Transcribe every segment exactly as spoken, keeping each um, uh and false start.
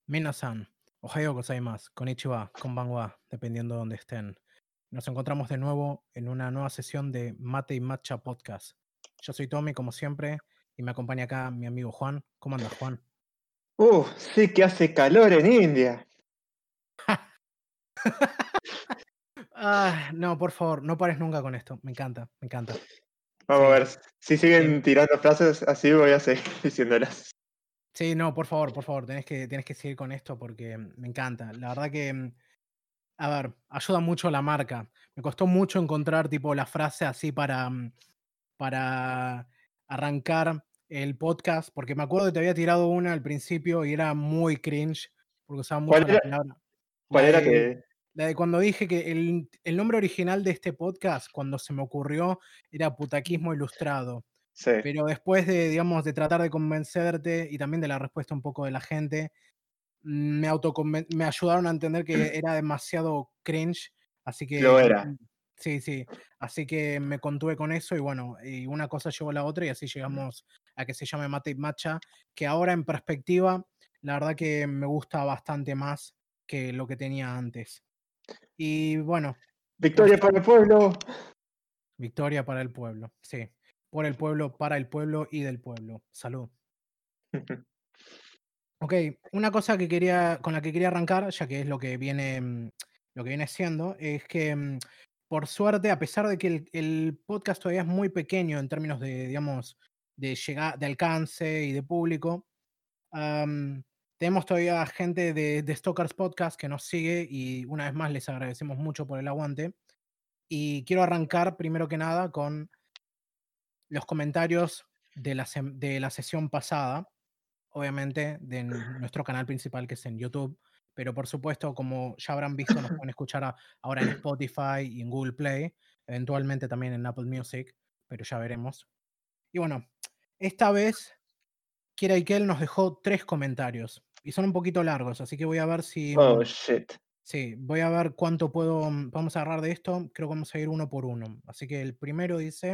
Minasan, Ohayou gozaimasu, konnichiwa, konbanwa, dependiendo de dónde estén. Nos encontramos de nuevo en una nueva sesión de Mate y Matcha Podcast. Yo soy Tommy, como siempre, y me acompaña acá mi amigo Juan. ¿Cómo andas, Juan? Uh, sí que hace calor en India. Ah, no, por favor, no pares nunca con esto. Me encanta, me encanta. Vamos a Sí, ver, si eh, siguen tirando frases así voy a seguir diciéndolas. sí, no, por favor, por favor, tenés que, tenés que seguir con esto porque me encanta. La verdad que, mm, a ver, ayuda mucho a la marca. Me costó mucho encontrar tipo la frase así para, mm, para arrancar el podcast, porque me acuerdo que te había tirado una al principio y era muy cringe, porque usaba ¿Cuál mucho la era? palabra. ¿Cuál La era de, que...? la de cuando dije que el, el nombre original de este podcast, cuando se me ocurrió, era Putaquismo Ilustrado. Sí. Pero después de, digamos, de tratar de convencerte y también de la respuesta un poco de la gente, me autoconven me ayudaron a entender que era demasiado cringe, así que, Lo mm, era. sí, sí, así que me contuve con eso y bueno, y una cosa llevó a la otra y así llegamos a que se llame Mate y Matcha, que ahora en perspectiva, la verdad que me gusta bastante más que lo que tenía antes. Y bueno, por Victoria para suerte, el pueblo. victoria para el pueblo, sí, por el pueblo, para el pueblo y del pueblo. Salud. Ok, una cosa que quería, con la que quería arrancar, ya que es lo que viene, mm, lo que viene siendo, es que mm, por suerte, a pesar de que el, el podcast todavía es muy pequeño en términos de, digamos, de llegar, de alcance y de público, am, tenemos todavía gente de, de Stalkers Podcast que nos sigue y una vez más les agradecemos mucho por el aguante. Y quiero arrancar primero que nada con los comentarios de la, sem- de la sesión pasada obviamente, de n- nuestro canal principal que es en YouTube, pero por supuesto, como ya habrán visto, nos pueden escuchar a- ahora en Spotify y en Google Play, eventualmente también en Apple Music, pero ya veremos. Y bueno, esta vez Kira Ikel nos dejó tres comentarios y son un poquito largos, así que voy a ver si, Oh, mm, shit. sí, voy a ver cuánto puedo, mm, vamos a agarrar de esto, creo que vamos a ir uno por uno. Así que el primero dice,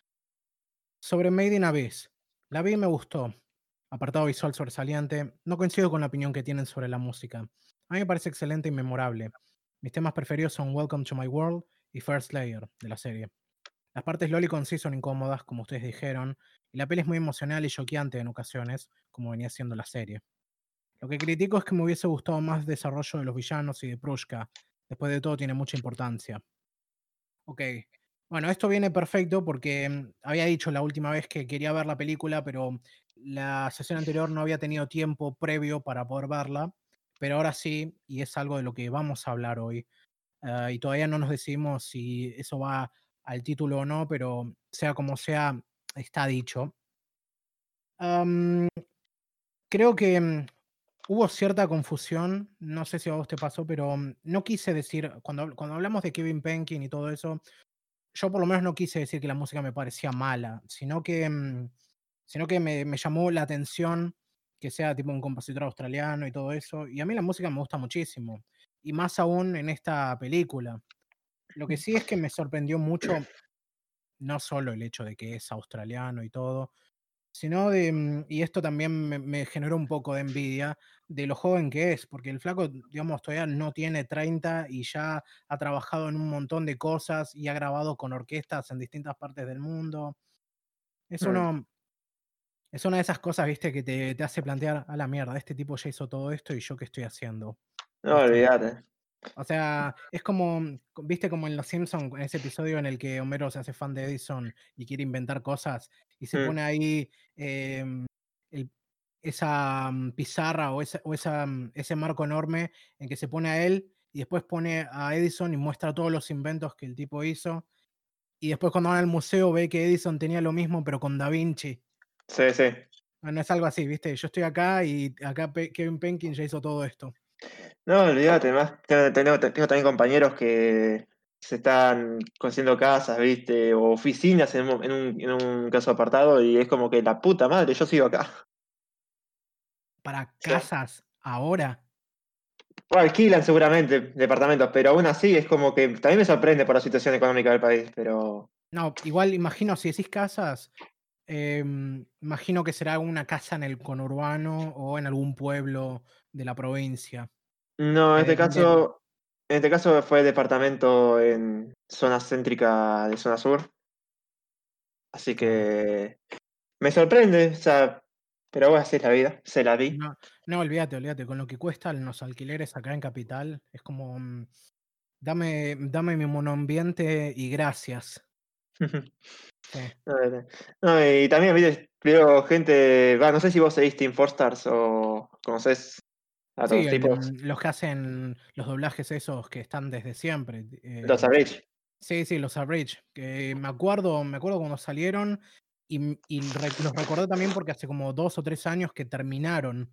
sobre Made in Abyss. La vi y me gustó. Apartado visual sobresaliente. No coincido con la opinión que tienen sobre la música. A mí me parece excelente y memorable. Mis temas preferidos son Welcome to My World y First Layer de la serie. Las partes Lolicon sí son incómodas, como ustedes dijeron, y la peli es muy emocional y choqueante en ocasiones, como venía siendo la serie. Lo que critico es que me hubiese gustado más desarrollo de los villanos y de Prushka. Después de todo, tiene mucha importancia. Ok. Bueno, esto viene perfecto porque mm, había dicho la última vez que quería ver la película, pero la sesión anterior no había tenido tiempo previo para poder verla, pero ahora sí, y es algo de lo que vamos a hablar hoy. Ah, y todavía no nos decidimos si eso va al título o no, pero sea como sea, está dicho. Am, creo que mm, hubo cierta confusión, no sé si a vos te pasó, pero mm, no quise decir, cuando, cuando hablamos de Kevin Penkin y todo eso, yo por lo menos no quise decir que la música me parecía mala, sino que, mm, sino que me, me llamó la atención que sea tipo un compositor australiano y todo eso. Y a mí la música me gusta muchísimo. Y más aún en esta película. Lo que sí es que me sorprendió mucho, no solo el hecho de que es australiano y todo, sino de, mm, y esto también me, me generó un poco de envidia, de lo joven que es, porque el flaco, digamos, todavía no tiene treinta y ya ha trabajado en un montón de cosas y ha grabado con orquestas en distintas partes del mundo. Es Hmm. uno, es una de esas cosas, viste, que te, te hace plantear, a la mierda, este tipo ya hizo todo esto y yo qué estoy haciendo, No, ¿viste? olvídate. O sea, es como, viste, como en Los Simpsons, en ese episodio en el que Homero se hace fan de Edison y quiere inventar cosas y se Hmm. pone ahí em, el- esa mm, pizarra o, esa, o esa, mm, ese marco enorme en que se pone a él y después pone a Edison y muestra todos los inventos que el tipo hizo. Y después cuando van al museo ve que Edison tenía lo mismo pero con Da Vinci. Sí, sí. Bueno, es algo así, viste. Yo estoy acá y acá Pe- Kevin Penkin ya hizo todo esto. No, olvídate. Más, tengo, tengo- tengo también compañeros que se están consiguiendo casas, ¿viste? O oficinas en, un, en un en un caso apartado y es como que la puta madre, yo sigo acá. Para O sea, casas, ahora. o alquilan seguramente departamentos, pero aún así es como que también me sorprende por la situación económica del país, pero No, igual imagino, si decís casas, em, imagino que será una casa en el conurbano o en algún pueblo de la provincia. No, en Eh, este donde, caso, en este caso fue departamento en zona céntrica de zona sur, así claro. que me sorprende, o sea, pero bueno, así es la vida, se la vi. No, no, olvídate, olvídate. Con lo que cuestan los alquileres acá en Capital, es como, mm, dame, dame mi monoambiente y gracias. Sí, No, no, no, y también viste, veo gente, va, no sé si vos seguís Team Four Stars o conoces a sí, los el, tipos, mm, los que hacen los doblajes esos que están desde siempre. los eh, Average. sí, sí, los Average, que me acuerdo, me acuerdo cuando salieron y, m- y re- los recordé también porque hace como dos o tres años que terminaron.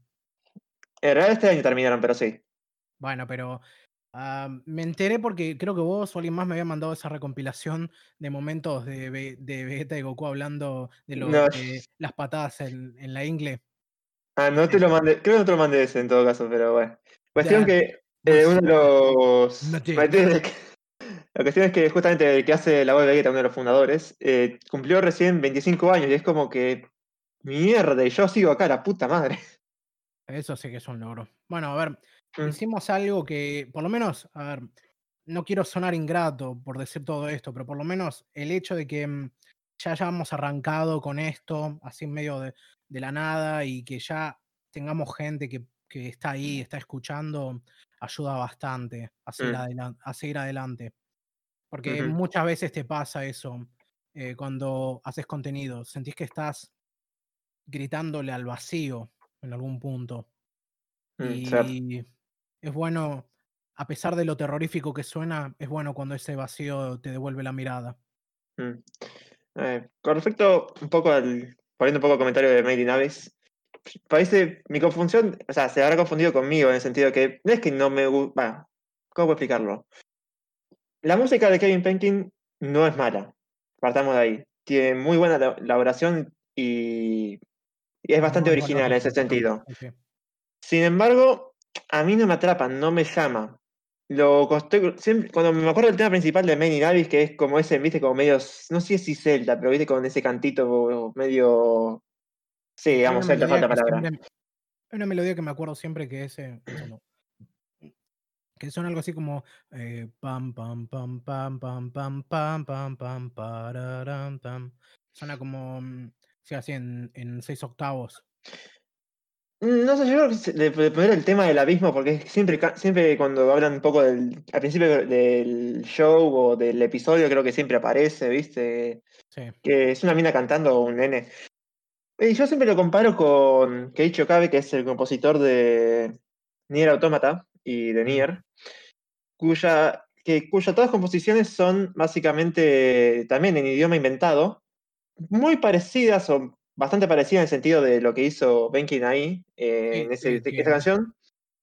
En realidad este año terminaron, pero sí. Bueno, pero ah, me enteré porque creo que vos o alguien más me había mandado esa recompilación de momentos de, Ve- de Vegeta y Goku hablando de, lo, No, de las patadas en, en la ingle. ah, no te ¿Viste? lo mandé, creo que no te lo mandé ese en todo caso, pero bueno. Cuestión Dad que eh, was uno de watching los... Namek. La cuestión es que justamente el que hace la voz de Vegeta, uno de los fundadores, eh, cumplió recién veinticinco años y es como que, mierda, y yo sigo acá, la puta madre. Eso sí que es un logro. Bueno, a ver, Mm, hicimos algo que, por lo menos, a ver, no quiero sonar ingrato por decir todo esto, pero por lo menos el hecho de que mm, ya hayamos arrancado con esto, así en medio de, de la nada, y que ya tengamos gente que, que está ahí, está escuchando, ayuda bastante a seguir, mm, adelan- a seguir adelante. Porque ujú, muchas veces te pasa eso eh, cuando haces contenido, sentís que estás gritándole al vacío en algún punto. mm, cierto. Y es bueno, a pesar de lo terrorífico que suena, es bueno cuando ese vacío te devuelve la mirada. Mm. Eh, con respecto un poco al, poniendo un poco el comentario de Made in Abyss, parece mi confusión, o sea, se habrá confundido conmigo en el sentido que no es que no me gusta, bueno, ¿cómo puedo explicarlo? La música de Kevin Penkin no es mala, partamos de ahí. Tiene muy buena la- elaboración y, y es bastante Muy buenos original en ese ritmos, sí, sentido. sí, sí. Sin embargo, a mí no me atrapa, no me llama. Lo coste- siempre- cuando me acuerdo del tema principal de Made in Abyss, que es como ese, viste, como medio, no sé si Zelda, pero viste con ese cantito medio, sí, Sí, hay una digamos Zelda, melodía falta que palabra. siempre, hay una melodía que me acuerdo siempre que es, eh, un segundo, que son algo así como eh, pam, pam, pam, pam, pam, pam, pam, pam, pam, pararam, pam. Suena como, mm, sí, así en, en seis octavos. Mm, No sé, yo creo que se- de, de poner el tema del abismo, porque siempre, ca- siempre cuando hablan un poco del, al principio del show o del episodio, creo que siempre aparece, ¿viste? Sí. Que es una mina cantando o un nene. Y yo siempre lo comparo con Keiichi Okabe, que es el compositor de Nier Automata y de Mm, Nier, cuya, que, cuya todas las composiciones son básicamente también en idioma inventado, muy parecidas o bastante parecidas en el sentido de lo que hizo Benki ahí eh, sí, en ese, sí, esa que canción.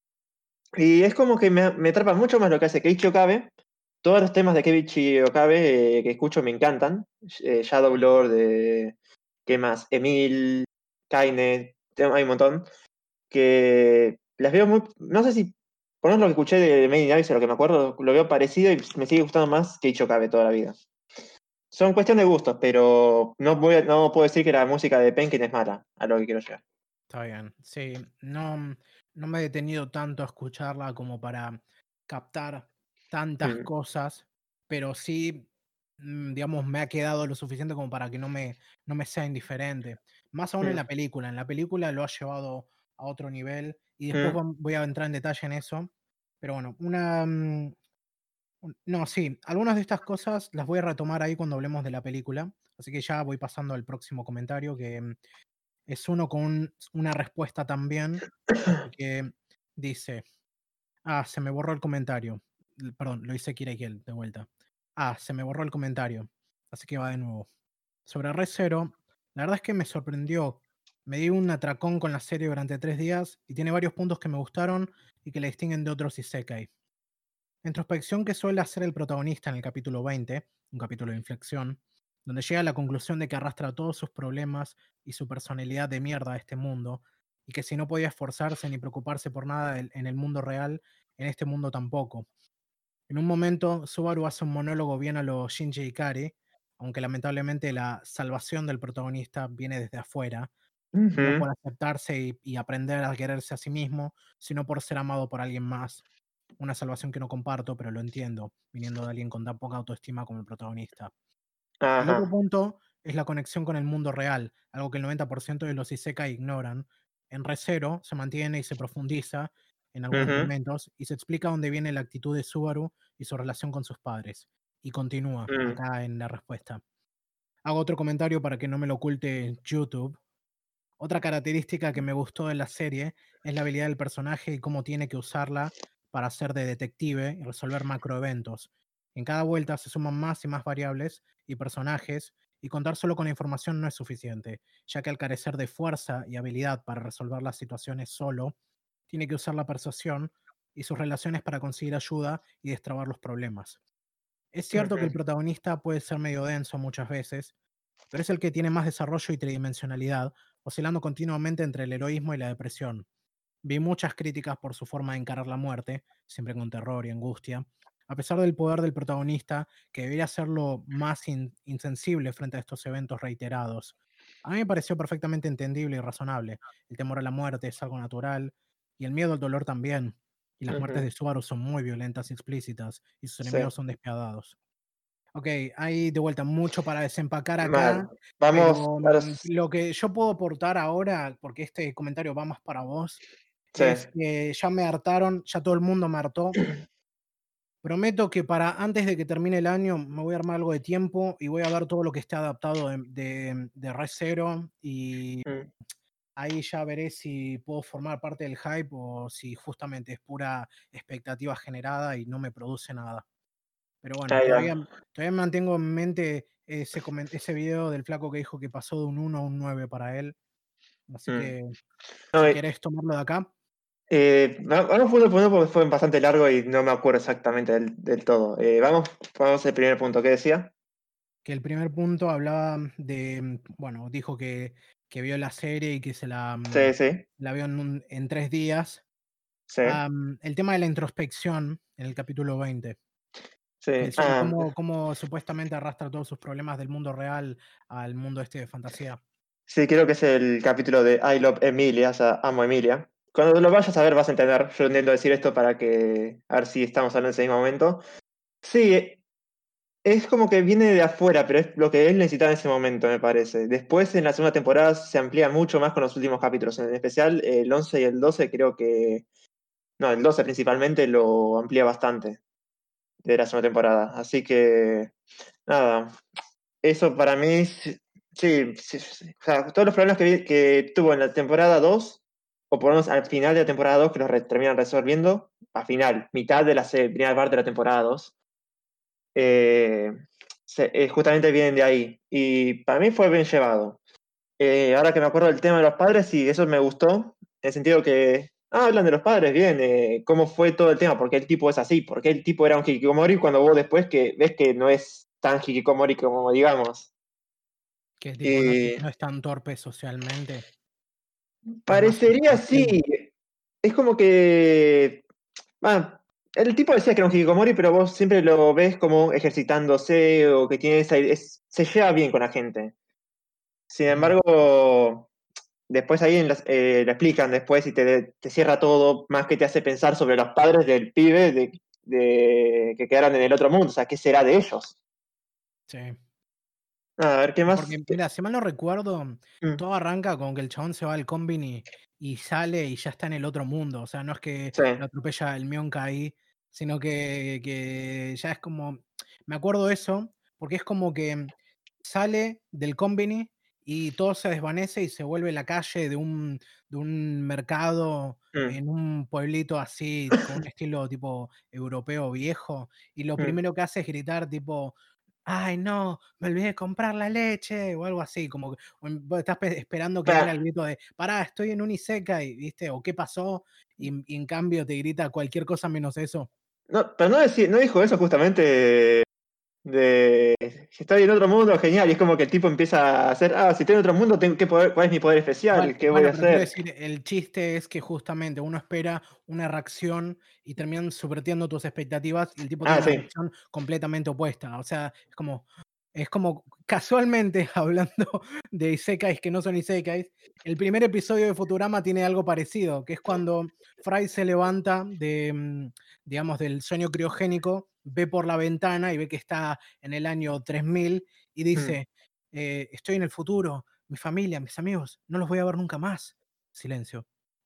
Y es como que me, me atrapa mucho más lo que hace Keiichi Okabe. Todos los temas de Keiichi Okabe eh, que escucho me encantan. Eh, Shadow Lord, eh, ¿qué más? Emil, Kaine, tem- hay un montón. Que las veo muy. No sé si. Por lo menos lo que escuché de Made in Abyss, a lo que me acuerdo, lo veo parecido y me sigue gustando más Keiichi Okabe toda la vida. Son cuestión de gustos, pero no, voy a- no puedo decir que la música de Penkin es mala, a lo que quiero llegar. está bien. Sí, no, no me he detenido tanto a escucharla como para captar tantas Mm, cosas, pero sí, mm, digamos, me ha quedado lo suficiente como para que no me, no me sea indiferente. Más aún en mm, la película. En la película lo ha llevado a otro nivel y después mm. vam- voy a entrar en detalle en eso. Pero bueno, una... mm, un- no, sí, algunas de estas cosas las voy a retomar ahí cuando hablemos de la película. Así que ya voy pasando al próximo comentario, que mm, es uno con un- una respuesta también. Así que dice, ah, se me borró el comentario. L- Perdón, lo hice Kirekiel de vuelta. Ah, se me borró el comentario. Así que va de nuevo. Sobre Re Zero, la verdad es que me sorprendió. Me di un atracón con la serie durante tres días y tiene varios puntos que me gustaron y que la distinguen de otros Isekai. La introspección que suele hacer el protagonista en el capítulo veinte, un capítulo de inflexión, donde llega a la conclusión de que arrastra todos sus problemas y su personalidad de mierda a este mundo, y que si no podía esforzarse ni preocuparse por nada del- en el mundo real, en este mundo tampoco. En un momento, Subaru hace un monólogo bien a lo Shinji Ikari, aunque lamentablemente la salvación del protagonista viene desde afuera, y no Ujú. por aceptarse y, y aprender a quererse a sí mismo, sino por ser amado por alguien más. Una salvación que no comparto, pero lo entiendo, viniendo de alguien con tan poca autoestima como el protagonista. El otro Ajá. punto es la conexión con el mundo real, algo que el noventa por ciento de los isekai ignoran. En Re:Zero se mantiene y se profundiza en algunos Ujú. momentos y se explica dónde viene la actitud de Subaru y su relación con sus padres. Y continúa Mm. acá en la respuesta. Hago otro comentario para que no me lo oculte YouTube. Otra característica que me gustó de la serie es la habilidad del personaje y cómo tiene que usarla para ser de detective y resolver macroeventos. En cada vuelta se suman más y más variables y personajes, y contar solo con la información no es suficiente, ya que al carecer de fuerza y habilidad para resolver las situaciones solo, tiene que usar la persuasión y sus relaciones para conseguir ayuda y destrabar los problemas. Es cierto que el Ujú. protagonista puede ser medio denso muchas veces, pero es el que tiene más desarrollo y tridimensionalidad, oscilando continuamente entre el heroísmo y la depresión. Vi muchas críticas por su forma de encarar la muerte, siempre con terror y angustia, a pesar del poder del protagonista, que debería hacerlo más in- insensible frente a estos eventos reiterados. A mí me pareció perfectamente entendible y razonable. El temor a la muerte es algo natural, y el miedo al dolor también. Y las muertes Ujú. de Subaru son muy violentas y explícitas, y sus Sí. enemigos son despiadados. Ok, hay de vuelta mucho para desempacar acá, Mal. Vamos pero a mm, los... lo que yo puedo aportar ahora, porque este comentario va más para vos, Sí. es que ya me hartaron, ya todo el mundo me hartó. Prometo que para antes de que termine el año me voy a armar algo de tiempo y voy a ver todo lo que esté adaptado de, de, de Re:Zero, y Mm. ahí ya veré si puedo formar parte del hype o si justamente es pura expectativa generada y no me produce nada. Pero bueno, Ahí todavía, va. todavía mantengo en mente ese, comen- ese video del flaco que dijo que pasó de un uno a un nueve para él. Así Mm. que No, si eh, querés tomarlo de acá, eh, va- vamos punto por uno porque fue bastante largo y no me acuerdo exactamente del, del todo. Eh, vamos, vamos al primer punto. ¿Qué decía? que el primer punto hablaba de, mm, bueno, dijo que, que vio la serie y que se la, Sí, mm, sí, la vio en, un- en tres días. sí, Am, el tema de la introspección en el capítulo veinte, que sí. el- y Ah, cómo, cómo supuestamente arrastra todos sus problemas del mundo real al mundo este de fantasía. sí, creo que es el capítulo de I Love Emilia, o sea, amo a Emilia. Cuando lo vayas a ver vas a entender. Yo intento decir esto para que, a ver si estamos hablando en ese mismo momento. Sí, eh, es como que viene de afuera, pero es lo que él necesitaba en ese momento, me parece. Después, en la segunda temporada, se amplía mucho más con los últimos capítulos. En especial, el once y el doce creo que... No, el doce principalmente lo amplía bastante de la segunda temporada. Así que, nada, eso para mí, sí, sí, sí, sí. O sea, todos los problemas que, vi- que tuvo en la temporada dos o por lo menos al final de la temporada dos que los re- terminan resolviendo, al final, mitad de la se- primera parte de la temporada dos eh, se- eh, justamente vienen de ahí. Y para mí fue bien llevado. Eh, ahora que me acuerdo del tema de los padres, sí, eso me gustó, en el sentido que, ah, hablan de los padres, bien, eh, cómo fue todo el tema, por qué el tipo es así, por qué el tipo era un hikikomori cuando vos después que ves que no es tan hikikomori como digamos. Que tipo no, Y no es tan torpe socialmente, es más parecería introvertido. así, es como que, ah, el tipo decía que era un hikikomori, pero vos siempre lo ves como ejercitándose o que tiene esa, es- se lleva bien con la gente. Sin Ujú. embargo, después ahí en las- eh, lo explican después y te, te cierra todo, más que te hace pensar sobre los padres del pibe de, de- que quedaron en el otro mundo. O sea, ¿qué será de ellos? Sí. Ah, a ver, ¿qué más? Porque, mira, si mal no recuerdo, Mm, todo arranca con que el chabón se va al combini y sale y ya está en el otro mundo. O sea, no es que sí, lo atropella el Mionka ahí, sino que, que ya es como. Me acuerdo eso, porque es como que sale del combini y todo se desvanece y se vuelve la calle de un, de un mercado mm, en un pueblito así, con un estilo tipo europeo viejo. Y lo mm. primero que hace es gritar, tipo. Ay, no, me olvidé de comprar la leche, o algo así, como que o en vos estás pe esperando que venga el Ah, grito de: "Pará, estoy en un isekai", ¿viste? O "¿Qué pasó?", y y en cambio te grita cualquier cosa menos eso. no, pero no, decí- no dijo eso justamente de que estoy en otro mundo, genial. Y es como que el tipo empieza a hacer, ah, si estoy en otro mundo, tengo, ¿qué poder- ¿cuál es mi poder Bueno, especial? ¿Qué voy a bueno, pero quiero hacer? decir, el chiste es que justamente uno espera una reacción y terminan subvirtiendo tus expectativas, y el tipo tiene Ah, una sí. reacción completamente opuesta. O sea, es como Es como casualmente hablando de isekais que no son isekais, el primer episodio de Futurama tiene algo parecido, que es cuando Fry se levanta de, mm, digamos, del sueño criogénico, ve por la ventana y ve que está en el año tres mil y Mm. dice, eh, estoy en el futuro, mi familia, mis amigos, no los voy a ver nunca más. Silencio.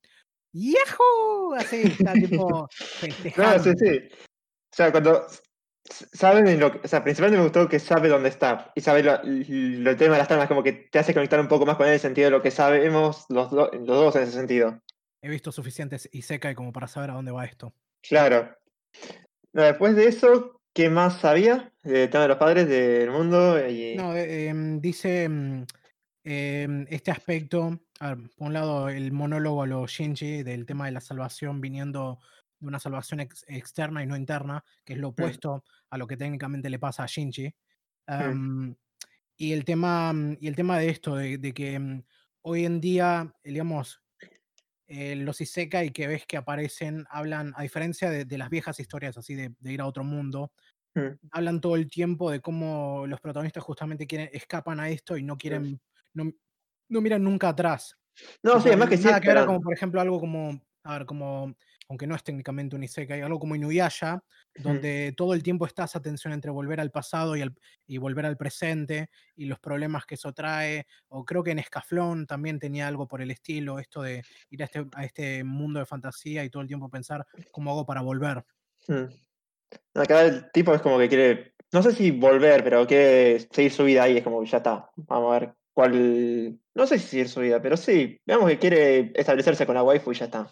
¡Yahoo! Así está tipo No, sí, festejando. sí. O sea, cuando s- saben en lo que, o sea, principalmente me gustó que sabe dónde está y sabe lo, lo- el tema de las tramas, como que te hace conectar un poco más con él en el sentido de lo que sabemos los, do- los dos en ese sentido. He visto suficientes isekai como para saber a dónde va esto. Claro. No, después de eso, ¿qué más sabía del tema de los padres del mundo? Y, No, eh, em, dice mm, em, este aspecto, a ver, por un lado el monólogo a lo Shinji del tema de la salvación viniendo de una salvación ex- externa y no interna, que es lo mm, opuesto a lo que técnicamente le pasa a Shinji. mm, Am, y, el tema, mm, y el tema de esto, de, de que mm, hoy en día, digamos, eh, los isekai que ves que aparecen hablan, a diferencia de, de las viejas historias así de, de ir a otro mundo, mm, hablan todo el tiempo de cómo los protagonistas justamente quieren, escapan a esto y no mm. quieren, no, no miran nunca atrás. No, sí, Tipo, además que sí, nada que ver a como, perdón. por ejemplo, algo como, a ver, como, aunque no es técnicamente un isekai, algo como Inuyasha, Mm, donde todo el tiempo está esa tensión entre volver al pasado y, al- y volver al presente y los problemas que eso trae. O creo que en Escaflón también tenía algo por el estilo, esto de ir a este, a este mundo de fantasía y todo el tiempo pensar cómo hago para volver. mm. Acá el tipo es como que quiere, no sé si volver, pero quiere seguir su vida ahí, es como que ya está. Vamos a ver cuál. No sé si seguir su vida, pero sí, veamos que quiere establecerse con la waifu y ya está.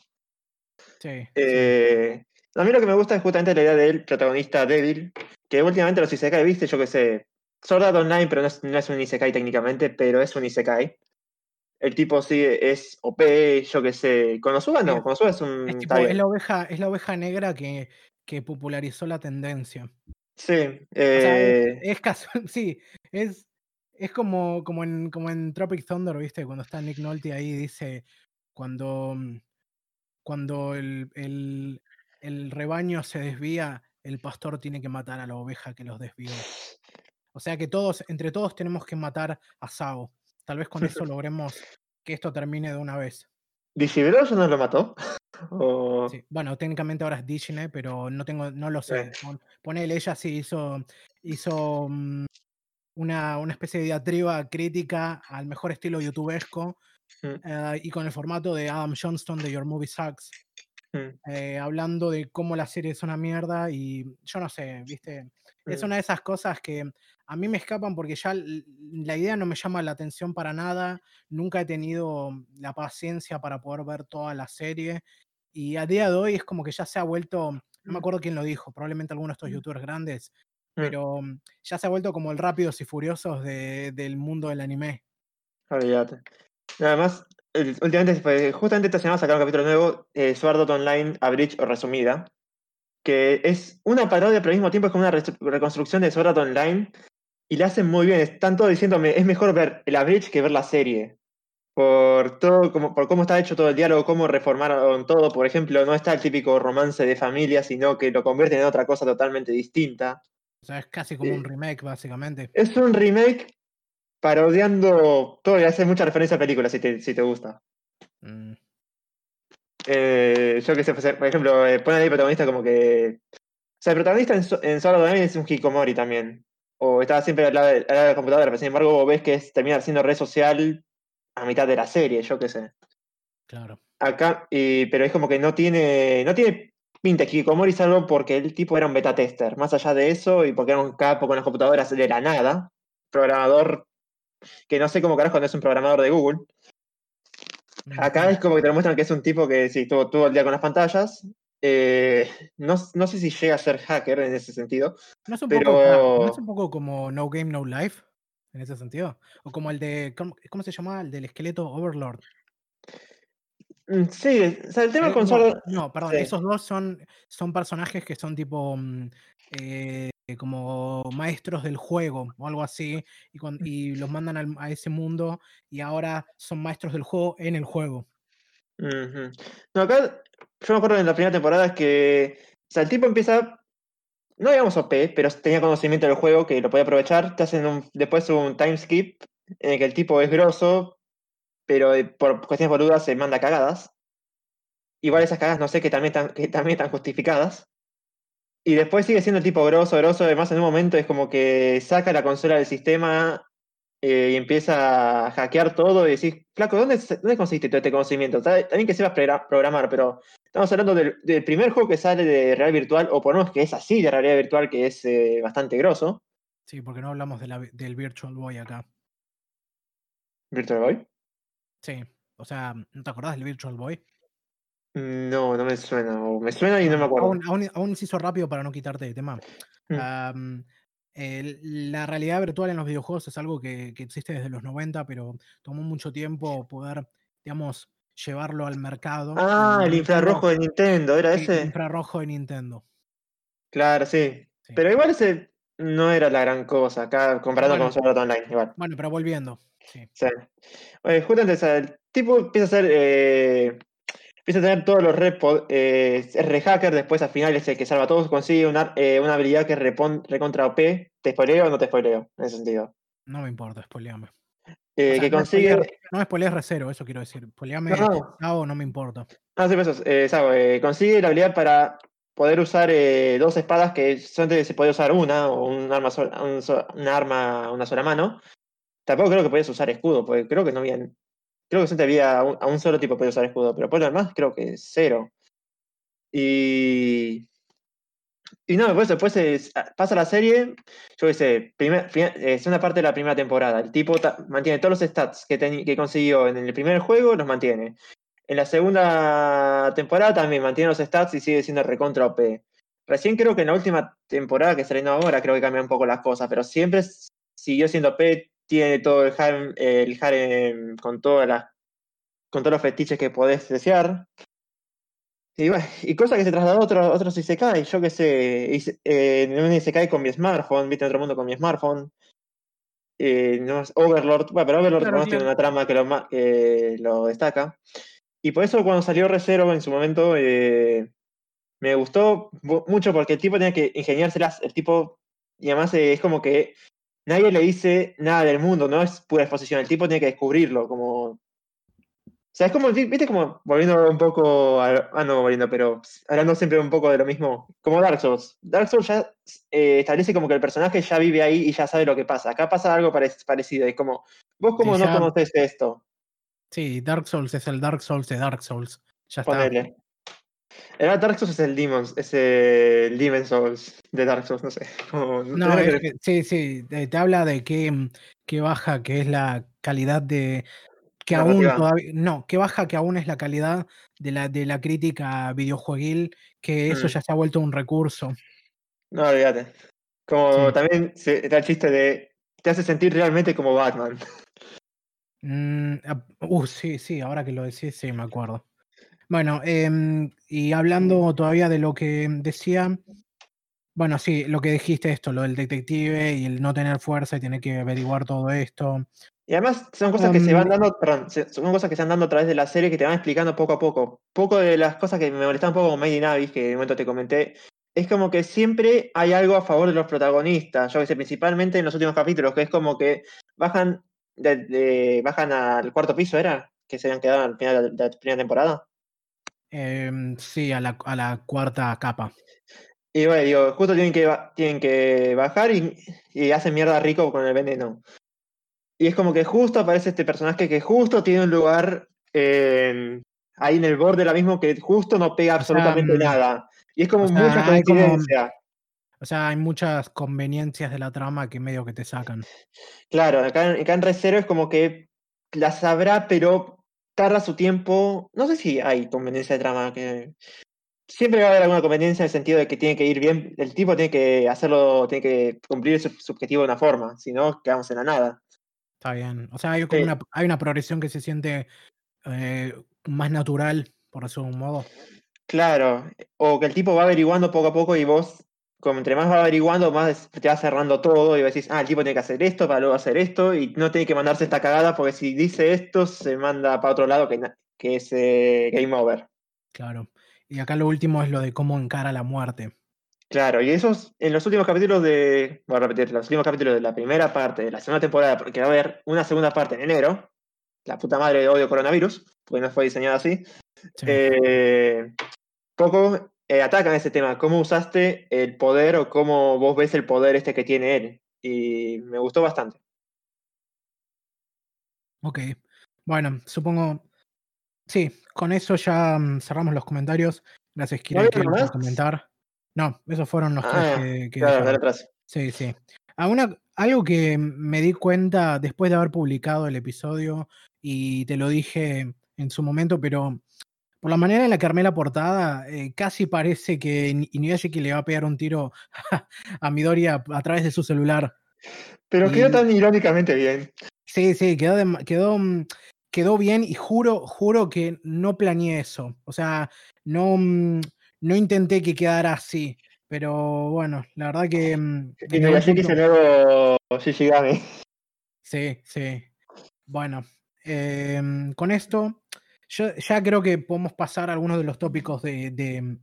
Sí, sí. Eh, a mí lo que me gusta es justamente la idea del protagonista débil, que últimamente los Isekai, viste, yo qué sé, Sword Art Online, pero no es, no es un Isekai técnicamente, pero es un Isekai. El tipo sí es O P, yo qué sé. Konosuba no, Es, Konosuba es es un. Está tipo, es bien. la oveja, es la oveja negra que, que popularizó la tendencia. Sí, O sea, es, eh, es casual, sí, es, es como, como en, como en Tropic Thunder, ¿viste? Cuando está Nick Nolte ahí, dice, cuando, mm, cuando el, el, el rebaño se desvía, el pastor tiene que matar a la oveja que los desvió. O sea que todos, entre todos tenemos que matar a Sao. Tal vez con eso logremos que esto termine de una vez. Digibro ya no lo mató. O. Sí, bueno, técnicamente ahora es Disney, pero no tengo, no lo eh, sé. Pon- Ponele, ella sí hizo, hizo mm, una, una especie de diatriba crítica al mejor estilo youtubesco mm, eh, y con el formato de Adam Johnston de Your Movie Sucks, mm, eh, hablando de cómo la serie es una mierda y yo no sé, viste, es mm, una de esas cosas que a mí me escapan porque ya l- la idea no me llama la atención para nada, nunca he tenido la paciencia para poder ver toda la serie y a día de hoy es como que ya se ha vuelto, no me mm, acuerdo quién lo dijo, probablemente alguno de estos youtubers grandes, mm. pero mm, ya se ha vuelto como el Rápidos y Furiosos de- del mundo del anime. Olvídate. Nada más, el- últimamente, fue- justamente esta semana sacaron un capítulo nuevo, eh, Sword Art Online Abridged o resumida, que es una parodia, pero al mismo tiempo es como una re- reconstrucción de Sword Art Online, y la hacen muy bien. Están todos diciéndome, es mejor ver el Abridged que ver la serie. Por todo, como, por cómo está hecho todo el diálogo, cómo reformaron todo. Por ejemplo, no está el típico romance de familia, sino que lo convierten en otra cosa totalmente distinta. O sea, es casi como un Eh, remake, básicamente. es un remake parodiando todo y hace mucha referencia a películas, si te, si te gusta. Mm, Eh, yo qué sé, pues, por ejemplo, eh, ponen ahí protagonista como que. O sea, el protagonista en, So- en Solo Leveling es un hikikomori también. O estaba siempre al lado, de, al lado de la computadora, pero sin embargo vos ves que es, termina siendo red social a mitad de la serie, yo qué sé. claro. Acá, y, pero es como que no tiene, no tiene pinta Hikikomori salvo porque el tipo era un beta tester. Más allá de eso, y porque era un capo con las computadoras de la nada, programador que no sé cómo carajo no es un programador de Google. Acá Ujú. es como que te lo muestran que es un tipo que sí, estuvo todo el día con las pantallas. Eh, no, no sé si llega a ser hacker en ese sentido, ¿No es un poco, pará, no es un pero poco como No Game, No Life? En ese sentido. O como el de, ¿cómo, cómo se llama? El del esqueleto Overlord. mm, sí, o sea, el tema Eh, con no, Sword. no, perdón, Sí. esos dos son, son personajes que son tipo mm, eh, como maestros del juego o algo así, y, cuan- y los mandan al- a ese mundo y ahora son maestros del juego en el juego. Ujú. No, acá yo me acuerdo en la primera temporada es que, o sea, el tipo empieza no digamos O P, pero tenía conocimiento del juego que lo podía aprovechar. Te hacen un, después un time skip en el que el tipo es grosso, pero eh, por cuestiones boludas se manda cagadas. Igual esas cagadas no sé que también están, que también están justificadas. Y después sigue siendo el tipo grosso, grosso. Además, en un momento es como que saca la consola del sistema eh, y empieza a hackear todo y decís, flaco, ¿dónde, dónde conseguiste todo este conocimiento? Está bien que sepas progra- programar, pero estamos hablando del, del primer juego que sale de realidad virtual, o por lo menos que es así de realidad virtual, que es eh, bastante grosso. Sí, porque no hablamos de la- del Virtual Boy acá. ¿Virtual Boy? Sí, o sea, ¿no te acordás del Virtual Boy? No, no me suena, o me suena y no me Bueno, acuerdo. aún, aún, aún inciso rápido para no quitarte de tema. Mm. Am, el- la realidad virtual en los videojuegos es algo que, que existe desde los noventa, pero tomó mucho tiempo poder, digamos, llevarlo al mercado Ah, y el meterlo infrarrojo de Nintendo, ¿era en ese? infrarrojo de Nintendo. Claro, sí. Sí. Pero igual ese no era la gran cosa, acá comparando con Bueno, Sword Art Online, igual. bueno, pero volviendo. Sí. Sí. Oye, justamente, o sea, el tipo empieza a hacer, eh, empieza a tener todos los repos, eh, es re hacker, después al final es el que salva a todos, consigue una, eh, una habilidad que es repon- recontra O P. ¿Te spoileo o no te spoileo? En ese sentido. No me importa, spoileame. O Eh, sea, que no es spoilear, consigue. no es spoilear recero, eso quiero decir. No, Spoileame no. Sao, no me importa. Ah, sí, pesos. Eh, Sago, eh, consigue la habilidad para poder usar eh, dos espadas que antes se podía usar una, o un arma, sola, un so- una arma, una sola mano. Tampoco creo que podías usar escudo, porque creo que no había. Creo que solamente había a un, a un solo tipo podía usar escudo, pero por lo demás creo que cero. Y. Y no, después, después es- pasa la serie, yo qué sé, primer- fi- es una parte de la primera temporada. El tipo ta- mantiene todos los stats que, teni- que consiguió en el primer juego, los mantiene. En la segunda temporada también mantiene los stats y sigue siendo recontra O P. Recién creo que en la última temporada que salió ahora creo que cambia un poco las cosas, pero siempre s- siguió siendo O P, tiene todo el harem, el harem con todas las, con todos los fetiches que podés desear. Y, bueno, y cosa que se trasladó a otro, otros Isekai, yo qué sé, ise- eh, en un Isekai con mi smartphone, viste en otro mundo con mi smartphone. Eh, no es Overlord, bueno, pero Overlord por lo Claro, menos tiene claro. una trama que lo, ma- que lo destaca. Y por eso cuando salió Re:Zero en su momento eh, me gustó bu- mucho porque el tipo tenía que ingeniárselas, el tipo, y además eh, es como que nadie le dice nada del mundo, no es pura exposición, el tipo tiene que descubrirlo, como. O sea, es como, vi- viste, como volviendo un poco, a, ah, no volviendo, pero hablando siempre un poco de lo mismo, como Dark Souls. Dark Souls ya eh, establece como que el personaje ya vive ahí y ya sabe lo que pasa. Acá pasa algo pare- parecido, es como, vos Sí, como no ya, conoces esto, sí, Dark Souls es el Dark Souls de Dark Souls. Ya está. ponele. El Dark Souls es el Demons, es el Demon Souls de Dark Souls, no sé. Como, no No, tendría es que. que sí, sí, te, te habla de que, mm, que baja, que es la calidad de, que aún Narrativa. todavía, no, que baja, que aún es la calidad de la, de la crítica videojueguil, que eso Mm, ya se ha vuelto un recurso. no, olvídate. Como Sí. también se, está el chiste de, te hace sentir realmente como Batman. Mm, ah, uh, sí, sí, ahora que lo decís, sí, me acuerdo. Bueno, em, y hablando todavía de lo que decía, bueno, sí, lo que dijiste esto, lo del detective y el no tener fuerza y tener que averiguar todo esto. Y además son cosas que se Um, van dando, perdón, se- son cosas que se van dando a través de la serie que te van explicando poco a poco. Poco de las cosas que me molestaban un poco con Made in Abyss, que en un momento te comenté, es como que siempre hay algo a favor de los protagonistas, yo que sé, principalmente en los últimos capítulos, que es como que bajan, de, de- bajan al cuarto piso, ¿era? Que se habían quedado al final de la, de la primera temporada. em, sí, a la, a la cuarta capa. Y bueno, digo, justo tienen que, ba- tienen que bajar y, y hacen mierda a Rico con el veneno. Y es como que justo aparece este personaje que justo tiene un lugar eh, ahí en el borde del abismo que justo no pega O sea, absolutamente mm, nada. Y es o como mucha sea, hay como, coincidencia. o sea, hay muchas conveniencias de la trama que medio que te sacan. Claro, acá, en- acá en Re:Zero es como que la sabrá, pero tarda su tiempo. No sé si hay conveniencia de trama. Que siempre va a haber alguna conveniencia en el sentido de que tiene que ir bien. El tipo tiene que hacerlo, tiene que cumplir su, su objetivo de una forma, si no, quedamos en la nada. Está bien. O sea, hay como Eh, una, hay una progresión que se siente eh, más natural, por decirlo de un modo. Claro, o que el tipo va averiguando poco a poco y vos, como entre más va averiguando, más te va cerrando todo y vos decís, ah, el tipo tiene que hacer esto para luego hacer esto y no tiene que mandarse esta cagada porque si dice esto se manda para otro lado que, na- que es eh, Game Over. Claro. Y acá lo último es lo de cómo encara la muerte. Claro, y esos, en los últimos capítulos de, voy a repetir, los últimos capítulos de la primera parte de la segunda temporada, porque va a haber una segunda parte en enero, la puta madre de odio coronavirus, porque no fue diseñado así, Sí. eh, poco eh, atacan ese tema, cómo usaste el poder o cómo vos ves el poder este que tiene él, y me gustó bastante. Ok. Bueno, supongo. Sí, con eso ya mm, cerramos los comentarios. Gracias, ¿No Kira y había uno Kelly, por más? comentar. No, esos fueron los tres Ah, que, que claro, dale dejaron. atrás. Sí, sí. Ah, una- algo que me di cuenta después de haber publicado el episodio, y te lo dije en su momento, pero por la manera en la que armé la portada, eh, casi parece que In- Inuyashiki le va a pegar un tiro a Midori a, a través de su celular. Pero quedó Y tan irónicamente bien. sí, sí, quedó, de- quedó, mm, quedó bien, y juro, juro que no planeé eso. O sea, no, mm, no intenté que quedara así. Pero bueno, la verdad que mm, Y en algún Nuyashiki es punto. el nuevo Shishigami. Sí, sí. Bueno, em, con esto, yo ya creo que podemos pasar a algunos de los tópicos de, de-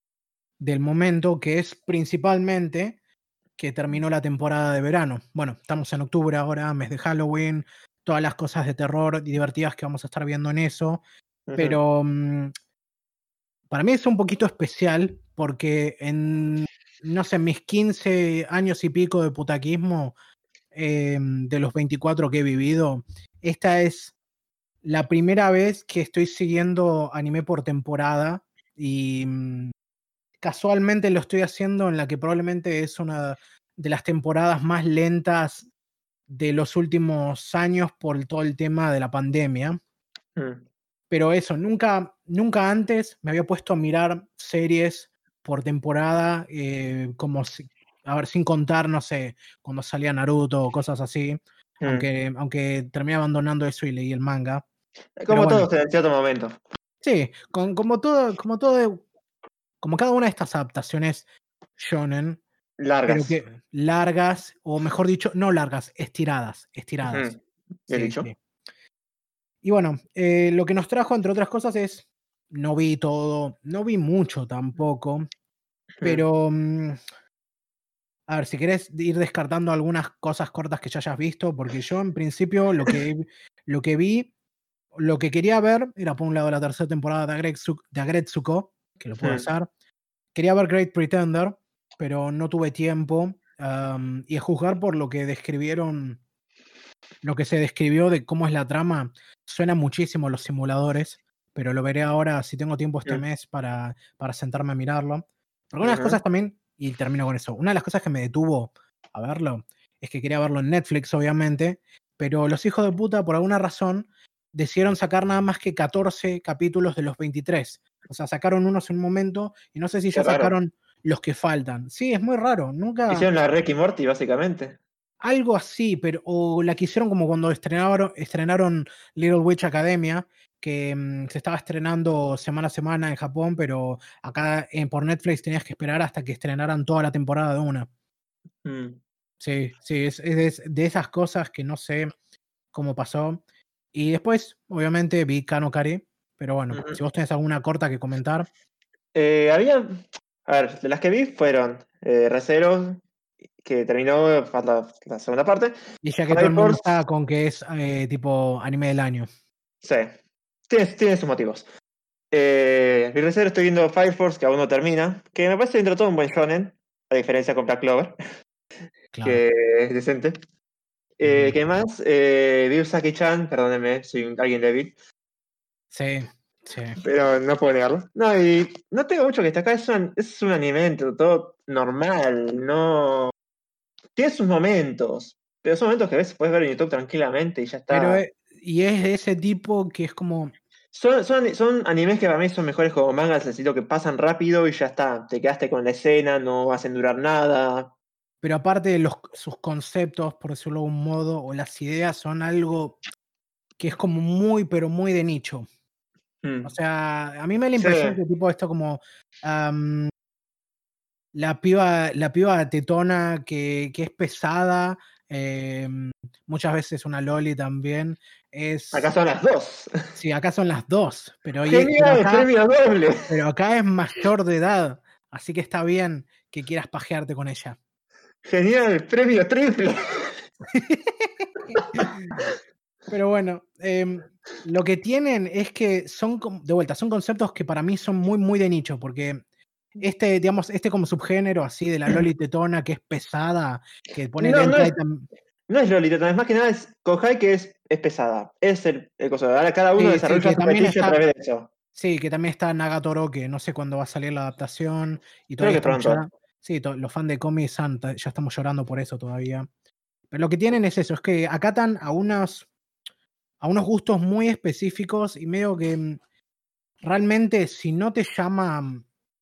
del momento, que es principalmente que terminó la temporada de verano. Bueno, estamos en octubre ahora, mes de Halloween, todas las cosas de terror y divertidas que vamos a estar viendo en eso. Ujú. Pero mm, para mí es un poquito especial porque en, no sé, mis quince años y pico de putaquismo, em, de los veinticuatro que he vivido, esta es la primera vez que estoy siguiendo anime por temporada, y mm, casualmente lo estoy haciendo en la que probablemente es una de las temporadas más lentas de los últimos años por todo el tema de la pandemia. Mm. Pero eso, nunca, nunca antes me había puesto a mirar series por temporada, eh, como si- a ver, sin contar, no sé, cuando salía Naruto o cosas así, Mm. aunque, aunque terminé abandonando eso y leí el manga. Pero Como bueno, todos en cierto momento. sí, con- como todo, como todo, como cada una de estas adaptaciones shonen, pero Largas. que largas, o mejor dicho, no largas, estiradas, estiradas. Ujú. Bien Sí, dicho. sí. Y bueno, eh, lo que nos trajo, entre otras cosas, es, no vi todo, no vi mucho tampoco, Mm. pero mm, a ver, si querés ir descartando algunas cosas cortas que ya hayas visto, porque yo en principio lo que, lo que vi, lo que quería ver era por un lado la tercera temporada de Agretsuko, de Agretsuko, que lo pude Mm. hacer. Quería ver Great Pretender, pero no tuve tiempo. Am, y a juzgar por lo que describieron, lo que se describió de cómo es la trama, suena muchísimo a los simuladores, pero lo veré ahora si tengo tiempo este Mm. mes para, para sentarme a mirarlo. Porque una de las Ujú. cosas también, y termino con eso, una de las cosas que me detuvo a verlo es que quería verlo en Netflix, obviamente, pero los hijos de puta, por alguna razón, decidieron sacar nada más que catorce capítulos de los veintitrés. O sea, sacaron unos en un momento y no sé si Qué ya raro. sacaron los que faltan. Sí, es muy raro, nunca. Hicieron la Rick y Morty, básicamente. Algo así, pero o la que hicieron como cuando estrenaron, estrenaron Little Witch Academia, que mm, se estaba estrenando semana a semana en Japón, pero acá eh, por Netflix tenías que esperar hasta que estrenaran toda la temporada de una. Mm. Sí, sí, es, es de esas cosas que no sé cómo pasó. Y después, obviamente, vi Kano Kari, pero bueno, Ujú. si vos tenés alguna corta que comentar. Eh, había. A ver, de las que vi fueron eh, Re:Zero, que terminó falta la segunda parte. Y ya que todo Fire el mundo Force, está con que es eh, tipo anime del año. sí. Tiene, tiene sus motivos. Eh, y Re:Zero estoy viendo Fire Force, que aún no termina. Que me parece dentro de todo un buen shonen. A diferencia con Black Clover, Claro. que es decente. Eh, Ujú. ¿qué más? Eh, vi Usagi-chan, perdónenme, soy un- alguien débil, Sí, sí. pero no puedo negarlo. No, y no tengo mucho que destacar, es un, es un anime dentro de todo normal, no. Tiene sus momentos, pero son momentos que a veces puedes ver en YouTube tranquilamente y ya Pero, está. eh, y es de ese tipo que es como. Son, son, son animes que para mí son mejores como mangas, es decir, que pasan rápido y ya está. Te quedaste con la escena, no hacen durar nada. Pero aparte de los, sus conceptos, por decirlo de algún modo, o las ideas son algo que es como muy, pero muy de nicho. O Mm. sea, a mí me da la Sí, impresión que tipo esto como am, la piba, la piba tetona que, que es pesada, em, muchas veces una loli también, acá es. son las dos. Sí, acá son las dos, pero, y- pero Genial, acá, premio doble. pero acá es mayor de edad. Así que está bien que quieras pajearte con ella. Genial, premio triple. Pero bueno, em, lo que tienen es que son, com- de vuelta, son conceptos que para mí son muy, muy de nicho, porque este, digamos, este como subgénero así de la loli tetona que es pesada, que pone No, no entra es, ahí tam- no es Lolita, es más que nada es Kohai que es, es pesada. Es el, el coso. Ahora cada uno Sí, sí, desarrolla que su también fetiche a está, través de eso. sí, que también está Nagatoro, que no sé cuándo va a salir la adaptación, y Creo todavía que estamos pronto. llorando. Sí, to- los fans de Komi Santa, ya estamos llorando por eso todavía. Pero lo que tienen es eso, es que acatan a unos, a unos gustos muy específicos y medio que mm, realmente si no te llama mm,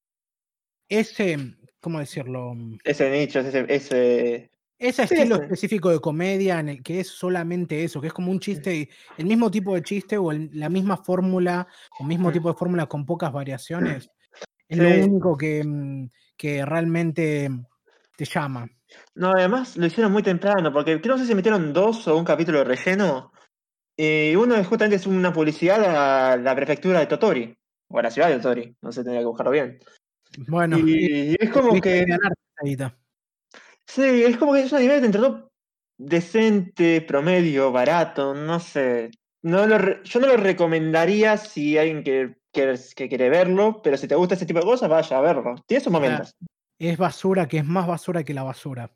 ese, ¿cómo decirlo? Mm, Ese nicho, ese, ese. Ese Sí, estilo ese. específico de comedia en el que es solamente eso, que es como un chiste, el mismo tipo de chiste o el- la misma fórmula o mismo tipo de fórmula con pocas variaciones, es lo Sí. único que, mm, que realmente te llama. No, además lo hicieron muy temprano, porque creo que no sé si metieron dos o un capítulo de relleno. Y uno es justamente es una publicidad a la prefectura de Totori, o a la ciudad de Totori, no sé, tendría que buscarlo bien. Bueno, y Y es como tuviste que, que ganar esa guita. sí, es como que es un anime entre todo decente, promedio, barato, no sé. No lo re- yo no lo recomendaría si hay alguien que, que, que quiere verlo, pero si te gusta ese tipo de cosas, vaya a verlo. Tiene sus O sea, momentos. es basura que es más basura que la basura.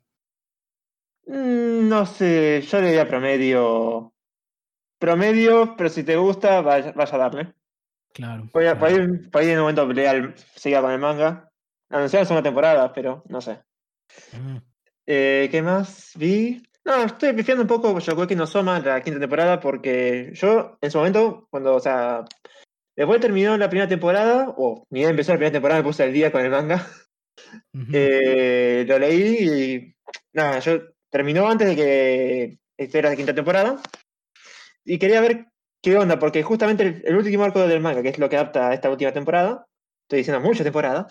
Mm, no sé, yo le diría promedio. Promedio, pero si te gusta, vaya, vaya a darle. Claro, Voy a, por claro. ahí, por ahí en un momento pelear, el- siga con el manga. Anunciaron segunda temporada, pero no sé. Mm, Eh, ¿qué más vi? No, estoy pifiando un poco Shokugeki no Soma, la quinta temporada, porque yo en su momento, cuando, o sea, después terminó la primera temporada, o ni bien empezó la primera temporada, me puse al día con el manga. ujú. Eh, lo leí y nada, yo terminó antes de que esté la quinta temporada. Y quería ver qué onda, porque justamente el, el último arco del manga, que es lo que adapta a esta última temporada, estoy diciendo mucha temporada,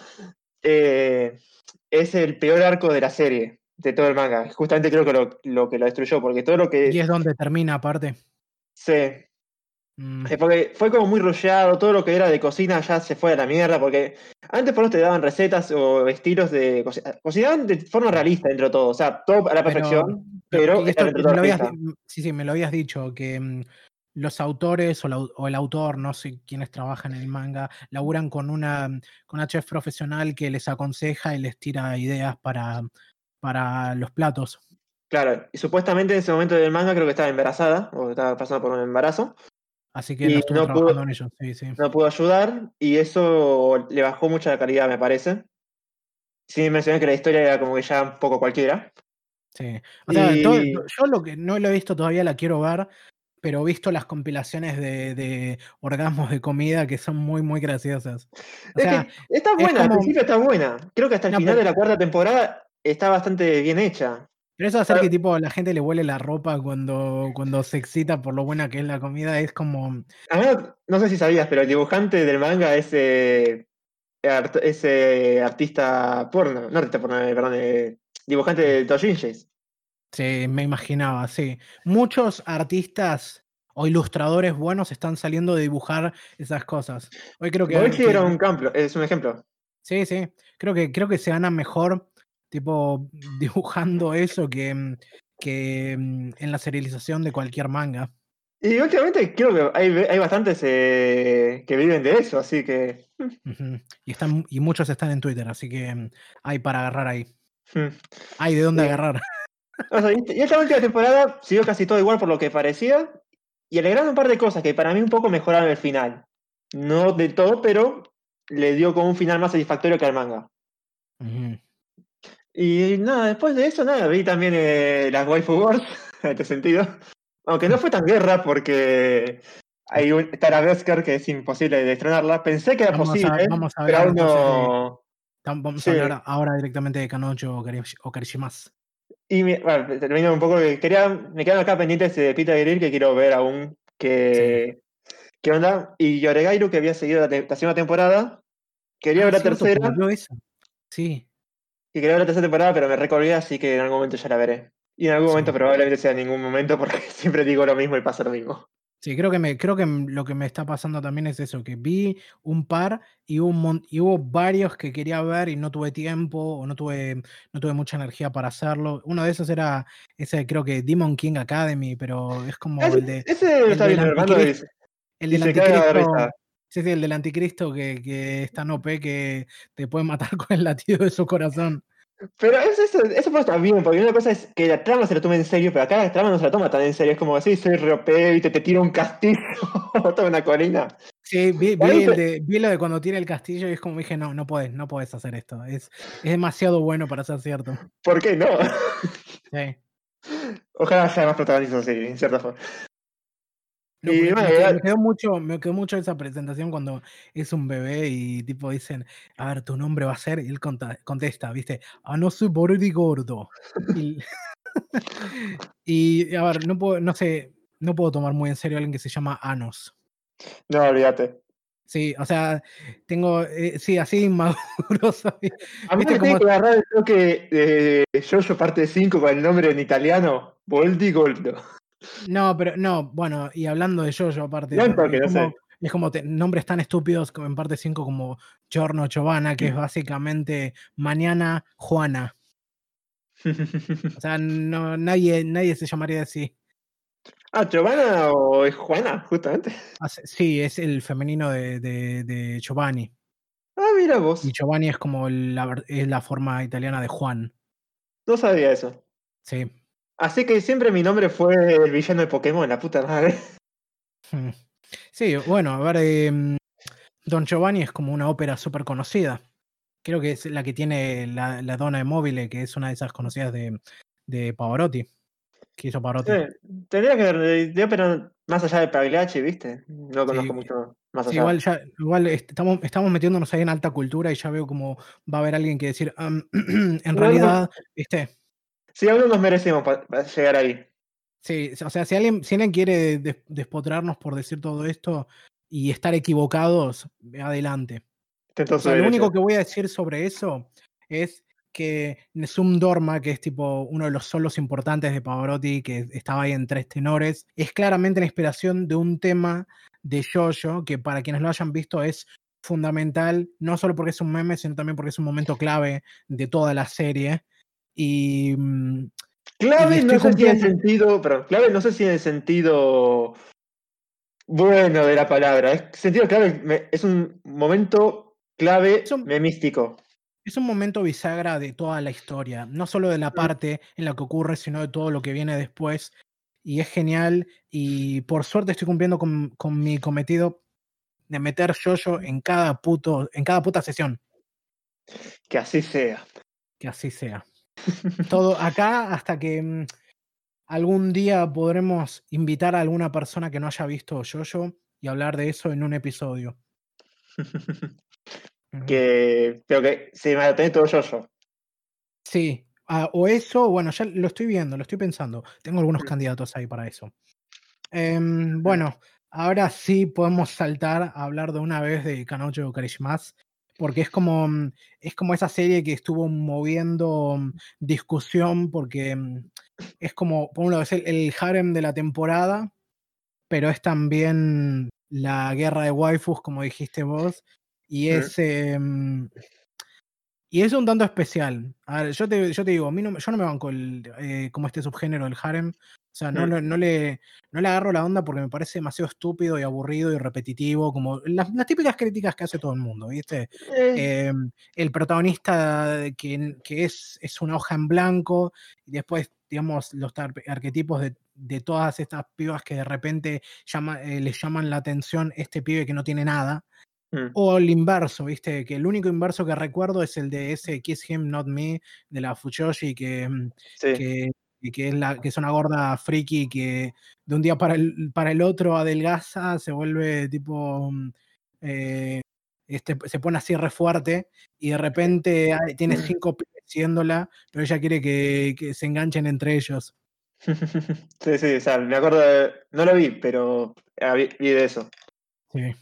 eh, es el peor arco de la serie, de todo el manga. Justamente creo que lo, lo que lo destruyó, porque todo lo Y que es donde termina aparte. se... Mm, eh, Porque fue como muy rusheado, todo lo que era de cocina ya se fue a la mierda, porque antes por lo menos te daban recetas o estilos de cocina. Cocinaban de forma realista dentro de todo, o sea, todo a la Pero, perfección, pero pero y está esto dentro de me todo lo habías, realista. di- mm, sí, sí, me lo habías dicho, que mm, los autores o, la au- o el autor, no sé quiénes trabajan en el manga, laburan con una, mm, con una chef profesional que les aconseja y les tira ideas para, para los platos. Claro, y supuestamente en ese momento del manga creo que estaba embarazada, o estaba pasando por un embarazo. Así que no Y estuvo no trabajando pudo, en ello, sí, sí. no pudo ayudar y eso le bajó mucho la calidad, me parece. Sí, mencioné que la historia era como que ya un poco cualquiera. Sí. O sea, todo- Y yo lo que no lo he visto todavía, la quiero ver, pero he visto las compilaciones de, de orgasmos de comida que son muy, muy graciosas. O es sea, que está es buena, al como. principio está buena. Creo que hasta el No, final de pero, la cuarta temporada está bastante bien hecha. pero eso de hacer Ah, que tipo la gente le huele la ropa cuando, cuando se excita por lo buena que es la comida es como. además, no sé si sabías, pero el dibujante del manga es eh, art- es, eh, artista porno, no artista porno, eh, perdón, eh, dibujante de Dojinshis. Sí, me imaginaba, sí. Muchos artistas o ilustradores buenos están saliendo de dibujar esas cosas. Hoy creo que, Boichi que era un ejemplo, es un ejemplo. sí, sí. Creo que, creo que se gana mejor, tipo, dibujando eso que, mm, que mm, en la serialización de cualquier manga. Y últimamente creo que hay, hay bastantes eh, que viven de eso, así que. Ujú. Y están, y muchos están en Twitter, así que mm, hay para agarrar ahí. hmm. Hay de dónde Eh, agarrar. o sea, y y esta última temporada siguió casi todo igual por lo que parecía, y alegraron un par de cosas que para mí un poco mejoraron el final. No del todo, pero le dio como un final más satisfactorio que al manga. Ujú. Y nada, después de eso, nada, vi también eh, las Waifu Wars, en este sentido. Aunque no fue tan guerra porque hay un, está la Beskar que es imposible de destronarla. Pensé que era Vamos a, posible, vamos a pero hablar aún entonces de. no. tam- Vamos a Sí. hablar ahora directamente de Kanojo o Karish- o Karishimas. Y me, bueno, termino un poco que quería, me quedan acá pendientes de Peter Grill que quiero ver aún Sí. qué, qué onda. Y Yoregairu que había seguido la, te- la segunda temporada, quería Ah, ver la cierto, que tercera, volvió esa. Sí, y quería ver la tercera temporada, pero me recolgué, así que en algún momento ya la veré. Y en algún momento sí. probablemente sea en ningún momento porque siempre digo lo mismo y pasa lo mismo. Sí, creo que, me, creo que lo que me está pasando también es eso, que vi un par y hubo, un mon- y hubo varios que quería ver y no tuve tiempo o no tuve, no tuve mucha energía para hacerlo. Uno de esos era ese, creo que Demon King Academy, pero es como Ese, el de ese el está del bien, mi hermano, y, anticristo, el y del se caga de anticristo, risa. sí, sí, el del anticristo que, que es tan O P que te puede matar con el latido de su corazón. Pero eso, eso, eso está bien, porque una cosa es que la trama se la tome en serio, pero acá la trama no se la toma tan en serio. Es como así, soy re O P y te, te tiro un castillo, toda una colina. Sí, vi, Y ahí vi, el te- de, vi lo de cuando tira el castillo y es como dije, no, no puedes, no puedes hacer esto. Es, es demasiado bueno para ser cierto. ¿Por qué no? Sí. Ojalá sea más protagonista, sí, en cierta forma. No, Y porque bueno, me quedó, igual- me quedó mucho, me quedó mucho esa presentación cuando es un bebé y tipo dicen, a ver, tu nombre va a ser, y él conta- contesta, ¿viste? Ah, no soy Borodi Gordo. Y, y, a ver, no puedo, no sé, no puedo tomar muy en serio a alguien que se llama Anos. no, olvídate. Sí, o sea, tengo, eh, sí, así inmaduro soy. A mí ¿Viste me tiene cómo? que agarrar el toque de Jojo parte cinco con el nombre en italiano, Boldi Goldo. No, pero no, bueno, y hablando de yo aparte, No un toque, es no como, sé. es como te- nombres tan estúpidos como en parte cinco como Giorno Giovanna, que es básicamente mañana Juana. O sea, no, nadie, nadie se llamaría así. Ah, Giovanna o es Juana, justamente. Hace- Sí, es el femenino de, de- de Giovanni. Ah, mira Y vos. Giovanni es como la, ver- es la forma italiana de Juan. No sabía eso. Sí. Así que siempre mi nombre fue el villano de Pokémon, la puta madre. Hmm. Sí, bueno, a ver, em, Don Giovanni es como una ópera súper conocida. Creo que es la que tiene la, la Donna de Mobile, que es una de esas conocidas de, de Pavarotti, que hizo Sí, Pavarotti. tendría que ver, yo, pero más allá de Pagliacci, ¿viste? No conozco Sí, mucho más sí, allá. igual ya, igual est- estamos, estamos metiéndonos ahí en alta cultura y ya veo como va a haber alguien que decir, "Am, en No, no, realidad, ¿viste? sí, aún no nos merecemos pa- pa llegar ahí. Sí, o sea, si alguien, si alguien quiere des- despotrarnos por decir todo esto y estar equivocados, adelante. Está en todo O su sea, lo derecho. único que voy a decir sobre eso es que Nessun Dorma, que es tipo uno de los solos importantes de Pavarotti, que estaba ahí en tres tenores, es claramente la inspiración de un tema de Jojo, que para quienes lo hayan visto es fundamental, no solo porque es un meme, sino también porque es un momento clave de toda la serie. Y, mm, y Clave estoy no sé si en el cumpliendo. sentido, perdón, clave no sé si en el sentido bueno de la palabra. Es sentido clave, me- es un momento Es clave un, memístico. es un momento bisagra de toda la historia, no solo de la parte en la que ocurre, sino de todo lo que viene después. Y es genial. Y por suerte estoy cumpliendo con, con mi cometido de meter Jojo en cada puto, en cada puta sesión. Que así sea. Que así sea. Todo acá hasta que mm, algún día podremos invitar a alguna persona que no haya visto Jojo y hablar de eso en un episodio. Ujú. Que, pero que se me lo todo yo yo. Sí. Ah, o eso, bueno, ya lo estoy viendo, lo estoy pensando. Tengo algunos candidatos ahí para eso. Em, bueno, ahora sí podemos saltar a hablar de una vez de Kanojo Karishimas, porque es como, mm, es como esa serie que estuvo moviendo mm, discusión, porque mm, es como, por un lado, es el, el harem de la temporada, pero es también la guerra de waifus, como dijiste vos, y es, em, y es un tanto especial. A ver, yo te, yo te digo, a mí no, yo no me banco el, eh, como este subgénero del harem. O sea, no, lo- no, le, no le agarro la onda porque me parece demasiado estúpido y aburrido y repetitivo, como las, las típicas críticas que hace todo el mundo, ¿viste? Eh, Eh, el protagonista que, que es, es una hoja en blanco y después, digamos, los tar- arquetipos de, de todas estas pibas que de repente llama, eh, les llaman la atención este pibe que no tiene nada. mm, O el inverso, ¿viste? Que el único inverso que recuerdo es el de ese Kiss Him Not Me de la Fujoshi, que, mm, sí. que, que es la, que es una gorda friki que de un día para el, para el otro adelgaza, se vuelve tipo. mm, eh, este, se pone así re fuerte y de repente ay, tiene cinco pibes siguiéndola, pero ella quiere que, que se enganchen entre ellos. Sí, sí, o sea, me acuerdo de, no lo vi, pero ah, vi, vi de eso. Sí.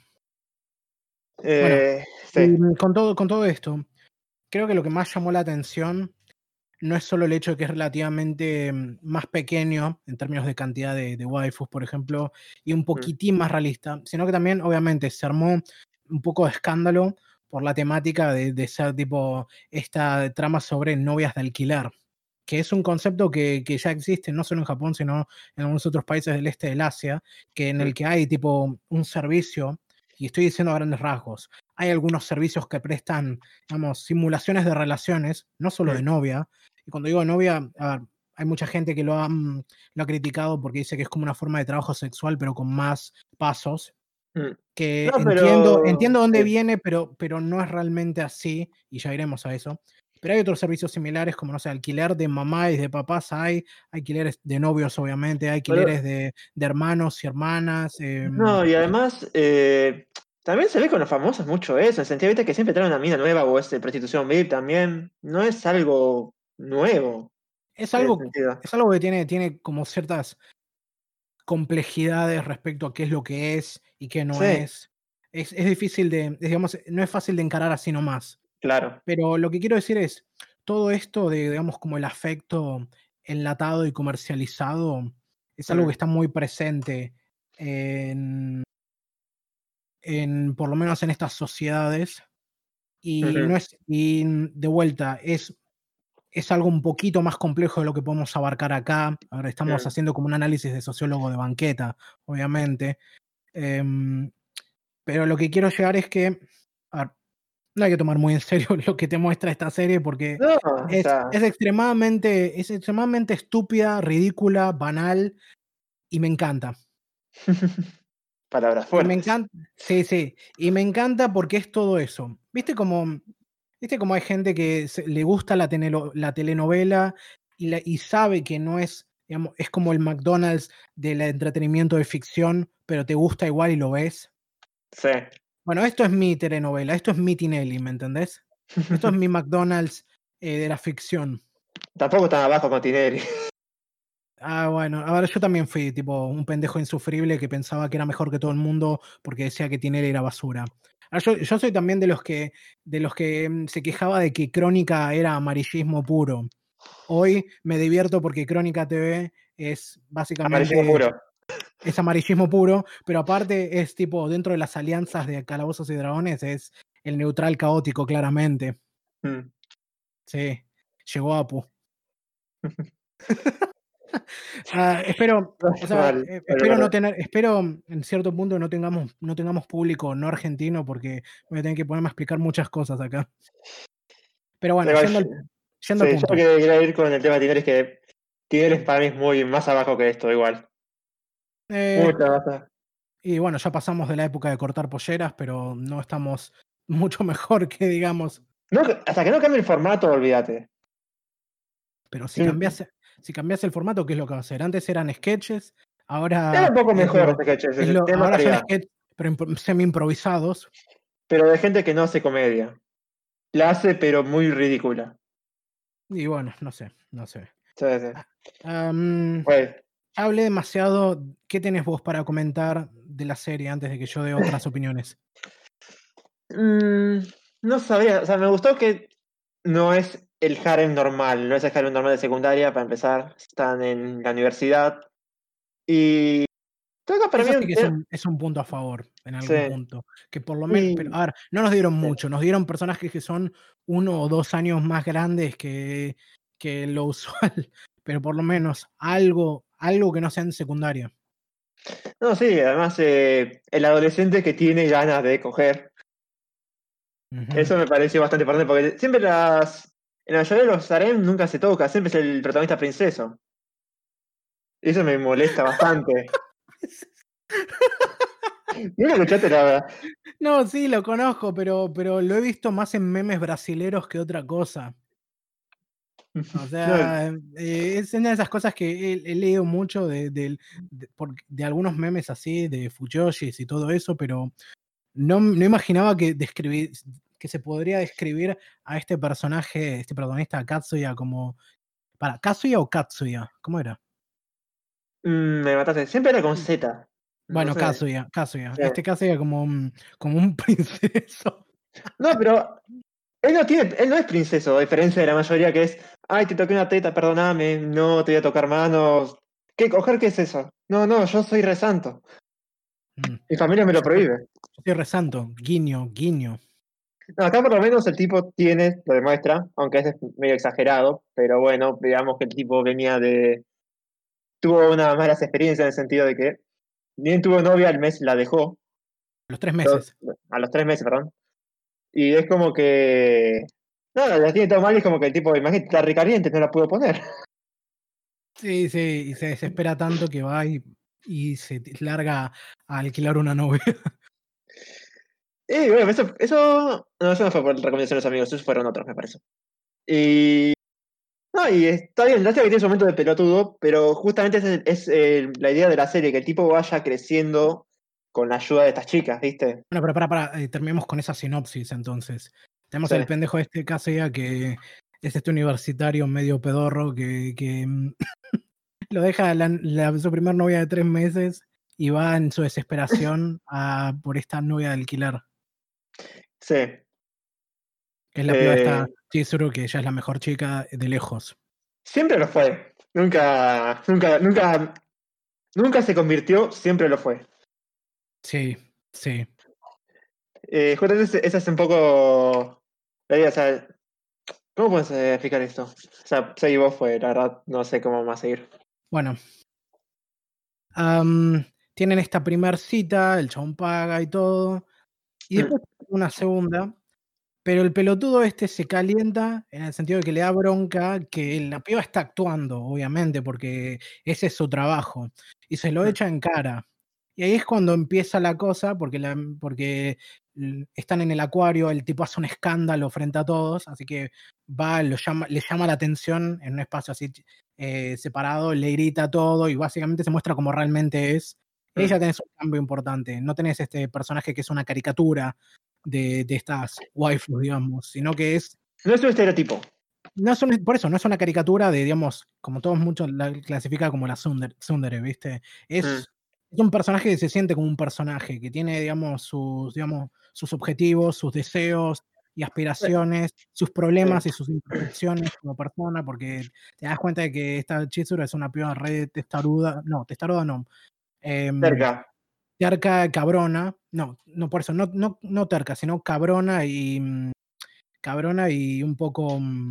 Bueno, Eh, y sí. con todo, con todo esto, creo que lo que más llamó la atención no es solo el hecho de que es relativamente mm, más pequeño en términos de cantidad de, de waifus, por ejemplo, y un Mm, poquitín más realista, sino que también, obviamente, se armó un poco de escándalo por la temática de, de ser tipo esta trama sobre novias de alquiler, que es un concepto que, que ya existe no solo en Japón, sino en algunos otros países del este del Asia, que en mm, el que hay tipo un servicio, y estoy diciendo a grandes rasgos, hay algunos servicios que prestan, digamos, simulaciones de relaciones, no solo mm, de novia, y cuando digo novia, a ver, hay mucha gente que lo ha, mm, lo ha criticado porque dice que es como una forma de trabajo sexual, pero con más pasos, mm. que No, entiendo, pero entiendo dónde sí, viene, pero, pero no es realmente así, y ya iremos a eso. Pero hay otros servicios similares, como, no sé, alquiler de mamá y de papás hay, alquileres de novios, obviamente, hay pero alquileres de, de hermanos y hermanas. em, no, y además eh, también se ve con los famosos mucho eso, en el sentido, viste, que siempre traen una mina nueva o es de prostitución V I P también, no es algo nuevo es en ese algo, sentido. es algo que tiene, tiene como ciertas complejidades respecto a qué es lo que es y qué no Sí, es. Es, es difícil de, digamos, no es fácil de encarar así nomás. claro. Pero lo que quiero decir es, todo esto de, digamos, como el afecto enlatado y comercializado, es algo que Mm, está muy presente en, en, por lo menos en estas sociedades, y ujú, no es, y de vuelta, es, es algo un poquito más complejo de lo que podemos abarcar acá. Ahora estamos mm. haciendo como un análisis de sociólogo de banqueta, obviamente. Em, pero lo que quiero llegar es que, a ver, no hay que tomar muy en serio lo que te muestra esta serie porque No, o es, sea, es extremadamente, es extremadamente estúpida, ridícula, banal y me encanta. palabras Y me fuertes. encanta, sí, sí, y me encanta porque es todo eso. ¿Viste como, viste como hay gente que se- le gusta la, tenelo- la telenovela y, la- y sabe que no es, digamos, es como el McDonald's del entretenimiento de ficción, pero te gusta igual y lo ves? Sí. Bueno, esto es mi telenovela, esto es mi Tinelli, ¿me entendés? Esto es mi McDonald's eh, de la ficción. Tampoco tan abajo con Tineri. Ah, bueno, a ver, yo también fui tipo un pendejo insufrible que pensaba que era mejor que todo el mundo porque decía que Tinelli era basura. Ah, yo, yo soy también de los que, de los que mm, se quejaba de que Crónica era amarillismo puro. Hoy me divierto porque Crónica T V es Amarillismo básicamente puro. es amarillismo puro, pero aparte es tipo dentro de las alianzas de Calabozos y Dragones es el neutral caótico claramente. Mm. Sí, llegó Apu. Ah, espero, o sea, Mal, eh, mal, espero no verdad. tener, espero en cierto punto no tengamos, no tengamos público no argentino porque voy a tener que ponerme a explicar muchas cosas acá. Pero bueno, Igual, yendo al, yendo al sí, yo lo punto. que quería ir con el tema de Tineri es que Tineri para mí es muy más abajo que esto, igual. Eh, Mucho más abajo. y bueno, ya pasamos de la época de cortar polleras, pero no estamos mucho mejor que digamos. No, hasta que no cambie el formato, olvídate. Pero si Sí. cambias, si cambias el formato, ¿qué es lo que va a hacer? Antes eran sketches, Era ahora un poco es mejor lo, este sketches, es ese, lo, tiene más ahora son variedad. sketches, pero semi improvisados. Pero de gente que no hace comedia. La hace, pero muy ridícula. Y bueno, no sé, no sé. Sí, sí. Ah, am, Bueno, ya hablé demasiado. ¿Qué tenés vos para comentar de la serie antes de que yo dé otras opiniones? mm, no sabía, o sea, me gustó que no es el harem normal, no es el harem normal de secundaria, para empezar. Están en la universidad. Y toca para Eso mí sí un que es tema. un, es un punto a favor, en Sí. algún punto. Que por lo menos, pero Y a ver, no nos dieron sí. mucho, nos dieron personajes que son uno o dos años más grandes que, que lo usual, pero por lo menos algo, algo que no sea en secundaria. No, sí, además eh, el adolescente que tiene ganas de coger. Ujú. Eso me pareció bastante importante porque siempre las. En la mayoría de los harem nunca se toca, siempre es el protagonista princeso. Y eso me molesta bastante. ¿No lo escuchaste la? No, sí, lo conozco, pero, pero lo he visto más en memes brasileros que otra cosa. O No, sea, eh, es una de esas cosas que he, he leído mucho de, del- de- por- de algunos memes así, de Fuyoshis y todo eso, pero no, no imaginaba que, describir, que se podría describir a este personaje, este protagonista Katsuya como... Para, ¿Kazuya o Katsuya? ¿Cómo era? mm, me mataste. Siempre era con Z. No Bueno, sé. Kazuya, Kazuya. Sí. Este Kazuya como un, como un princeso. No, pero él no tiene, él no es princeso, a diferencia de la mayoría que es. Ay, te toqué una teta, perdóname, no te voy a tocar manos. ¿Qué coger qué es eso? No, no, yo soy re santo. Mm. Mi familia me lo Yo soy, prohíbe. yo soy resanto, guiño, guiño. No, acá por lo menos el tipo tiene, lo demuestra, aunque es medio exagerado, pero bueno, digamos que el tipo venía de... Tuvo unas malas experiencias en el sentido de que bien tuvo novia, al mes la dejó, Los tres lo- meses. a los tres meses, perdón. Y es como que... No, la tiene todo mal y es como que el tipo, imagínate, está recaliente, no la pudo poner. Sí, sí, y se desespera tanto que va y, y se t- larga a alquilar una novia. Y bueno, eso, eso, no, eso no fue por recomendación de los amigos, esos fueron otros, me parece. Y, no, y está bien, lástima que tiene su momento de pelotudo, pero justamente esa es, es, eh, la idea de la serie, que el tipo vaya creciendo con la ayuda de estas chicas, ¿viste? Bueno, pero para, para, eh, terminemos con esa sinopsis entonces. Tenemos Sí. el pendejo de este caso ya que es este universitario medio pedorro que, que mm, lo deja la- la- su primer novia de tres meses y va en su desesperación a por esta novia de alquiler, Sí. que es la piba Eh, esta Chizuru, que ella es la mejor chica de lejos. siempre lo fue. Nunca, nunca, nunca, nunca se convirtió, siempre lo fue. Sí, sí. Eh, justamente ese- esa es un poco la idea, o sea, ¿cómo puedes eh, explicar esto? O sea, seguí vos fue, la verdad, no sé cómo más seguir. Bueno, am, tienen esta primer cita, el chabón paga y todo, y Mm, después una segunda. Pero el pelotudo este se calienta en el sentido de que le da bronca que la piba está actuando, obviamente, porque ese es su trabajo, y se lo mm, echa en cara. Y ahí es cuando empieza la cosa, porque, la, porque l- están en el acuario, el tipo hace un escándalo frente a todos, así que va, lo llama, le llama la atención en un espacio así eh, separado, le grita todo y básicamente se muestra como realmente es. Y ahí mm. ya tenés un cambio importante, no tenés este personaje que es una caricatura de, de estas waifus, digamos, sino que es, No es un estereotipo. no es un- por eso, no es una caricatura de, digamos, como todos muchos la clasifican como la tsundere, tsundere, ¿viste? Mm, Es, es un personaje que se siente como un personaje, que tiene, digamos, sus, digamos, sus objetivos, sus deseos y aspiraciones, sus problemas y sí, sus imperfecciones como persona, porque te das cuenta de que esta Chizuru es una piba re testaruda, no, testaruda no, em, cerca. terca, cabrona, no, no por eso, no, no, no terca, sino cabrona y mm, cabrona y un poco, mm,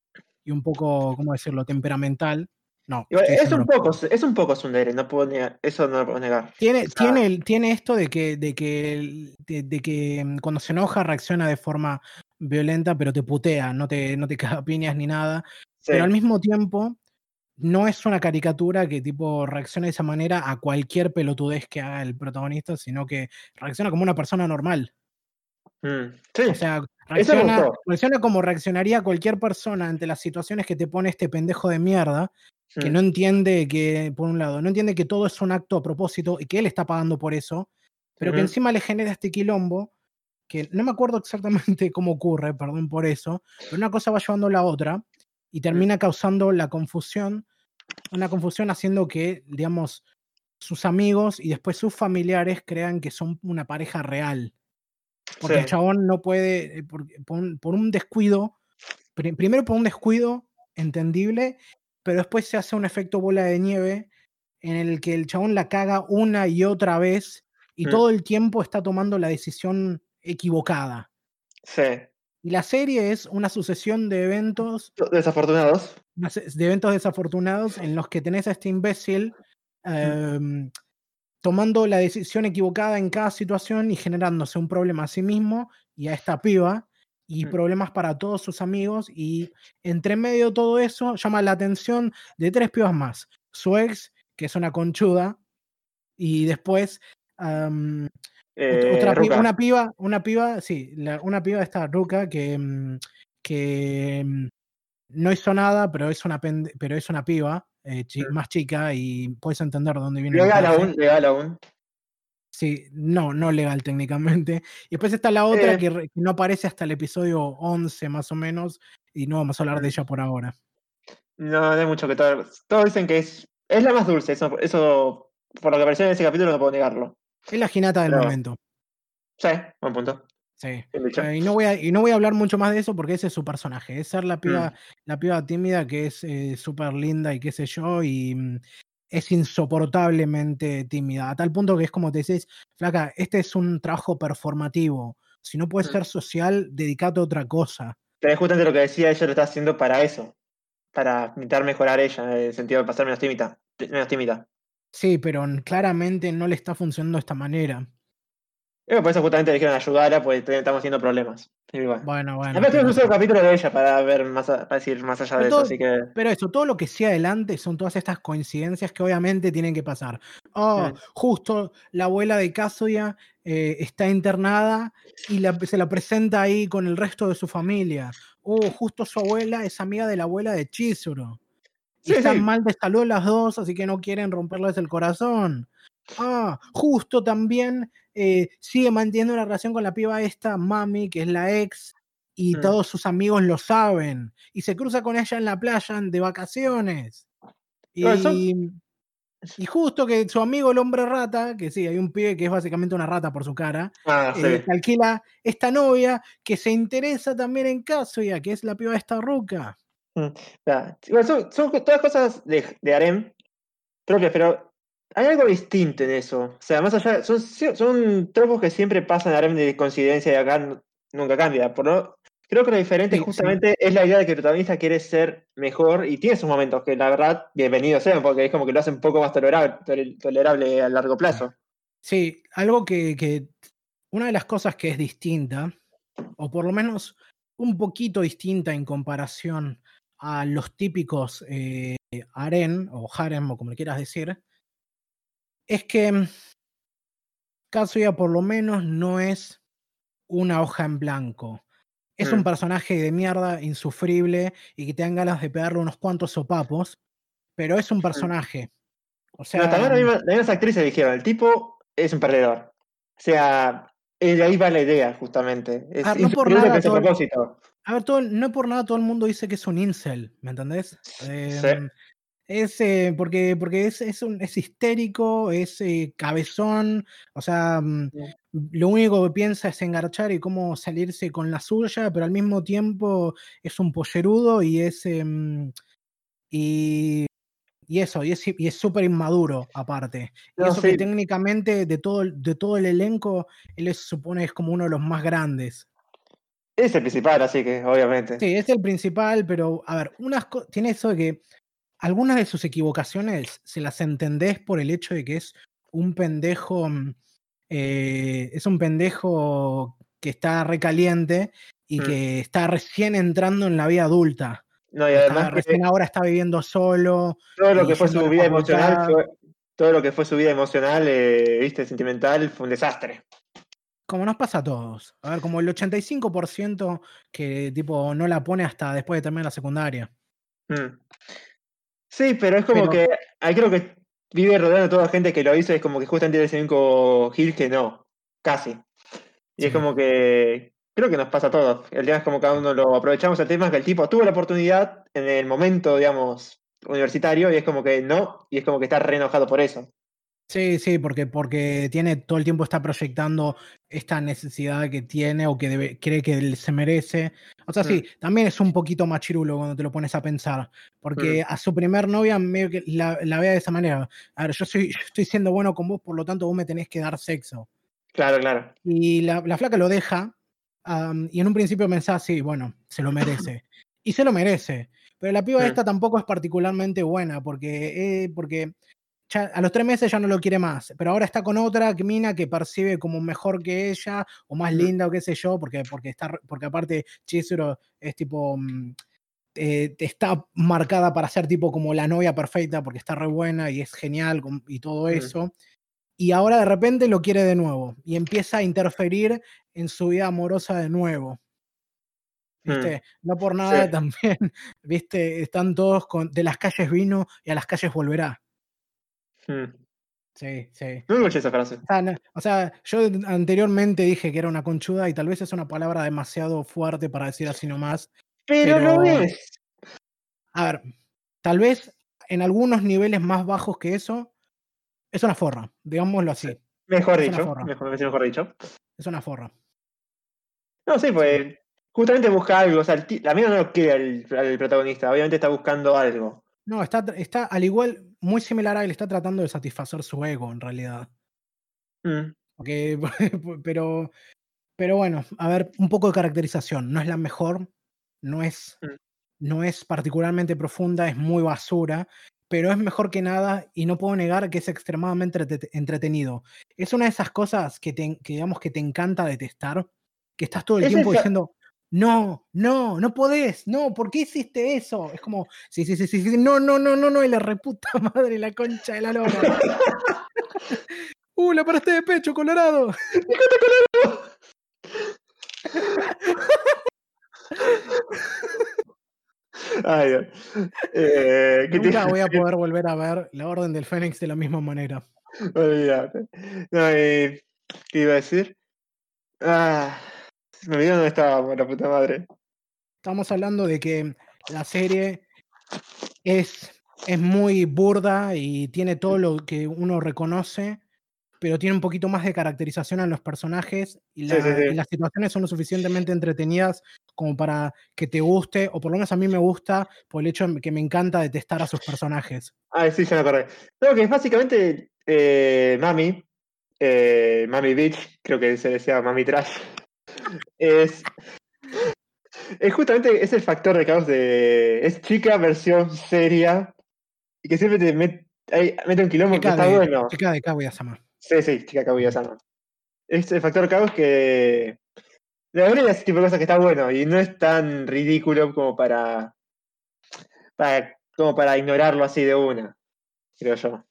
y un poco, ¿cómo decirlo?, temperamental. No, Igual, estoy es diciendo un lo poco, es un poco tsundere, no puedo negar, eso no lo puedo negar. O Tiene, sea, tiene, el- tiene esto de que, de que, el- de, de que mm, cuando se enoja reacciona de forma violenta, pero te putea, no te, no te caga piñas ni nada. sí. Pero al mismo tiempo, no es una caricatura que tipo reacciona de esa manera a cualquier pelotudez que haga el protagonista, sino que reacciona como una persona normal. Mm, sí, O sea, eso me reacciona, gustó. reacciona como reaccionaría cualquier persona ante las situaciones que te pone este pendejo de mierda, que Mm, no entiende que, por un lado, no entiende que todo es un acto a propósito y que él está pagando por eso, pero que ujú, encima le genera este quilombo, que no me acuerdo exactamente cómo ocurre, perdón por eso, pero una cosa va llevando a la otra y mm, termina causando la confusión, una confusión haciendo que, digamos, sus amigos y después sus familiares crean que son una pareja real. sí, Porque el chabón no puede, eh, por, por un, por un descuido, pri- primero por un descuido entendible, pero después se hace un efecto bola de nieve en el que el chabón la caga una y otra vez y mm, todo el tiempo está tomando la decisión equivocada. sí. Y la serie es una sucesión de eventos, Desafortunados. una se- de eventos desafortunados en los que tenés a este imbécil Mm, em, tomando la decisión equivocada en cada situación y generándose un problema a sí mismo y a esta piba y mm. problemas para todos sus amigos y entre medio de todo eso llama la atención de tres pibas más. Su ex, que es una conchuda, y después am, ot- Eh, otra pi- Ruka. una piba, una piba, sí, la- una piba esta Ruka que, mm, que mm, no hizo nada, pero es una, pende- pero es una piba eh, chi- Mm. más chica y puedes entender de dónde viene lo que Legal hace. aún, legal aún. Sí, no, no legal técnicamente. Y después está la otra Eh, que, re- que no aparece hasta el episodio once más o menos, y no vamos a hablar de mm, ella por ahora. no, no hay mucho que todo. Todos dicen que es, es la más dulce, eso, eso, por lo que apareció en ese capítulo no puedo negarlo. Es la Hinata del Pero, momento. sí, buen punto. Sí. bien dicho. Eh, y, no voy a, y no voy a hablar mucho más de eso porque ese es su personaje. Es ser la Mm. piba, la piba tímida que es eh, súper linda y qué sé yo, y mm, es insoportablemente tímida. A tal punto que es como te decís, flaca, este es un trabajo performativo. Si no puedes Mm. ser social, dedicate a otra cosa. Pero es justamente lo que decía, ella lo está haciendo para eso, para intentar mejorar ella, en el sentido de pasar menos tímida. Menos tímida. Sí, pero n- claramente no le está funcionando de esta manera. Creo que por eso justamente le dijeron ayudarla, pues te- estamos teniendo problemas. Y bueno. Bueno, bueno, Además, tenemos pero un solo capítulo de ella para ver más, a- para decir más allá Pero, de eso, todo, así que. pero eso, todo lo que sigue adelante son todas estas coincidencias que obviamente tienen que pasar. Oh, Mm. justo la abuela de Kazuya eh, está internada y la- se la presenta ahí con el resto de su familia. Oh, justo su abuela es amiga de la abuela de Chizuru. Y Sí, están sí. mal de salud las dos, así que no quieren romperles el corazón. Ah, justo también eh, sigue manteniendo una relación con la piba esta, Mami, que es la ex, y Mm. todos sus amigos lo saben. Y se cruza con ella en la playa de vacaciones. Igual son. Y, y justo que su amigo el hombre rata, que sí, hay un pibe que es básicamente una rata por su cara, Ah, eh, sí. que alquila esta novia que se interesa también en Kazuya, que es la piba esta ruca. Mm. Ya. Igual son, son todas cosas de, de harem propias, pero hay algo distinto en eso. O sea, más allá, son, son tropos que siempre pasan en harem de coincidencia y acá n- nunca cambia. Por lo, creo que lo diferente Sí, sí. justamente es la idea de que el protagonista quiere ser mejor y tiene sus momentos que la verdad, bienvenidos sean, porque es como que lo hace un poco más tolerable, tole- tolerable a largo Sí. plazo. Sí, algo que, que una de las cosas que es distinta, o por lo menos un poquito distinta en comparación a los típicos eh, harem o harem o como le quieras decir, es que mm, Kazuya por lo menos no es una hoja en blanco. Es un Mm. personaje de mierda, insufrible y que te dan ganas de pegarle unos cuantos sopapos, pero es un Mm. personaje. O No, sea, también las mm, mismas, las mismas actrices dijeron, el tipo es un perdedor. O sea, eh, de ahí va la idea, justamente. a Es ver, no por insufrible, pero nada es a todo, el- propósito. a ver, todo, el- no por nada todo el mundo dice que es un incel, ¿me entendés? Sí. Em, Es eh, porque, porque es, es, un, es histérico, es eh, cabezón, o sea, mm, lo único que piensa es engarchar y cómo salirse con la suya, pero al mismo tiempo es un pollerudo y es em, y, y eso, y es y es súper inmaduro aparte. Y No, eso que sí, técnicamente de todo, el- de todo el elenco, él se supone es como uno de los más grandes. es el principal, así que, obviamente. Sí, es el principal, pero a ver, unas co- tiene eso de que algunas de sus equivocaciones se las entendés por el hecho de que es un pendejo, mm, eh, es un pendejo que está recaliente y Mm. que está recién entrando en la vida adulta. No, y Está, además recién que ahora está viviendo solo todo lo y que fue yendo a su la vida emocional facultad. fue, todo lo que fue su vida emocional, eh, viste, sentimental, fue un desastre. Como nos pasa a todos. A ver, como el ochenta y cinco por ciento que tipo no la pone hasta después de terminar la secundaria. Mm. Sí, pero es como Pero que, ahí creo que vive rodeando a toda gente que lo hizo, es como que justamente es el único Gil que no, casi. Y es sí. como que, creo que nos pasa a todos. El tema es como cada uno lo aprovechamos. El tema es que el tipo tuvo la oportunidad en el momento, digamos, universitario, y es como que no, y es como que está re enojado por eso. Sí, sí, porque, porque tiene todo el tiempo está proyectando esta necesidad que tiene o que debe- cree que él se merece. O sea, sí, Mm, también es un poquito machirulo cuando te lo pones a pensar, porque mm, a su primer novia medio que la, la vea de esa manera. A ver, yo, soy, yo estoy siendo bueno con vos, por lo tanto vos me tenés que dar sexo. claro, claro. Y la, la flaca lo deja, am, y en un principio pensás, sí, bueno, se lo merece. Y se lo merece. Pero la piba Mm, esta tampoco es particularmente buena, porque, eh, porque ya a los tres meses ya no lo quiere más, pero ahora está con otra que mina que percibe como mejor que ella, o más mm, linda, o qué sé yo, porque, porque, está, porque aparte Chizuru es tipo, mm, eh, está marcada para ser tipo como la novia perfecta, porque está re buena y es genial com- y todo mm, eso, y ahora de repente lo quiere de nuevo, y empieza a interferir en su vida amorosa de nuevo. mm. ¿Viste? No por Sí. nada también, ¿viste? Están todos con de las calles vino y a las calles volverá. Mm. Sí, sí. No escuché esa frase. O sea, no- o sea, yo anteriormente dije que era una conchuda y tal vez es una palabra demasiado fuerte para decir así nomás, Pero lo pero es. a ver, tal vez en algunos niveles más bajos que eso, es una forra, digámoslo Sí. así, Mejor es una dicho, forra, mejor, mejor dicho. es una forra. No, sí, Sí. pues justamente busca algo. O sea, el ti- la mina no lo quiere al, al protagonista, obviamente está buscando algo. No, está, está al igual, muy similar a él, está tratando de satisfacer su ego en realidad. Mm, Porque, pero, pero bueno, a ver, un poco de caracterización. No es la mejor, no es, mm. no es particularmente profunda, es muy basura, pero es mejor que nada y no puedo negar que es extremadamente entrete- entretenido. Es una de esas cosas que, te, que digamos que te encanta detestar, que estás todo el Es el tiempo fa- diciendo, no, no, no podés, no, ¿por qué hiciste eso? Es como, sí, sí, sí, sí, sí, no, no, no, no, no, y la reputa madre, la concha de la lora. ¡Uh, la paraste de pecho, Colorado! Ay, Dios. Eh, ¿qué te iba Nunca a voy a decir? poder volver a ver La Orden del Fénix de la misma manera. Olvídate. No, eh, ¿qué iba a decir? Ah, me olvidé dónde estaba, la puta madre. Estamos hablando de que la serie es, es muy burda y tiene todo lo que uno reconoce, pero tiene un poquito más de caracterización en los personajes y, Sí, sí, la, y sí. las situaciones son lo suficientemente entretenidas como para que te guste, o por lo menos a mí me gusta, por el hecho de que me encanta detestar a sus personajes. Ah, sí, ya me acordé. No, que es básicamente eh, Mami, eh, Mami Beach, creo que se decía Mami Trash. Es, es justamente es el factor de caos de. Es chica versión seria y que siempre te met- ahí mete un quilombo que Chica está de, bueno. chica de Kaguya-sama. Sí, sí, chica Kaguya-sama. Es el factor caos que. La verdad es ese tipo de cosas que está bueno y no es tan ridículo como para, para, como para ignorarlo así de una, creo yo.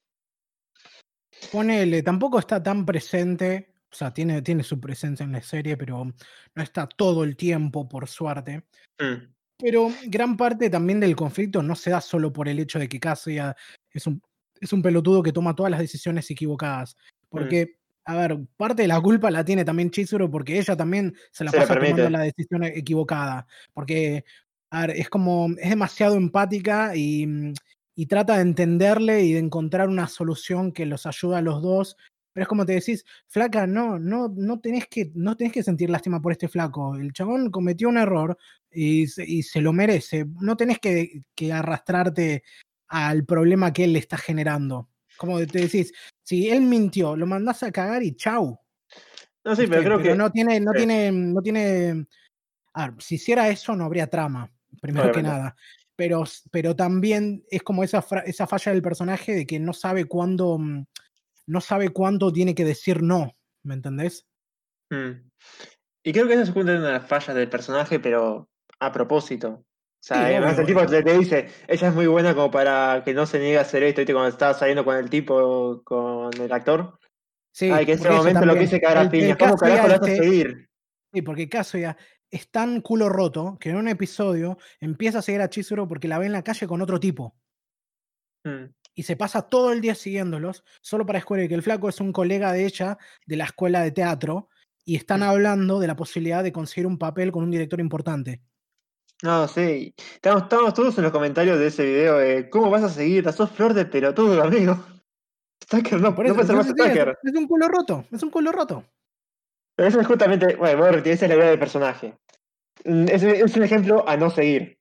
Ponele, tampoco está tan presente, o sea, tiene, tiene su presencia en la serie, pero no está todo el tiempo, por suerte. Mm, Pero gran parte también del conflicto no se da solo por el hecho de que Kazuya es un, es un pelotudo que toma todas las decisiones equivocadas. mm. Porque, a ver, parte de la culpa la tiene también Chizuru porque ella también se la Se lo pasa tomando permite. la decisión equivocada. Porque, a ver, es como, es demasiado empática y, mm, y trata de entenderle y de encontrar una solución que los ayuda a los dos. Pero es como te decís, flaca, no, no, no tenés que, no tenés que sentir lástima por este flaco. El chabón cometió un error y, se- y se lo merece. No tenés que, que arrastrarte al problema que él le está generando. Como te decís, si él mintió, lo mandás a cagar y chau, No, sí, pero ¿viste? creo Pero que. no tiene, no Sí, tiene, no tiene. A ver, si hiciera eso no habría trama, primero que obviamente. nada. Pero, pero también es como esa, fra- esa falla del personaje de que no sabe cuándo, mm, no sabe cuándo tiene que decir no, ¿me entendés? Mm. Y creo que eso es una de las fallas del personaje, pero a propósito. O sea, Sí, además el obvio. tipo te, te dice, ella es muy buena como para que no se niegue a hacer esto, ¿viste? Cuando estaba saliendo con el tipo, con el actor. Ay, Sí, que ese porque eso momento lo también. quise cagar a El, piñas. el ¿Cómo caso carajo ya lo vas a este. seguir? Sí, porque Kazuya es tan culo roto que en un episodio empieza a seguir a Chizuru porque la ve en la calle con otro tipo. Mm, Y se pasa todo el día siguiéndolos, solo para descubrir que el flaco es un colega de ella de la escuela de teatro y están mm. hablando de la posibilidad de conseguir un papel con un director importante. No, sí. Estamos, estamos todos en los comentarios de ese video de ¿cómo vas a seguir? Sos flor de pelotudo, amigo. Stacker, no, Por no eso, puede ser más entonces sí, es, Stacker. es un culo roto, es un culo roto. Pero eso es justamente, bueno, vos esa es la idea del personaje. Mm, Es, es un ejemplo a no seguir.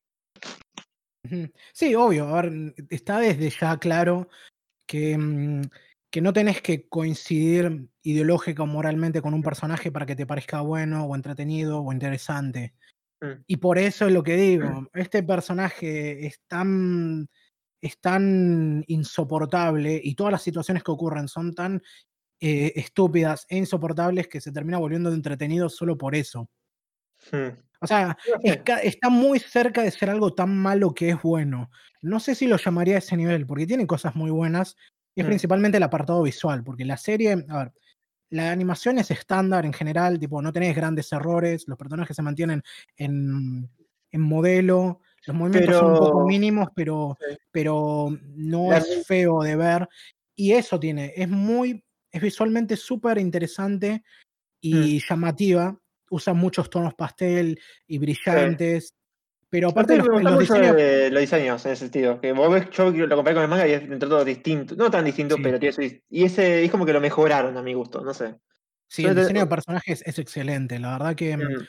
Ujú. Sí, obvio, a ver, está desde ya claro que, mm, que no tenés que coincidir ideológica o moralmente con un personaje para que te parezca bueno o entretenido o interesante. Mm, Y por eso es lo que digo, este personaje es tan, es tan insoportable y todas las situaciones que ocurren son tan eh, estúpidas e insoportables que se termina volviendo entretenido solo por eso. mm. O sea, No es sé. ca- está muy cerca de ser algo tan malo que es bueno. No sé si lo llamaría a ese nivel, porque tiene cosas muy buenas. Y es Mm, principalmente el apartado visual, porque la serie, a ver, la animación es estándar en general, tipo, no tenés grandes errores, los personajes se mantienen en, en modelo, los movimientos son un poco Pero mínimos, pero, sí. pero no La- es feo de ver. Y eso tiene, es muy, es visualmente súper interesante mm, y llamativa, usa muchos tonos pastel y sí. brillantes, pero A aparte mí los, me gusta los mucho diseños, de los diseños en ese sentido. Que vos ves, yo lo comparé con el manga y es entre todo distinto. No tan distinto, sí, pero tiene su. Y ese es como que lo mejoraron a mi gusto, no sé. sí, el Suele diseño de tener- personajes es excelente, la verdad que mm, mm,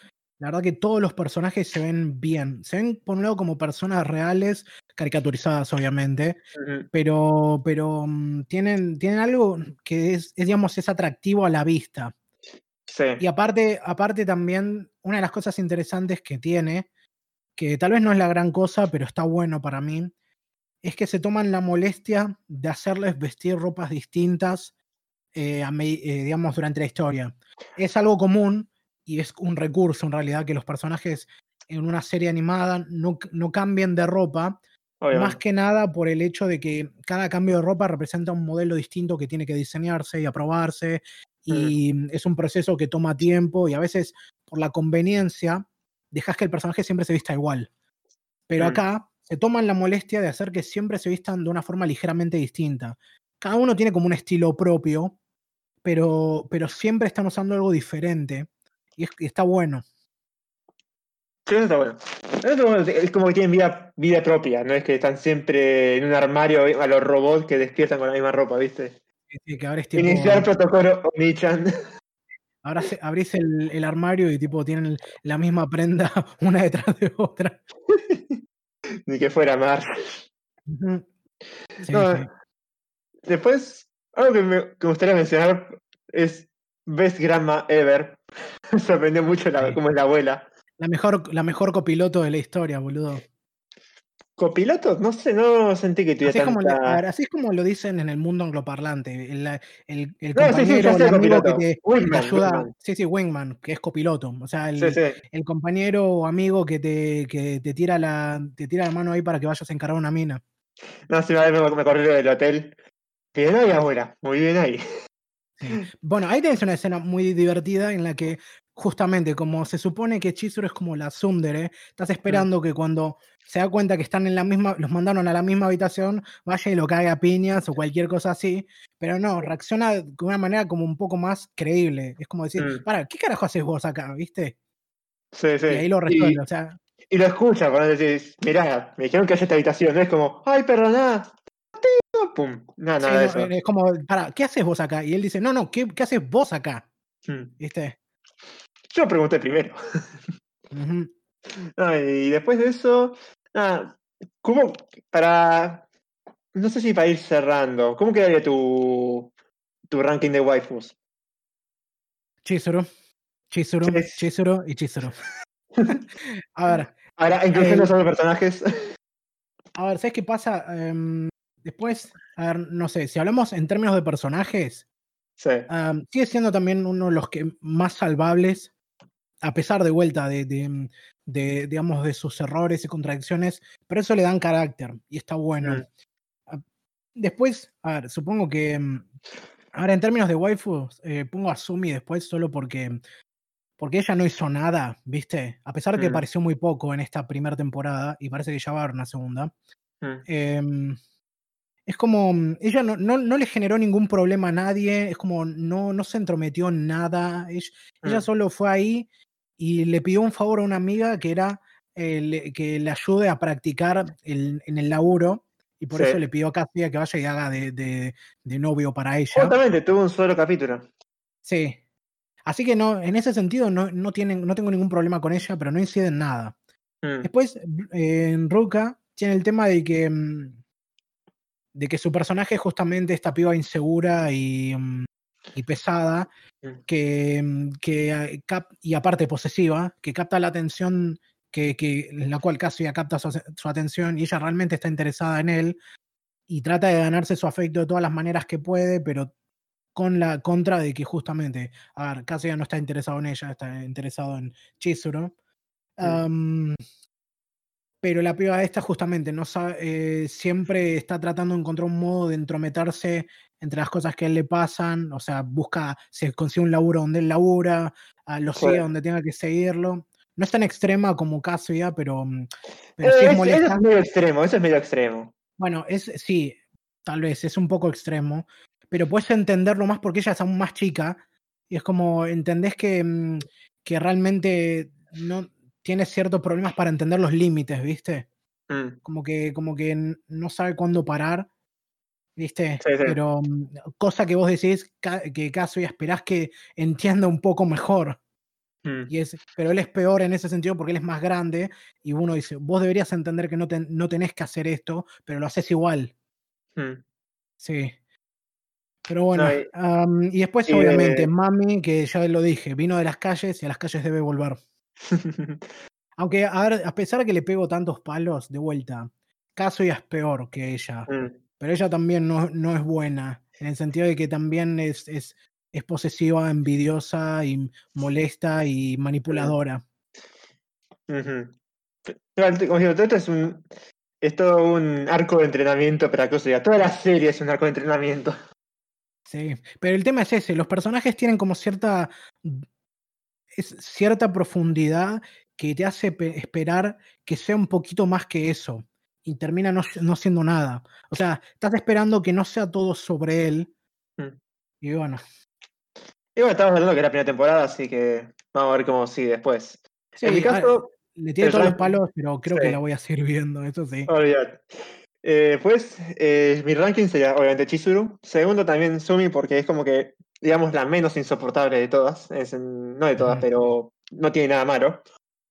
La verdad que todos los personajes se ven bien. Se ven, por un lado, como personas reales, caricaturizadas, obviamente, Ujú. pero, pero mm, tienen, tienen algo que es, es, digamos, es atractivo a la vista. Sí, Y aparte, aparte también, una de las cosas interesantes que tiene, que tal vez no es la gran cosa, pero está bueno para mí, es que se toman la molestia de hacerles vestir ropas distintas, eh, a me- eh, digamos, durante la historia. Es algo común y es un recurso en realidad que los personajes en una serie animada no, c- no cambien de ropa, más obviamente. que nada por el hecho de que cada cambio de ropa representa un modelo distinto que tiene que diseñarse y aprobarse, Mm, y mm, es un proceso que toma tiempo y a veces por la conveniencia dejas que el personaje siempre se vista igual. Pero mm. acá se toman la molestia de hacer que siempre se vistan de una forma ligeramente distinta. Cada uno tiene como un estilo propio, pero, pero siempre están usando algo diferente. Y, es, y está bueno. Sí, eso está bueno. Eso está bueno. Es como que tienen vida, vida propia, no es que están siempre en un armario a los robots que despiertan con la misma ropa, ¿viste? Que, que- que ahora es tipo. Iniciar protocolo Onichan. Ahora se- abrís el, el armario y tipo tienen la misma prenda una detrás de otra. Ni que fuera Mar. Ujú. Sí, No, sí. después, algo que me, que me gustaría mencionar es Best Grandma Ever. Me sorprendió mucho la, Sí. cómo es la abuela. La mejor, la mejor copiloto de la historia, boludo. ¿Copiloto? No sé, no sentí que tuviera Así es como, le- a ver, tanta. así es como lo dicen en el mundo angloparlante. El, el- el No, sí, sí, ya compañero, el sé amigo que copiloto. te, que te Wingman, ayuda. Wingman. Sí, sí, wingman, que es copiloto. O sea, Sí, el, sí. el compañero o amigo que te, que te tira la, te tira la mano ahí para que vayas a encargar una mina. No, sí, una vez me, me corrió del hotel. Bien ahí, abuela. Muy bien ahí. Sí. Bueno, ahí tenés una escena muy divertida en la que justamente como se supone que Chizuru es como la tsundere, estás Mm, esperando que cuando se da cuenta que están en la misma, los mandaron a la misma habitación, vaya y lo cague a piñas o cualquier cosa así, pero no, reacciona de una manera como un poco más creíble. Es como decir, mm. para, ¿qué carajo haces vos acá? ¿Viste? Sí, Y sí. ahí lo Y, resuelve, o sea, y lo escucha cuando decís, mirá, me dijeron que haya esta habitación. No es como, ay, perdona. No, pum. No, sí, nada de no, eso. es como, para, ¿qué haces vos acá? Y él dice, no, no, ¿qué, qué haces vos acá? Mm. ¿Viste? Yo pregunté primero. Ujú. No, y después de eso, nada, ¿cómo, para, no sé si para ir cerrando, ¿cómo quedaría tu, tu ranking de waifus? Chizuru, Chizuru, Sí. Chizuru y Chizuru. A ver, Ahora, incluyendo el, solo personajes. a ver, ¿sabes qué pasa? Em, después, a ver, no sé, si hablamos en términos de personajes, Sí. am, sigue siendo también uno de los que más salvables, a pesar de vuelta de, de, de, digamos, de sus errores y contradicciones, pero eso le dan carácter y está bueno. Mm, Ah, Después, a ver, supongo que, em, ahora en términos de waifu, eh, pongo a Sumi después solo porque, porque ella no hizo nada, ¿viste? A pesar de que mm, apareció muy poco en esta primera temporada y parece que ya va a haber una segunda. mm, em, Es como, mm, ella no, no, no le generó ningún problema a nadie, es como no, no se entrometió en nada, ella, ella mm. solo fue ahí y le pidió un favor a una amiga que era eh, le- que le ayude a practicar el- en el laburo, y por Sí. eso le pidió a Kazuya que vaya y haga de, de- de novio para ella. Justamente, tuvo un solo capítulo. Sí, así que no, en ese sentido no, no, tienen, no tengo ningún problema con ella, pero no incide en nada. Mm, Después, eh, en Ruka tiene el tema de que... mm, de que su personaje es justamente esta piba insegura y, mm, y pesada, mm. que, mm, que ah, cap- y aparte posesiva, que capta la atención, que, que, en la cual casi ya capta su, su atención y ella realmente está interesada en él y trata de ganarse su afecto de todas las maneras que puede, pero con la contra de que justamente, a ver, Kazuya no está interesado en ella, está interesado en Chizuru. Mm. Pero la piba esta justamente no sabe, eh, siempre está tratando de encontrar un modo de entrometerse entre las cosas que a él le pasan, o sea, busca, se consigue un laburo donde él labura, ah, lo Sí. sigue donde tenga que seguirlo. No es tan extrema como Kazuya, pero, mm, pero sí Eh, es es- eso es molesta. medio extremo, eso es medio extremo. Bueno, es, sí, tal vez es un poco extremo, pero puedes entenderlo más porque ella es aún más chica y es como entendés que, mm, que realmente no tiene ciertos problemas para entender los límites, ¿viste? Mm, Como que, como que n- no sabe cuándo parar, ¿viste? sí, sí. Pero mm, cosa que vos decís ca- que caso y esperás que entienda un poco mejor. Mm, Y es, pero él es peor en ese sentido porque él es más grande y uno dice, vos deberías entender que no, ten- no tenés que hacer esto, pero lo haces igual. mm. Sí. Pero No, bueno, y, am, y después y obviamente de- Mami, que ya lo dije, vino de las calles y a las calles debe volver. Aunque, a ver, a pesar de que le pego tantos palos de vuelta, Kazuya es peor que ella. Mm, Pero ella también no, no es buena, en el sentido de que también es, es, es posesiva, envidiosa y molesta y mm, manipuladora. ujú. No, el- como digo, todo esto es un, es todo un arco de entrenamiento para Kazuya. Toda la serie es un arco de entrenamiento. Sí. Pero el tema es ese, los personajes tienen como cierta, es cierta profundidad que te hace pe- esperar que sea un poquito más que eso. Y termina no, no siendo nada. O sea, estás esperando que no sea todo sobre él. Mm. Y bueno, Y bueno, estamos hablando que era la primera temporada, así que vamos a ver cómo sigue después. En mi sí, a- caso, le tiene el todos los ranking. palos, pero creo que la Sí, voy a seguir viendo, eso sí. olvidate. Eh, pues eh, mi ranking sería obviamente Chizuru. Segundo también Sumi, porque es como que, digamos, la menos insoportable de todas. Es en- no de todas, Ujú. pero no tiene nada malo.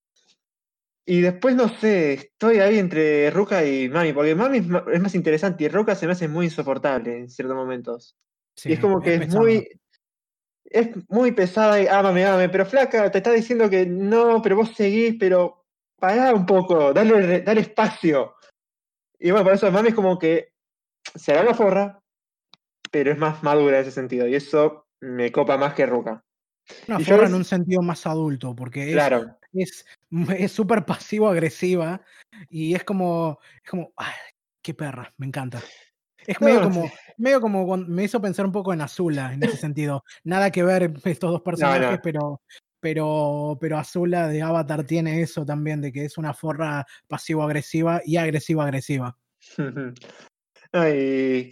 Y después, no sé, estoy ahí entre Ruka y Mami, porque Mami es ma- es más interesante y Ruka se me hace muy insoportable en ciertos momentos. Y es Sí, como es que es pesado. muy, es muy pesada y ámame, ámame, pero flaca, te está diciendo que no, pero vos seguís, pero pará un poco, dale, re- dale espacio. Y bueno, por eso Mami es como que se da la forra, pero es más madura en ese sentido, y eso me copa más que Ruka. Una Y yo forra en ves, un sentido más adulto, porque es claro, es es súper pasivo-agresiva y es como es como, ay, qué perra, me encanta. Es medio no, sí, como medio como cuan me hizo pensar un poco en Azula en ese sentido. Nada que ver estos dos no, personajes, no. pero pero pero Azula de Avatar tiene eso también, de que es una forra pasivo-agresiva y agresiva-agresiva. Ay,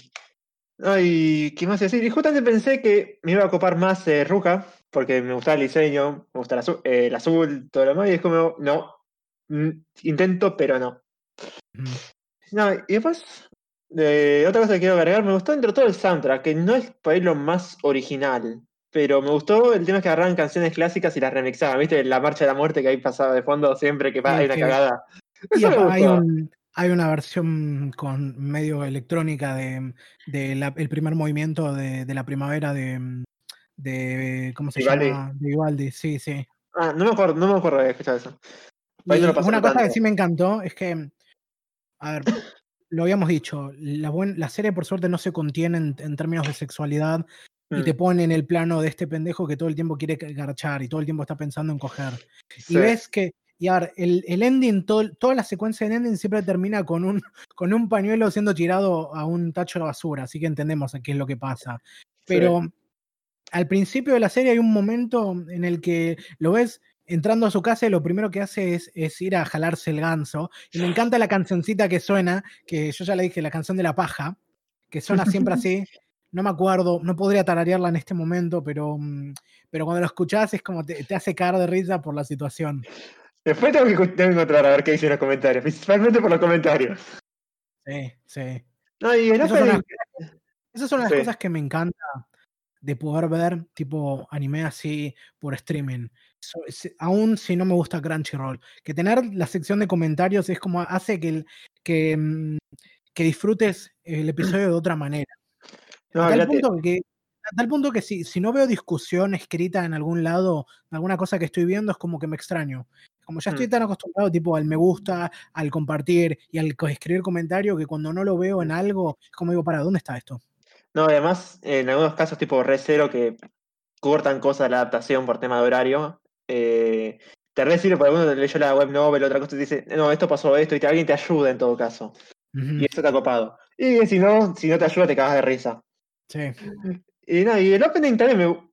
ay, ¿qué más decir? Y justamente pensé que me iba a copar más eh, Ruka, porque me gustaba el diseño, me gusta el azul, eh, el azul, todo lo demás, y es como, no, mm, intento, pero no. Ujú. No, y después, eh, otra cosa que quiero agregar, me gustó dentro de todo el soundtrack, que no es por ahí lo más original, pero me gustó el tema que agarraban canciones clásicas y las remixaban, ¿viste? La Marcha de la Muerte que ahí pasaba de fondo siempre que pa- hay Sí, una sí. cagada. Y Eso me apa hay gustó. un hay una versión con medio electrónica de de la el primer movimiento de de la primavera de mm, de ¿cómo se Y vale. llama? De Vivaldi, sí, sí. Ah, no me acuerdo, no me acuerdo de haber escuchado eso. Por ahí no lo Y una pasaron cosa que tanto. sí me encantó es que, a ver, lo habíamos dicho, la buen la serie por suerte no se contiene en en términos de sexualidad y te Mm, pone en el plano de este pendejo que todo el tiempo quiere g garchar y todo el tiempo está pensando en coger. Y sí. ves que y a ver, el el ending, todo toda la secuencia del ending siempre termina con un con un pañuelo siendo tirado a un tacho de basura, así que entendemos qué es lo que pasa. Sí. Pero al principio de la serie hay un momento en el que lo ves entrando a su casa y lo primero que hace es, es ir a jalarse el ganso. Y me encanta la cancioncita que suena, que yo ya le dije, la canción de la paja, que suena siempre así. No me acuerdo, no podría tararearla en este momento, pero, mm, pero cuando lo escuchás es como te, te hace caer de risa por la situación. Después tengo que, tengo que encontrar a ver qué dicen los comentarios, principalmente por los comentarios. Sí, sí. No, y el Esas son las, opening. esas son las Sí. cosas que me encanta de poder ver tipo anime así por streaming. So- si- aún si no me gusta Crunchyroll. Que tener la sección de comentarios es como hace que, el- que, mm, que disfrutes el episodio de otra manera. No, A tal olvídate. punto que, a tal punto que si, si no veo discusión escrita en algún lado, de alguna cosa que estoy viendo, es como que me extraño. Como ya estoy Mm. tan acostumbrado tipo al me gusta, al compartir y al co- escribir comentario que cuando no lo veo en algo, es como digo, para, ¿dónde está esto? No, además, en algunos casos tipo Re Zero que cortan cosas de la adaptación por tema de horario, eh, te re sirve porque uno leyó la web novel, otra cosa te dice, no, esto pasó esto, y te, alguien te ayuda en todo caso. Y Ujú. eso está copado. Y si no, si no te ayuda, te cagas de risa. Sí. Y nada, y el opening también me,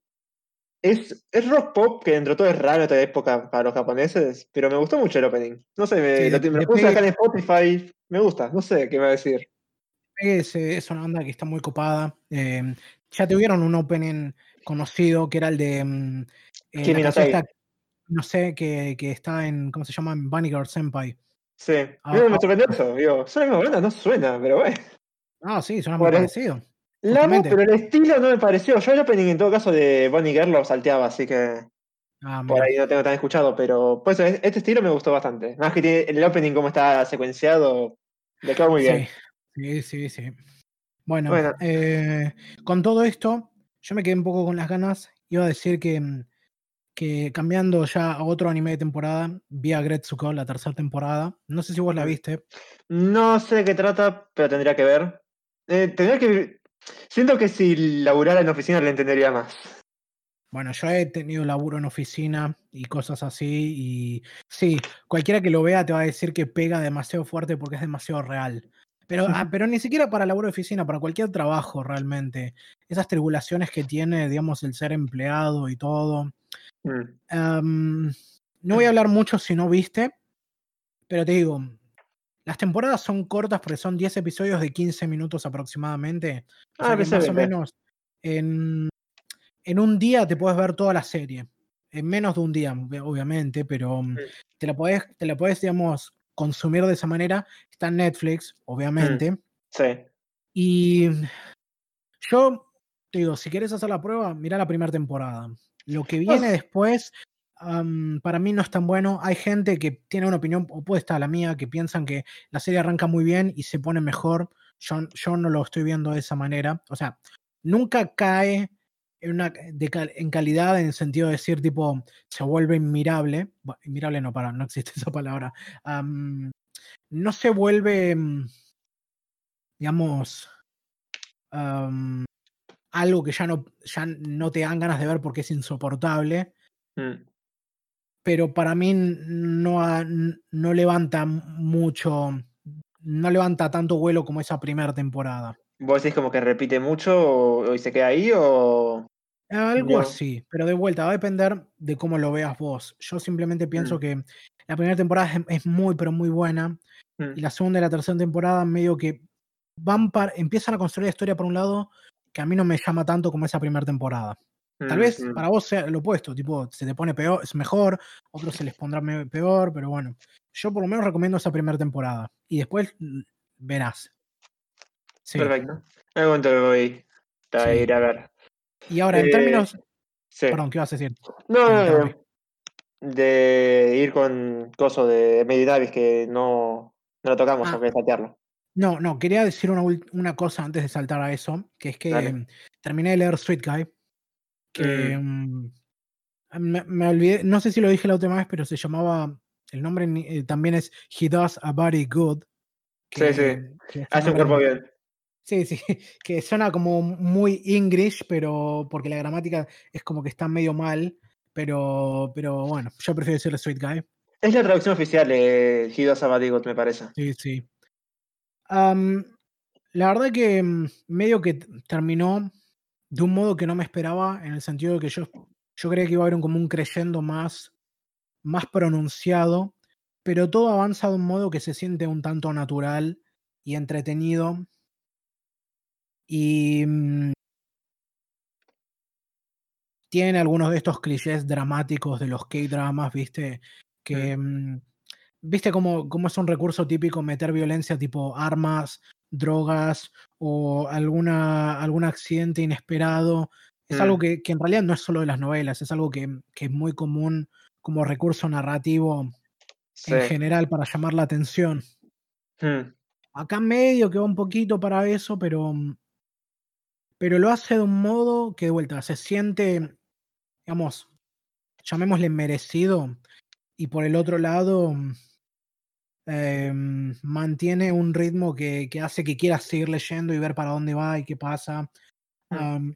es, es rock pop, que dentro de todo es raro en esta época para los japoneses, pero me gustó mucho el opening. No sé, me Sí, lo, de, me lo de puse Pegue, acá en Spotify, me gusta, no sé qué me va a decir. Pegue es, eh, es una banda que está muy copada. Eh, ya tuvieron un opening conocido que era el de mm, eh, la Kimi no canción Tai. esta, no sé, que, que está en, ¿cómo se llama? En Bunny Girl Senpai. Sí, Ah, no, me sorprendió ah, eso, digo, suena como banda, no suena, pero bueno. ah, sí, suena muy Por el- parecido. la voz, Justamente. pero el estilo no me pareció. Yo el opening en todo caso de Bonnie Girl lo salteaba, así que. Ah, por mira. ahí no tengo tan escuchado, pero pues es- este estilo me gustó bastante. Más que tiene el opening como está secuenciado, le quedó muy Sí, bien. sí, sí, sí. Bueno, Bueno, eh, con todo esto, yo me quedé un poco con las ganas. Iba a decir que, mm, que cambiando ya a otro anime de temporada, vi a Gretsuko, la tercera temporada. No sé si vos la mm, viste. no sé de qué trata, pero tendría que ver. Eh, tendría que... Siento que si laburara en oficina le entendería más. Bueno, yo he tenido laburo en oficina y cosas así, y sí, cualquiera que lo vea te va a decir que pega demasiado fuerte porque es demasiado real. Pero, ah, pero ni siquiera para laburo de oficina, para cualquier trabajo realmente. Esas tribulaciones que tiene, digamos, el ser empleado y todo. Mm. Am, no voy a hablar mucho si no viste, pero te digo, las temporadas son cortas porque son diez episodios de quince minutos aproximadamente. O Ah, sea que pensé más o veinte. menos en en un día te puedes ver toda la serie. En menos de un día, obviamente, pero mm, Mm, te la podés, te la podés, digamos, consumir de esa manera. Está en Netflix, mm, obviamente. sí. Y yo te digo, si quieres hacer la prueba, mira la primera temporada. Lo que No, viene después, am, para mí no es tan bueno. Hay gente que tiene una opinión opuesta a la mía, que piensan que la serie arranca muy bien y se pone mejor. Yo, yo no lo estoy viendo de esa manera. O sea, nunca cae en, una, de cal- en calidad en el sentido de decir, tipo, se vuelve inmirable. Bueno, inmirable no, para, no existe esa palabra. Am, no se vuelve, mm, digamos, am, algo que ya no, ya no te dan ganas de ver porque es insoportable, mm. pero para mí no, ha- no levanta mucho, no levanta tanto vuelo como esa primera temporada. ¿Vos decís como que repite mucho o, y se queda ahí o Algo no? así, pero de vuelta, va a depender de cómo lo veas vos. Yo simplemente pienso Mm, que la primera temporada es, es muy, pero muy buena, y mm, la segunda y la tercera temporada medio que van par- empiezan a construir la historia por un lado que a mí no me llama tanto como esa primera temporada. Tal mm, vez mm. para vos sea lo opuesto, tipo, se te pone peor, es mejor, otros se les pondrá me- peor, pero bueno, yo por lo menos recomiendo esa primera temporada y después mm, verás. Sí, Perfecto. En algún momento lo voy a sí. ir a ver. Y ahora, en Eh, términos, sí. perdón, ¿qué ibas a decir? No, Te no, interrumpí. no, de ir con coso de Meditavis que no, no lo tocamos, Ah, aunque saltearlo. no, no, quería decir una, ult- una cosa antes de saltar a eso, que es que Dale. mm, terminé de leer Sweet Guy, que Mm, mm, me, me olvidé, no sé si lo dije la última vez, pero se llamaba, el nombre en- eh, también es He Does a Body Good, sí, sí. que, que es un Hace un nombre, cuerpo mu- bien. sí, sí, que suena como muy English, pero porque la gramática es como que está medio mal, pero, pero bueno, yo prefiero decirle Sweet Guy, Es la traducción oficial de Hido Sabatigot, me parece. sí, sí. Am, la verdad que mm, medio que t- terminó de un modo que no me esperaba, en el sentido de que yo, yo creía que iba a haber un, como un creyendo más, más pronunciado, pero todo avanza de un modo que se siente un tanto natural y entretenido. Y mm, tiene algunos de estos clichés dramáticos de los K-dramas, ¿viste? Que, Mm, mm, ¿viste cómo, cómo es un recurso típico meter violencia tipo armas, drogas o alguna, algún accidente inesperado? Es algo mm, que, que en realidad no es solo de las novelas, es algo que, que es muy común como recurso narrativo sí. en general para llamar la atención. Mm, Acá medio que va un poquito para eso, pero, mm, pero lo hace de un modo que de vuelta se siente, digamos, llamémosle merecido, y por el otro lado mm, em, mantiene un ritmo que, que hace que quieras seguir leyendo y ver para dónde va y qué pasa. mm, Am,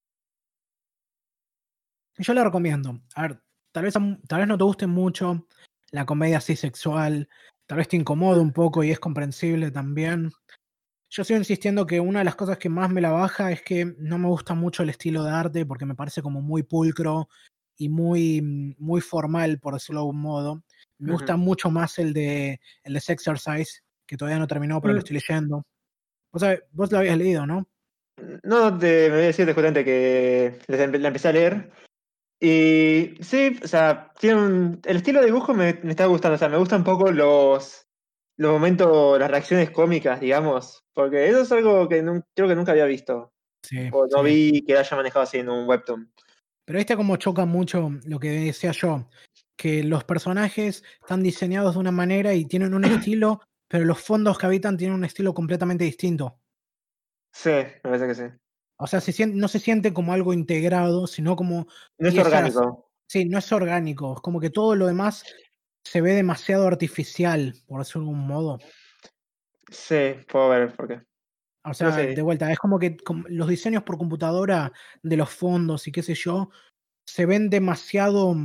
yo le recomiendo. A ver, tal vez, a- tal vez no te guste mucho la comedia así sexual, tal vez te incomode un poco y es comprensible también. Yo sigo insistiendo que una de las cosas que más me la baja es que no me gusta mucho el estilo de arte porque me parece como muy pulcro y muy, mm, muy formal, por decirlo de algún modo. Me gusta ujú. mucho más el de, el de Sexercise, que todavía no terminó, pero lo Mm, estoy leyendo. Vos, sabés- vos lo habías leído, ¿no? no, te, me voy a decirte justamente que la empe- la empecé a leer. Y sí, o sea, tiene un- el estilo de dibujo me, me está gustando. O sea, me gustan un poco los, los momentos, las reacciones cómicas, digamos. Porque eso es algo que nun- creo que nunca había visto. Sí, O no sí. vi que haya manejado así en un webtoon. Pero viste cómo choca mucho lo que decía yo, que los personajes están diseñados de una manera y tienen un estilo, pero los fondos que habitan tienen un estilo completamente distinto. Sí, me parece que sí. O sea, se sien- no se siente como algo integrado, sino como No es piezas. orgánico. Sí, no es orgánico. Es como que todo lo demás se ve demasiado artificial, por decirlo de algún modo. Sí, puedo ver por qué. O No sea, de sé. vuelta, es como que com- los diseños por computadora de los fondos y qué sé yo, se ven demasiado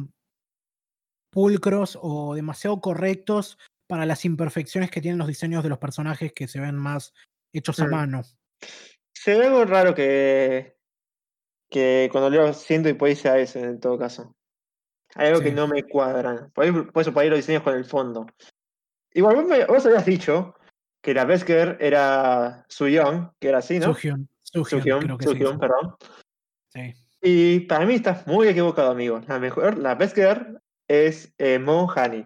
pulcros o demasiado correctos para las imperfecciones que tienen los diseños de los personajes que se ven más hechos a Mm. mano. Se ve algo raro que, que cuando leo siento y puede irse a eso en todo caso. Hay algo que Sí, no me cuadra. Por, ahí, por eso, por ahí los diseños con el fondo. Igual vos, me- vos habías dicho que la Beskar era Suyeon, que era así, ¿no? Suhyun, Suhyun, Suhyun, creo que sí, Suhyun, sí. perdón. Sí, Y para mí estás muy equivocado, amigo. La mejor, la Beskar es eh, Mon Hani.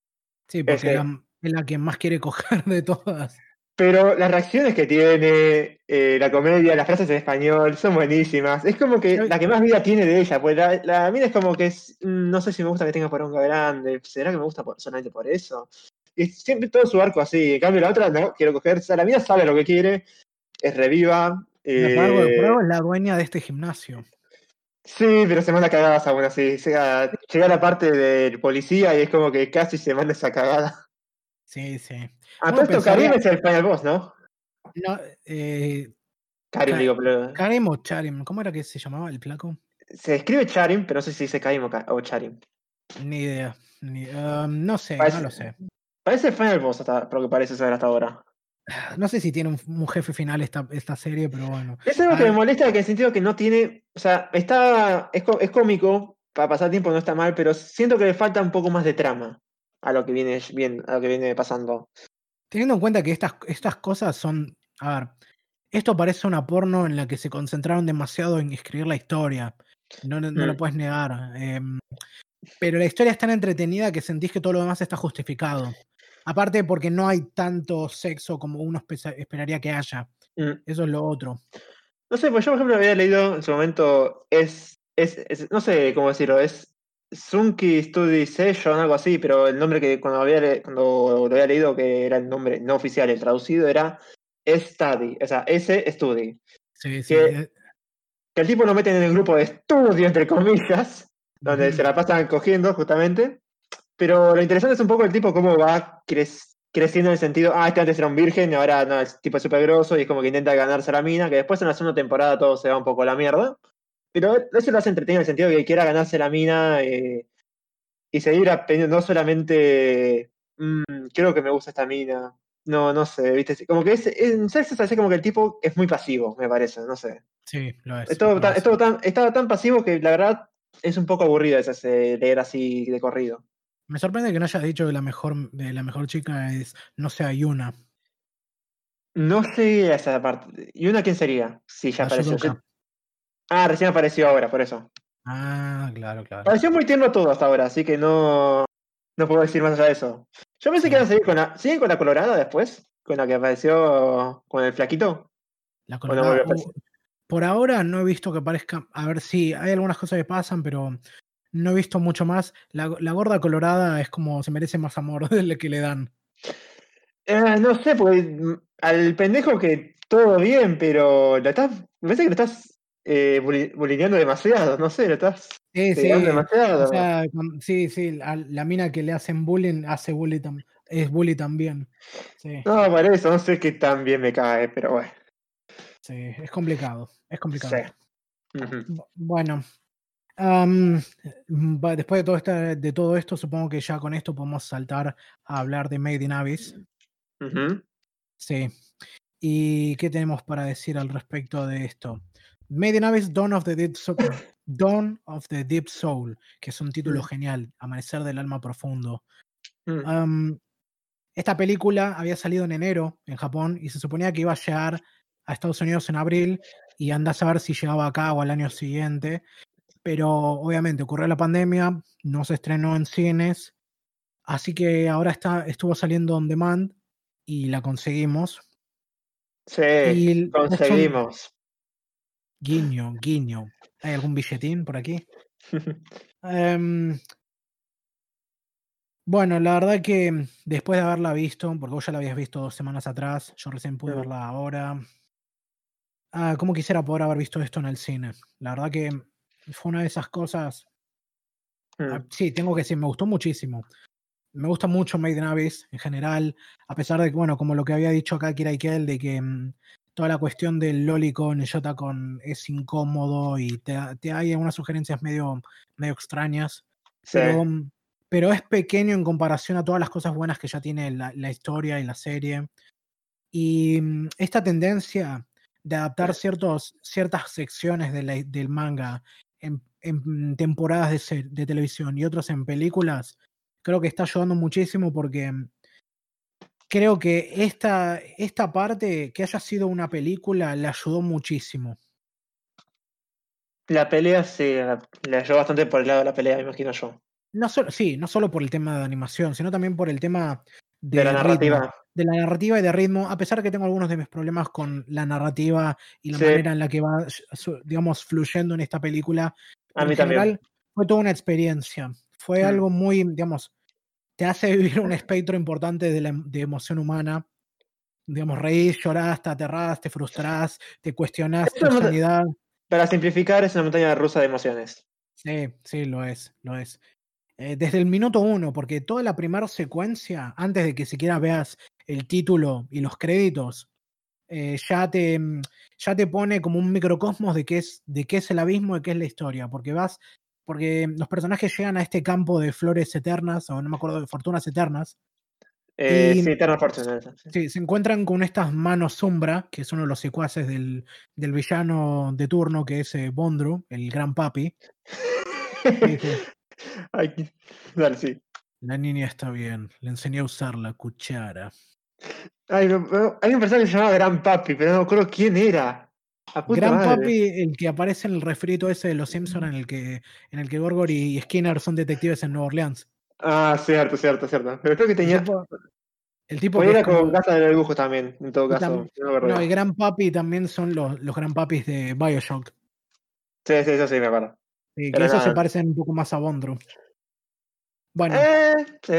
sí, porque es Ese. la, es la que más quiere coger de todas. Pero las reacciones que tiene, eh, la comedia, las frases en español son buenísimas. Es como que Yo- la que más vida tiene de ella, pues la, la mina es como que es, mm, no sé si me gusta que tenga poronga grande, ¿será que me gusta por- solamente por eso? Y siempre todo su arco así, en cambio la otra no, quiero coger, o sea, la mina sabe lo que quiere, es reviva, Por algo, por eh, algo es la dueña de este gimnasio. sí, pero se manda cagadas aún así, llega, llega la parte del policía y es como que casi se manda esa cagada. Sí, sí. Ah, todo Uno esto Karim pensaría, es el final boss, ¿no? no, eh, Karim Ka- digo, pero Karim o Charim, ¿cómo era que se llamaba el flaco? se escribe Charim, pero no sé si dice Karim o, Ka- o Charim. Ni idea. ni- ah, no sé, no Parece, lo sé. parece Final Boss hasta, por lo que parece ser hasta ahora. No sé si tiene un, un jefe final esta, esta serie, pero bueno. Es algo que Ah, me molesta en el sentido que no tiene. O sea, está. Es, có- es cómico, para pasar tiempo no está mal, pero siento que le falta un poco más de trama a lo que viene, bien, a lo que viene pasando. teniendo en cuenta que estas, estas cosas son. A ver, esto parece una porno en la que se concentraron demasiado en escribir la historia. No, no lo Mm, puedes negar. em, pero la historia es tan entretenida que sentís que todo lo demás está justificado. Aparte porque no hay tanto sexo como uno espe- esperaría que haya. mm. Eso es lo otro. No sé, pues yo por ejemplo había leído en su momento. Es. es, es- no sé cómo decirlo, es. Sunky Study Session, algo así, pero el nombre que cuando, había, le- cuando lo había leído, que era el nombre no oficial, el traducido era Study, o sea, S Study. Sí, sí. Que eh, que el tipo lo meten en el grupo de estudio, entre comillas, donde ujú, se la pasan cogiendo justamente. Pero lo interesante es un poco el tipo cómo va cre- creciendo en el sentido, ah, este antes era un virgen y ahora no, el tipo es súper grosso y es como que intenta ganarse a la mina, que después en la segunda temporada todo se va un poco a la mierda. Pero eso lo hace entretenido en el sentido de que quiera ganarse la mina eh, y seguir aprendiendo, no solamente, "Mm, creo que me gusta esta mina". No, no sé, ¿viste? Como que es, en sexo es así como que el tipo es muy pasivo, me parece, no sé. sí, lo Es es, todo lo tan, es es. todo tan, estaba tan pasivo que la verdad es un poco aburrido ese, ese leer así de corrido. Me sorprende que no hayas dicho que la mejor, de la mejor chica es, no sé, Yuna, No sé esa parte. ¿Y una quién sería? Sí, ya la apareció. Yo- judoka. Ah, recién apareció ahora, por eso. Ah, claro, claro. Pareció muy tierno todo hasta ahora, así que no, no puedo decir más allá de eso. Yo pensé que Sí. iban a seguir con la. ¿Siguen con la colorada después? ¿Con la que apareció con el flaquito? La ¿O no colorada. vuelve a uh, aparecer? por ahora no he visto que parezca. A ver si hay algunas cosas que pasan, pero no he visto mucho más. La, la gorda colorada es como se merece más amor del que le dan. Eh, no sé, porque mm, al pendejo que todo bien, pero lo estás. Me parece que lo estás eh, buli- bulineando demasiado, no sé, lo estás Sí, pegando sí. O demasiado. sea, con- sí, sí. La, la mina que le hacen bullying hace bullying tam- es bully también. Sí, No, por eso, no sé qué tan bien me cae, pero bueno, sí. Es complicado. Es sí. complicado. Ujú, Bu- Bueno. Am, va- después de todo, esta- de todo esto, supongo que ya con esto podemos saltar a hablar de Made in Abyss. ujú, Sí. ¿Y qué tenemos para decir al respecto de esto? Made in Abyss, Dawn of the Deep, So- Dawn of the Deep Soul, que es un título mm, genial, Amanecer del Alma Profundo. mm. Am, esta película había salido en enero en Japón y se suponía que iba a llegar a Estados Unidos en abril y anda a saber si llegaba acá o al año siguiente. Pero obviamente ocurrió la pandemia, no se estrenó en cines, así que ahora está, estuvo saliendo on demand y la conseguimos. Sí, Y es un conseguimos. guiño, guiño. ¿Hay algún billetín por aquí? Em, bueno, la verdad que después de haberla visto, porque vos ya la habías visto dos semanas atrás, yo recién pude Mm, verla ahora. Ah, cómo quisiera poder haber visto esto en el cine. La verdad que fue una de esas cosas. Ah, mm. sí, tengo que decir, me gustó muchísimo. Me gusta mucho Made in Abyss en general, a pesar de que, bueno, como lo que había dicho acá Kira Ikel, de que mm, toda la cuestión del Lolicon y Shotacon es incómodo y te, te hay algunas sugerencias medio, medio extrañas, Sí, pero, mm, pero es pequeño en comparación a todas las cosas buenas que ya tiene la, la historia y la serie. Y mm, esta tendencia de adaptar ciertos, ciertas secciones de la- del manga en, en temporadas de, se- de televisión y otros en películas, creo que está ayudando muchísimo porque mm, creo que esta, esta parte, que haya sido una película, le ayudó muchísimo. la pelea sí, la- le ayudó bastante por el lado de la pelea, me imagino yo. No solo, sí, no solo por el tema de animación, sino también por el tema De la de ritmo, narrativa, de la narrativa y de ritmo, a pesar que tengo algunos de mis problemas con la narrativa y la sí, manera en la que va, su- digamos, fluyendo en esta película, a pero en mí también. general fue toda una experiencia. Fue Mm. algo muy, digamos, te hace vivir un espectro importante de la em- de emoción humana. Digamos, reís, llorás, te aterrás, te frustrás, te cuestionás Es una tu monta- sanidad. para simplificar, es una montaña rusa de emociones. Sí, sí, lo es, lo es. Eh, desde el minuto uno, porque toda la primera secuencia, antes de que siquiera veas el título y los créditos, eh, ya, te, mm, ya te pone como un microcosmos de qué es, de qué es el abismo, de qué es la historia, porque vas, porque los personajes llegan a este campo de flores eternas, o no me acuerdo, de fortunas eternas, Eh, y sí, Eternal Fortune. Sí. sí, se encuentran con estas manos sombra, que es uno de los secuaces del, del villano de turno, que es eh, Bondro, el gran papi. Sí, sí. Ay, qué- dale, sí. La niña está bien, le enseñé a usar la cuchara. Ay, no, no, hay un personaje que se llamaba Gran Papi, pero no me acuerdo quién era. La puta Gran madre. Papi, el que aparece en el refrito ese de los Simpsons en el que, en el que Gorgor y Skinner son detectives en Nueva Orleans. Ah, cierto, cierto, cierto. Pero creo que El tenía. tipo, el tipo Pues que es era con como. casa de dibujos también, en todo Y caso. tam- No me no, el acordé. Gran Papi también son los, los Gran Papis de Bioshock. Sí, sí, eso sí me acuerdo. Y que Pero esos se nada. parecen un poco más a Bondro. Bueno, Eh, sí.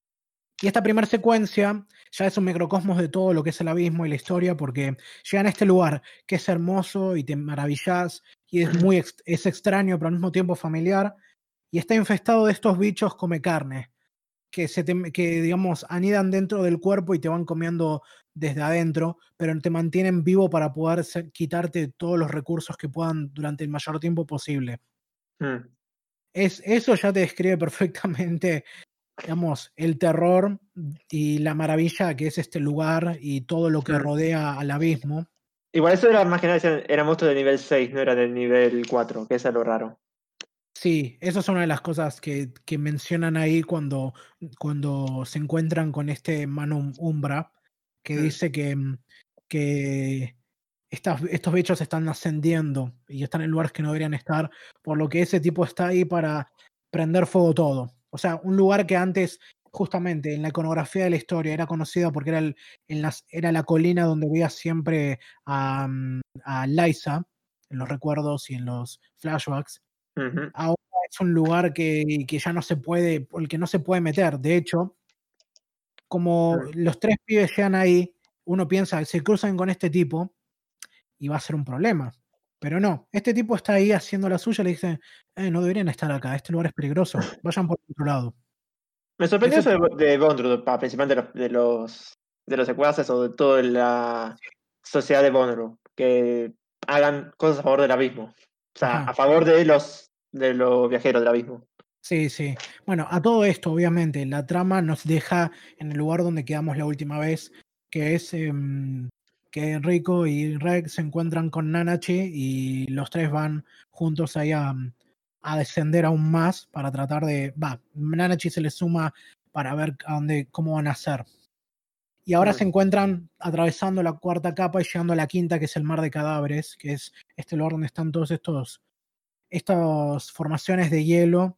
y esta primera secuencia ya es un microcosmos de todo lo que es el abismo y la historia, porque llegan a este lugar que es hermoso y te maravillas y es muy ex- es extraño, pero al mismo tiempo familiar, y está infestado de estos bichos come carne, que, se te- que digamos anidan dentro del cuerpo y te van comiendo desde adentro, pero te mantienen vivo para poder ser- quitarte todos los recursos que puedan durante el mayor tiempo posible. Mm, Es, eso ya te describe perfectamente, digamos, el terror y la maravilla que es este lugar y todo lo que mm. rodea al abismo. Igual eso era más que nada, era era monstruo de nivel seis, no era del nivel cuatro, que eso es lo raro. Sí, eso es una de las cosas que, que mencionan ahí cuando, cuando se encuentran con este Manum Umbra, que Mm, dice que, mm, que estas- estos bichos están ascendiendo y están en lugares que no deberían estar, por lo que ese tipo está ahí para prender fuego todo. O sea, un lugar que antes, justamente en la iconografía de la historia, era conocida porque era, el- en las, era la colina donde veía siempre a, mm, a Liza, en los recuerdos y en los flashbacks. ujú, Ahora es un lugar que, que ya no se puede, por el que no se puede meter. De hecho, como mm. los tres pibes llegan ahí, uno piensa, se cruzan con este tipo y va a ser un problema. Pero no, este tipo está ahí haciendo la suya, le dice, "Eh, no deberían estar acá, este lugar es peligroso, vayan por otro lado". Me sorprendió Eso eso de, de Bondru, pa- principalmente de los, de los, de los secuaces o de toda la sociedad de Bondru, que hagan cosas a favor del abismo. O sea, a ajá. favor de los, de los viajeros del abismo. Sí, sí. Bueno, a todo esto, obviamente, la trama nos deja en el lugar donde quedamos la última vez, que es em, que Rico y Reg se encuentran con Nanachi y los tres van juntos ahí a, a descender aún más para tratar de... Va, Nanachi se les suma para ver a dónde, cómo van a hacer. Y ahora se Mm, encuentran atravesando la cuarta capa y llegando a la quinta, que es el mar de cadáveres, que es este lugar donde están todos estos estas formaciones de hielo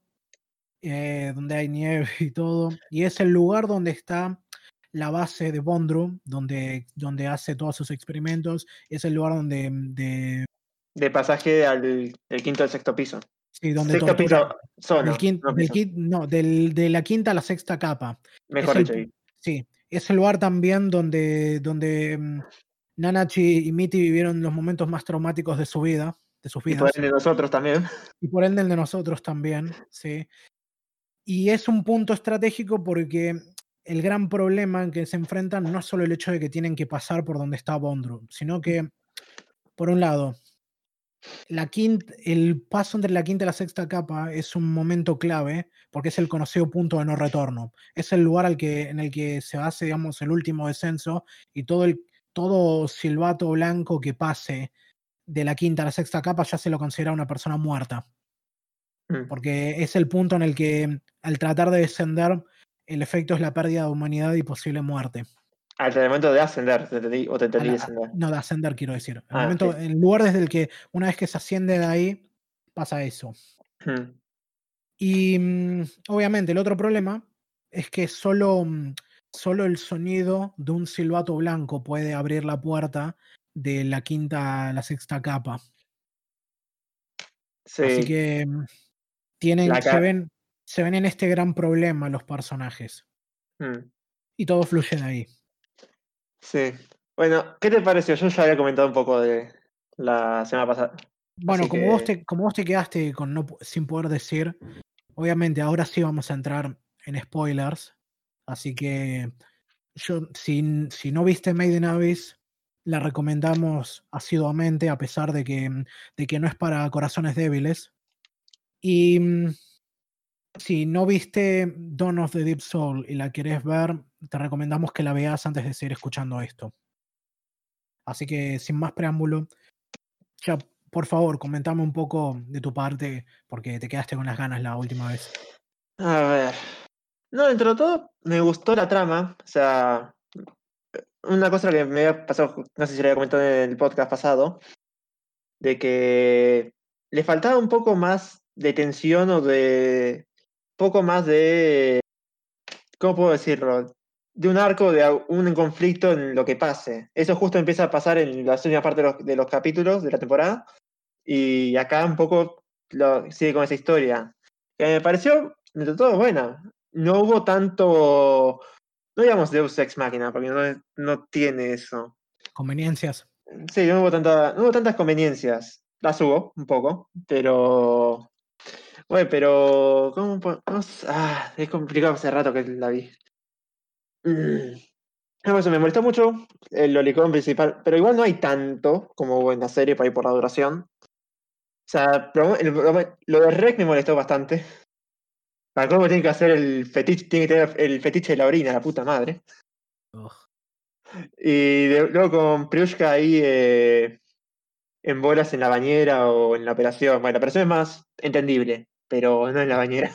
eh, donde hay nieve y todo. Y es el lugar donde está la base de Bondru, donde, donde hace todos sus experimentos. Es el lugar donde, de, de pasaje al del quinto al sexto piso. Sí, donde Sexto torturan. piso, Del zona, quin- no del piso. quin- no, del- de la quinta a la sexta capa. Es Mejor el, dicho ahí. sí, es el lugar también donde, donde mm, Nanachi y Mitty vivieron los momentos más traumáticos de su vida, de sus Y por vidas, ende nosotros también. y por ende el de nosotros también, sí. Y es un punto estratégico porque el gran problema en que se enfrentan no es solo el hecho de que tienen que pasar por donde está Bondru, sino que, por un lado, la quinta, el paso entre la quinta y la sexta capa es un momento clave porque es el conocido punto de no retorno. Es el lugar al que, en el que se hace, digamos, el último descenso y todo, el, todo silbato blanco que pase de la quinta a la sexta capa ya se lo considera una persona muerta. Mm. Porque es el punto en el que al tratar de descender el efecto es la pérdida de humanidad y posible muerte. Al momento de ascender, te entendí, o te A entendí la- descender. no, de ascender quiero decir. El Ah, momento, sí. el lugar desde el que una vez que se asciende de ahí, pasa eso. Mm. Y mm, obviamente el otro problema es que solo, mm, solo el sonido de un silbato blanco puede abrir la puerta de la quinta a la sexta capa. Así Sí, que mm, tienen, la se ca- ven, se ven en este gran problema los personajes. Mm. Y todo fluye de ahí. Sí. Bueno, ¿qué te pareció? Yo ya había comentado un poco de la semana pasada. Bueno, Así como vos que. te, como vos te quedaste con no, pu- sin poder decir, obviamente ahora sí vamos a entrar en spoilers. Así que yo, si, si no viste Made in Abyss, la recomendamos asiduamente, a pesar de que, mm, de que no es para corazones débiles. Y mm, si no viste Dawn of the Deep Soul y la querés ver, te recomendamos que la veas antes de seguir escuchando esto. Así que sin más preámbulo, ya por favor, comentame un poco de tu parte, porque te quedaste con las ganas la última vez. A ver. No, dentro de todo, me gustó la trama. O sea, una cosa que me había pasado, no sé si lo había comentado en el podcast pasado, de que le faltaba un poco más de tensión o de. Poco más de. ¿Cómo puedo decirlo? De un arco, de un conflicto en lo que pase. Eso justo empieza a pasar en la última parte de los, de los capítulos de la temporada. Y acá un poco lo, sigue con esa historia. Que me pareció, de todo, buena. No hubo tanto. No digamos Deus Ex Machina, porque no, no tiene eso. Conveniencias. Sí, no hubo, tanta, no hubo tantas conveniencias. Las hubo, un poco, pero. Bueno, pero. ¿Cómo, po- cómo s- ah, es complicado hace rato que la vi. Mm. No, eso me molestó mucho el lolicón principal, pero igual no hay tanto como hubo en la serie para ir por la duración. O sea, pero el- lo, lo de Rek me molestó bastante. Para cómo tiene que hacer el fetiche, tiene que tener el fetiche de la orina, la puta madre. Ugh. Y de- luego con Pryushka ahí eh, en bolas en la bañera o en la operación. Bueno, la operación es más entendible, pero no en la bañera.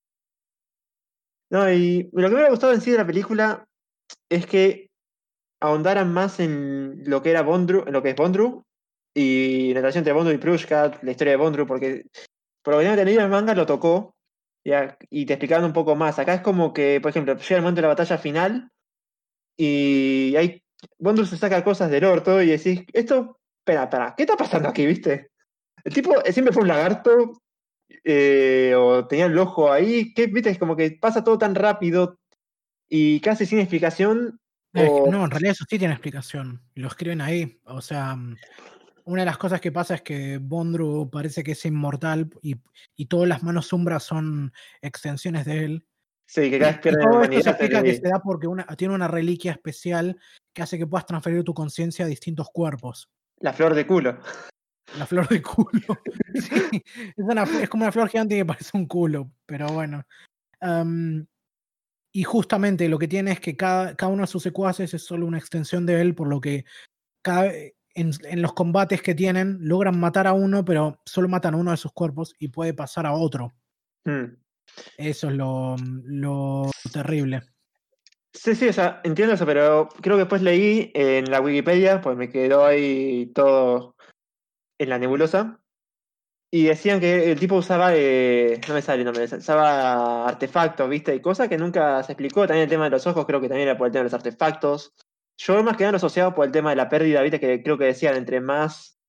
No, y lo que me hubiera gustado en sí de la película es que ahondaran más en lo que era Bondru, en lo que es Bondru, y la relación entre Bondru y Prushka, la historia de Bondru, porque por lo que tengo entendido el manga lo tocó y, a- y te explicaban un poco más. Acá es como que, por ejemplo, llega el momento de la batalla final y hay Bondru se saca cosas del orto y decís, esto, espera, espera, ¿qué está pasando aquí, viste? El tipo siempre fue un lagarto eh, o tenía el ojo ahí, que viste, es como que pasa todo tan rápido y casi sin explicación. Es que- O no, en realidad eso sí tiene explicación. Lo escriben ahí. O sea, mm, una de las cosas que pasa es que Bondru parece que es inmortal y, y todas las manos sombras son extensiones de él. sí, que cada vez Y pierden todo esto se humanidad. explica que se da porque una, tiene una reliquia especial que hace que puedas transferir tu conciencia a distintos cuerpos. La flor de culo. La flor de culo. Sí, es, una fl- es como una flor gigante que parece un culo, pero bueno. Am, y justamente lo que tiene es que cada, cada uno de sus secuaces es solo una extensión de él, por lo que cada, en, en los combates que tienen logran matar a uno, pero solo matan a uno de sus cuerpos y puede pasar a otro. Hmm. Eso es lo, lo terrible. Sí, sí, o sea, entiendo eso, pero creo que después leí en la Wikipedia, pues me quedó ahí todo en la nebulosa, y decían que el tipo usaba, eh, no me sale el nombre, usaba artefactos, ¿viste? Y cosas que nunca se explicó. También el tema de los ojos, creo que también era por el tema de los artefactos. Yo más que nada lo asociaba por el tema de la pérdida, ¿viste? Que creo que decían, entre más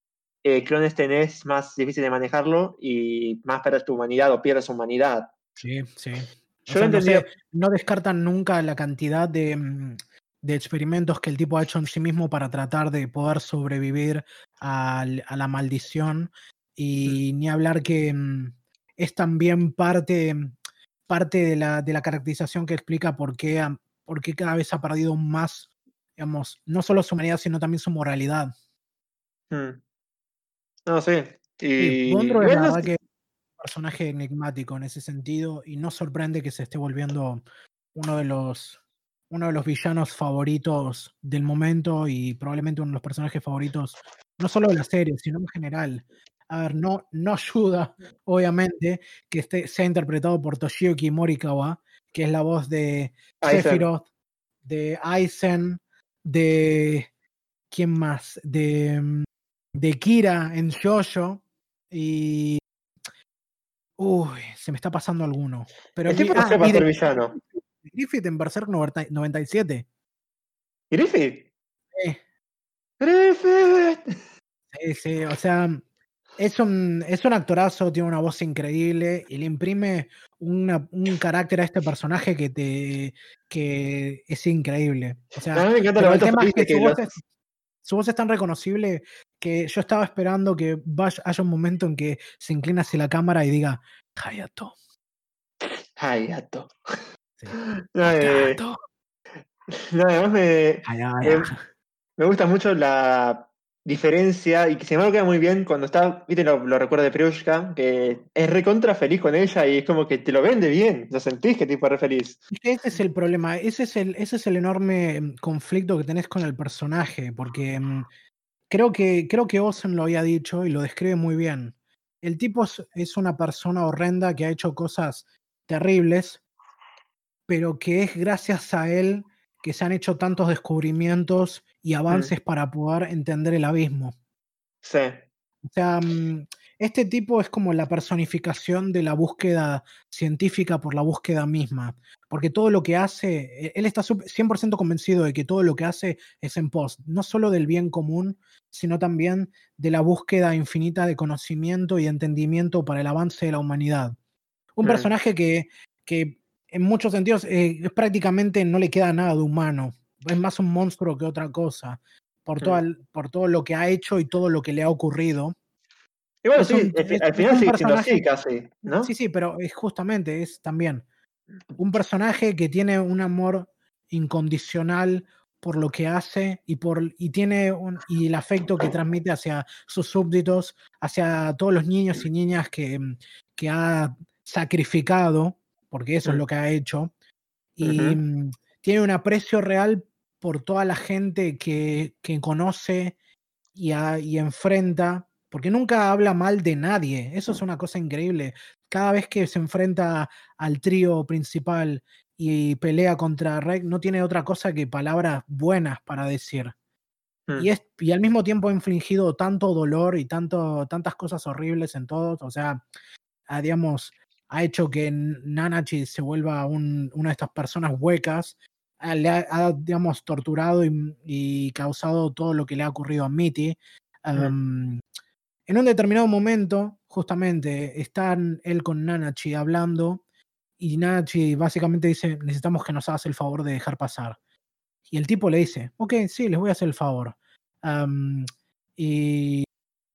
eh, clones tenés, más difícil de manejarlo y más perdes tu humanidad o pierdes humanidad. Sí, sí. O Yo lo he sea, no sé, entendido. no descartan nunca la cantidad de, mm, de experimentos que el tipo ha hecho en sí mismo para tratar de poder sobrevivir al- a la maldición. Mm, Y ni hablar que mm, es también parte, parte de la, de la caracterización que explica por qué, ha- por qué cada vez ha perdido más, digamos, no solo su humanidad, sino también su moralidad. mm. No sé. Sí, Y, y Bondro es la bueno, verdad que personaje enigmático en ese sentido y no sorprende que se esté volviendo uno de los uno de los villanos favoritos del momento y probablemente uno de los personajes favoritos no solo de la serie, sino en general. A ver, no, no ayuda, obviamente, que esté, sea interpretado por Toshiyuki Morikawa, que es la voz de Aizen. Sephiroth, de Aizen, de ¿quién más? De, mm, de Kira en JoJo y uy, se me está pasando alguno. Pero El vi tipo ah, nació para y de ser villano. Griffith en Berserk noventa noventa y siete. Griffith. Sí, Griffith. sí, sí, o sea, es un, es un actorazo, tiene una voz increíble y le imprime una- un carácter a este personaje que te que es increíble. O No, a sea, mí me encanta el pero el momento tema es feliz de que su que voz los. es, su voz es tan reconocible que yo estaba esperando que vaya- haya un momento en que se inclina hacia la cámara y diga Hayato. Ay, gato. Sí. No, eh, Hatato. no, además me, Hayaya. me, me gusta mucho la diferencia y que se me queda muy bien cuando está, viste, lo, lo recuerdo de Priushka, que es recontra feliz con ella y es como que te lo vende bien, lo sentís que tipo re feliz. Es que ese es el problema, ese es el, ese es el enorme mm, conflicto que tenés con el personaje, porque mm, creo que, creo que Ozen lo había dicho y lo describe muy bien. El tipo es, es una persona horrenda que ha hecho cosas terribles, pero que es gracias a él que se han hecho tantos descubrimientos y Mm, avances para poder entender el abismo. sí. O sea, mm, este tipo es como la personificación de la búsqueda científica por la búsqueda misma, porque todo lo que hace, e- él está sup- cien por ciento convencido de que todo lo que hace es en pos, no solo del bien común, sino también de la búsqueda infinita de conocimiento y entendimiento para el avance de la humanidad. Un Mm, personaje que, que en muchos sentidos eh, es prácticamente no le queda nada de humano, es más un monstruo que otra cosa, por, toda mm. el- por todo lo que ha hecho y todo lo que le ha ocurrido. Y bueno, Es sí, un, es que es, al es final un sigue siendo así personaje, casi, sí, ¿no? sí, pero es justamente, es también un personaje que tiene un amor incondicional por lo que hace y, por, y tiene un, y el afecto que transmite hacia sus súbditos, hacia todos los niños y niñas que, mm, que ha sacrificado, porque eso es Mm, lo que ha hecho, y ujú, mm, tiene un aprecio real por toda la gente que, que conoce y, a- y enfrenta, porque nunca habla mal de nadie, eso es una cosa increíble. Cada vez que se enfrenta al trío principal y pelea contra Rek, no tiene otra cosa que palabras buenas para decir. Y, mm. es, y al mismo tiempo ha infligido tanto dolor y tanto, tantas cosas horribles en todos, o sea, ha, digamos, ha hecho que Nanachi se vuelva un- una de estas personas huecas, ah, le ha, ha, digamos, torturado y, y causado todo lo que le ha ocurrido a Mitty. Mm, Um, en un determinado momento, justamente, están él con Nanachi hablando y Nanachi básicamente dice, necesitamos que nos hagas el favor de dejar pasar. Y el tipo le dice, ok, sí, les voy a hacer el favor. Um, y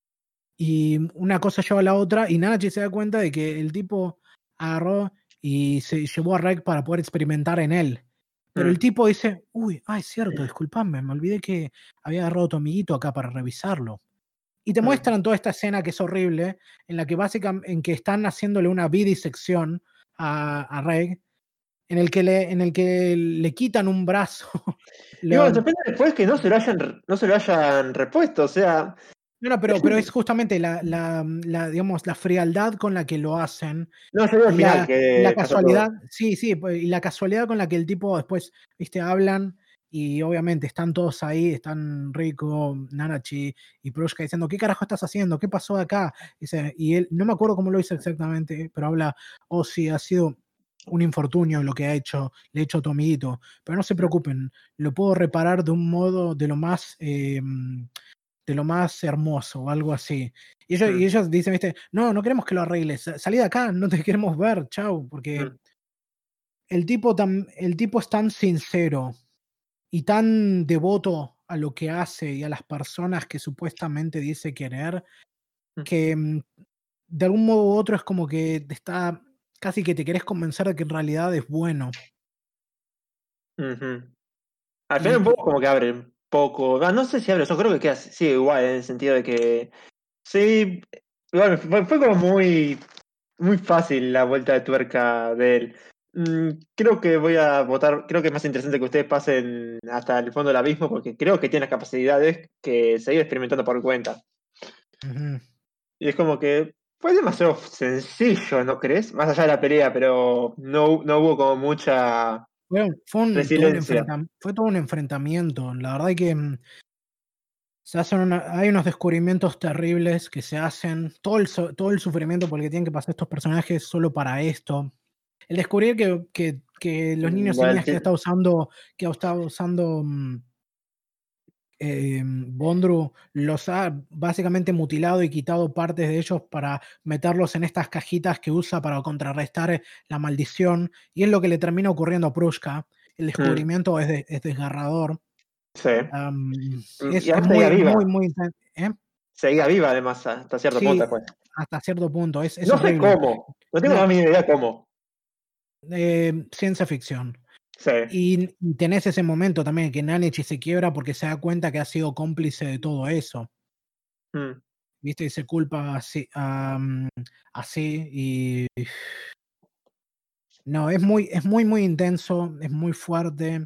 y una cosa lleva a la otra, y Nanachi se da cuenta de que el tipo agarró y se llevó a Rek para poder experimentar en él. Pero el mm, tipo dice, uy, ah, es cierto, disculpame, me olvidé que había agarrado a tu amiguito acá para revisarlo. Y te mm. muestran toda esta escena que es horrible, en la que básicamente, en que están haciéndole una bidisección a, a Reg, en el que le, en el que le quitan un brazo. Y bueno, Lo- sorprende después que no se lo hayan, no se lo hayan repuesto, o sea, no, no, pero, pero es justamente la, la, la, digamos, la frialdad con la que lo hacen. no, yo digo al Y final la, y la que pasó casualidad, todo. sí, sí, pues, y la casualidad con la que el tipo después, viste, hablan y obviamente están todos ahí, están Rico, Nanachi y Prushka diciendo, ¿qué carajo estás haciendo? ¿Qué pasó acá? Dice, y él, no me acuerdo cómo lo hizo exactamente, pero habla, oh sí, ha sido un infortunio lo que ha hecho, le he hecho a tu amiguito, pero no se Mm, preocupen, lo puedo reparar de un modo de lo más, eh, de lo más hermoso o algo así. Y ellos, y Mm, ellos dicen, viste, no, no queremos que lo arregles, sa- salí de acá, no te queremos ver, chau, porque mm, el tipo, tan, el tipo es tan sincero y tan devoto a lo que hace y a las personas que supuestamente dice querer, mm, que mm, de algún modo u otro es como que te está, casi que te querés convencer de que en realidad es bueno. ujú. Al final un Y poco como que abre un poco. Ah, no sé si abre, yo creo que queda sigue igual, en el sentido de que sí, igual fue, fue como muy, muy fácil la vuelta de tuerca de él. Mm, creo que voy a votar, creo que es más interesante que ustedes pasen hasta el fondo del abismo porque creo que tiene las capacidades que seguir experimentando por cuenta. ujú. Y es como que fue demasiado sencillo, ¿no crees? Más allá de la pelea, pero no, no hubo como mucha Fue, fue un, todo un resiliencia. enfrentam- fue todo un enfrentamiento. La verdad que mm, se hacen una- hay unos descubrimientos terribles que se hacen, todo el, so- todo el sufrimiento por el que tienen que pasar estos personajes solo para esto. El descubrir que, que- que los Mm, niños y Bueno, niñas que ha ti- estado usando, que ha estado usando mm, eh, Bondru los ha básicamente mutilado y quitado partes de ellos para meterlos en estas cajitas que usa para contrarrestar la maldición. Y es lo que le termina ocurriendo a Prushka. El mm, descubrimiento es, de- es desgarrador. sí. Am, Mm, es, Y es además seguía muy, muy, viva. muy inten- ¿eh? Seguía viva además hasta cierto punto Sí, después. hasta cierto punto. Es, es No sé horrible. cómo. No tengo la No, mínima idea cómo. eh, ciencia ficción. Sí. Y, y tenés ese momento también que Nanichi se quiebra porque se da cuenta que ha sido cómplice de todo eso. Mm, ¿Viste? Y se culpa así, am, así y no, es muy, es muy, muy intenso, es muy fuerte.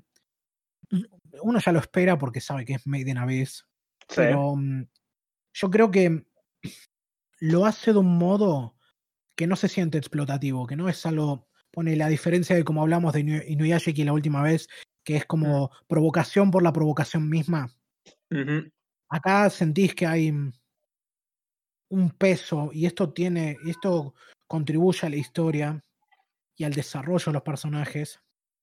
Uno ya lo espera porque sabe que es Made in Abyss, sí. pero mm, yo creo que lo hace de un modo que no se siente explotativo, que no es algo, pone la diferencia de como hablamos de Inu- Inuyashiki la última vez, que es Mm, como provocación por la provocación misma. ujú, Acá sentís que hay mm, un peso y esto tiene, esto contribuye a la historia y al desarrollo de los personajes.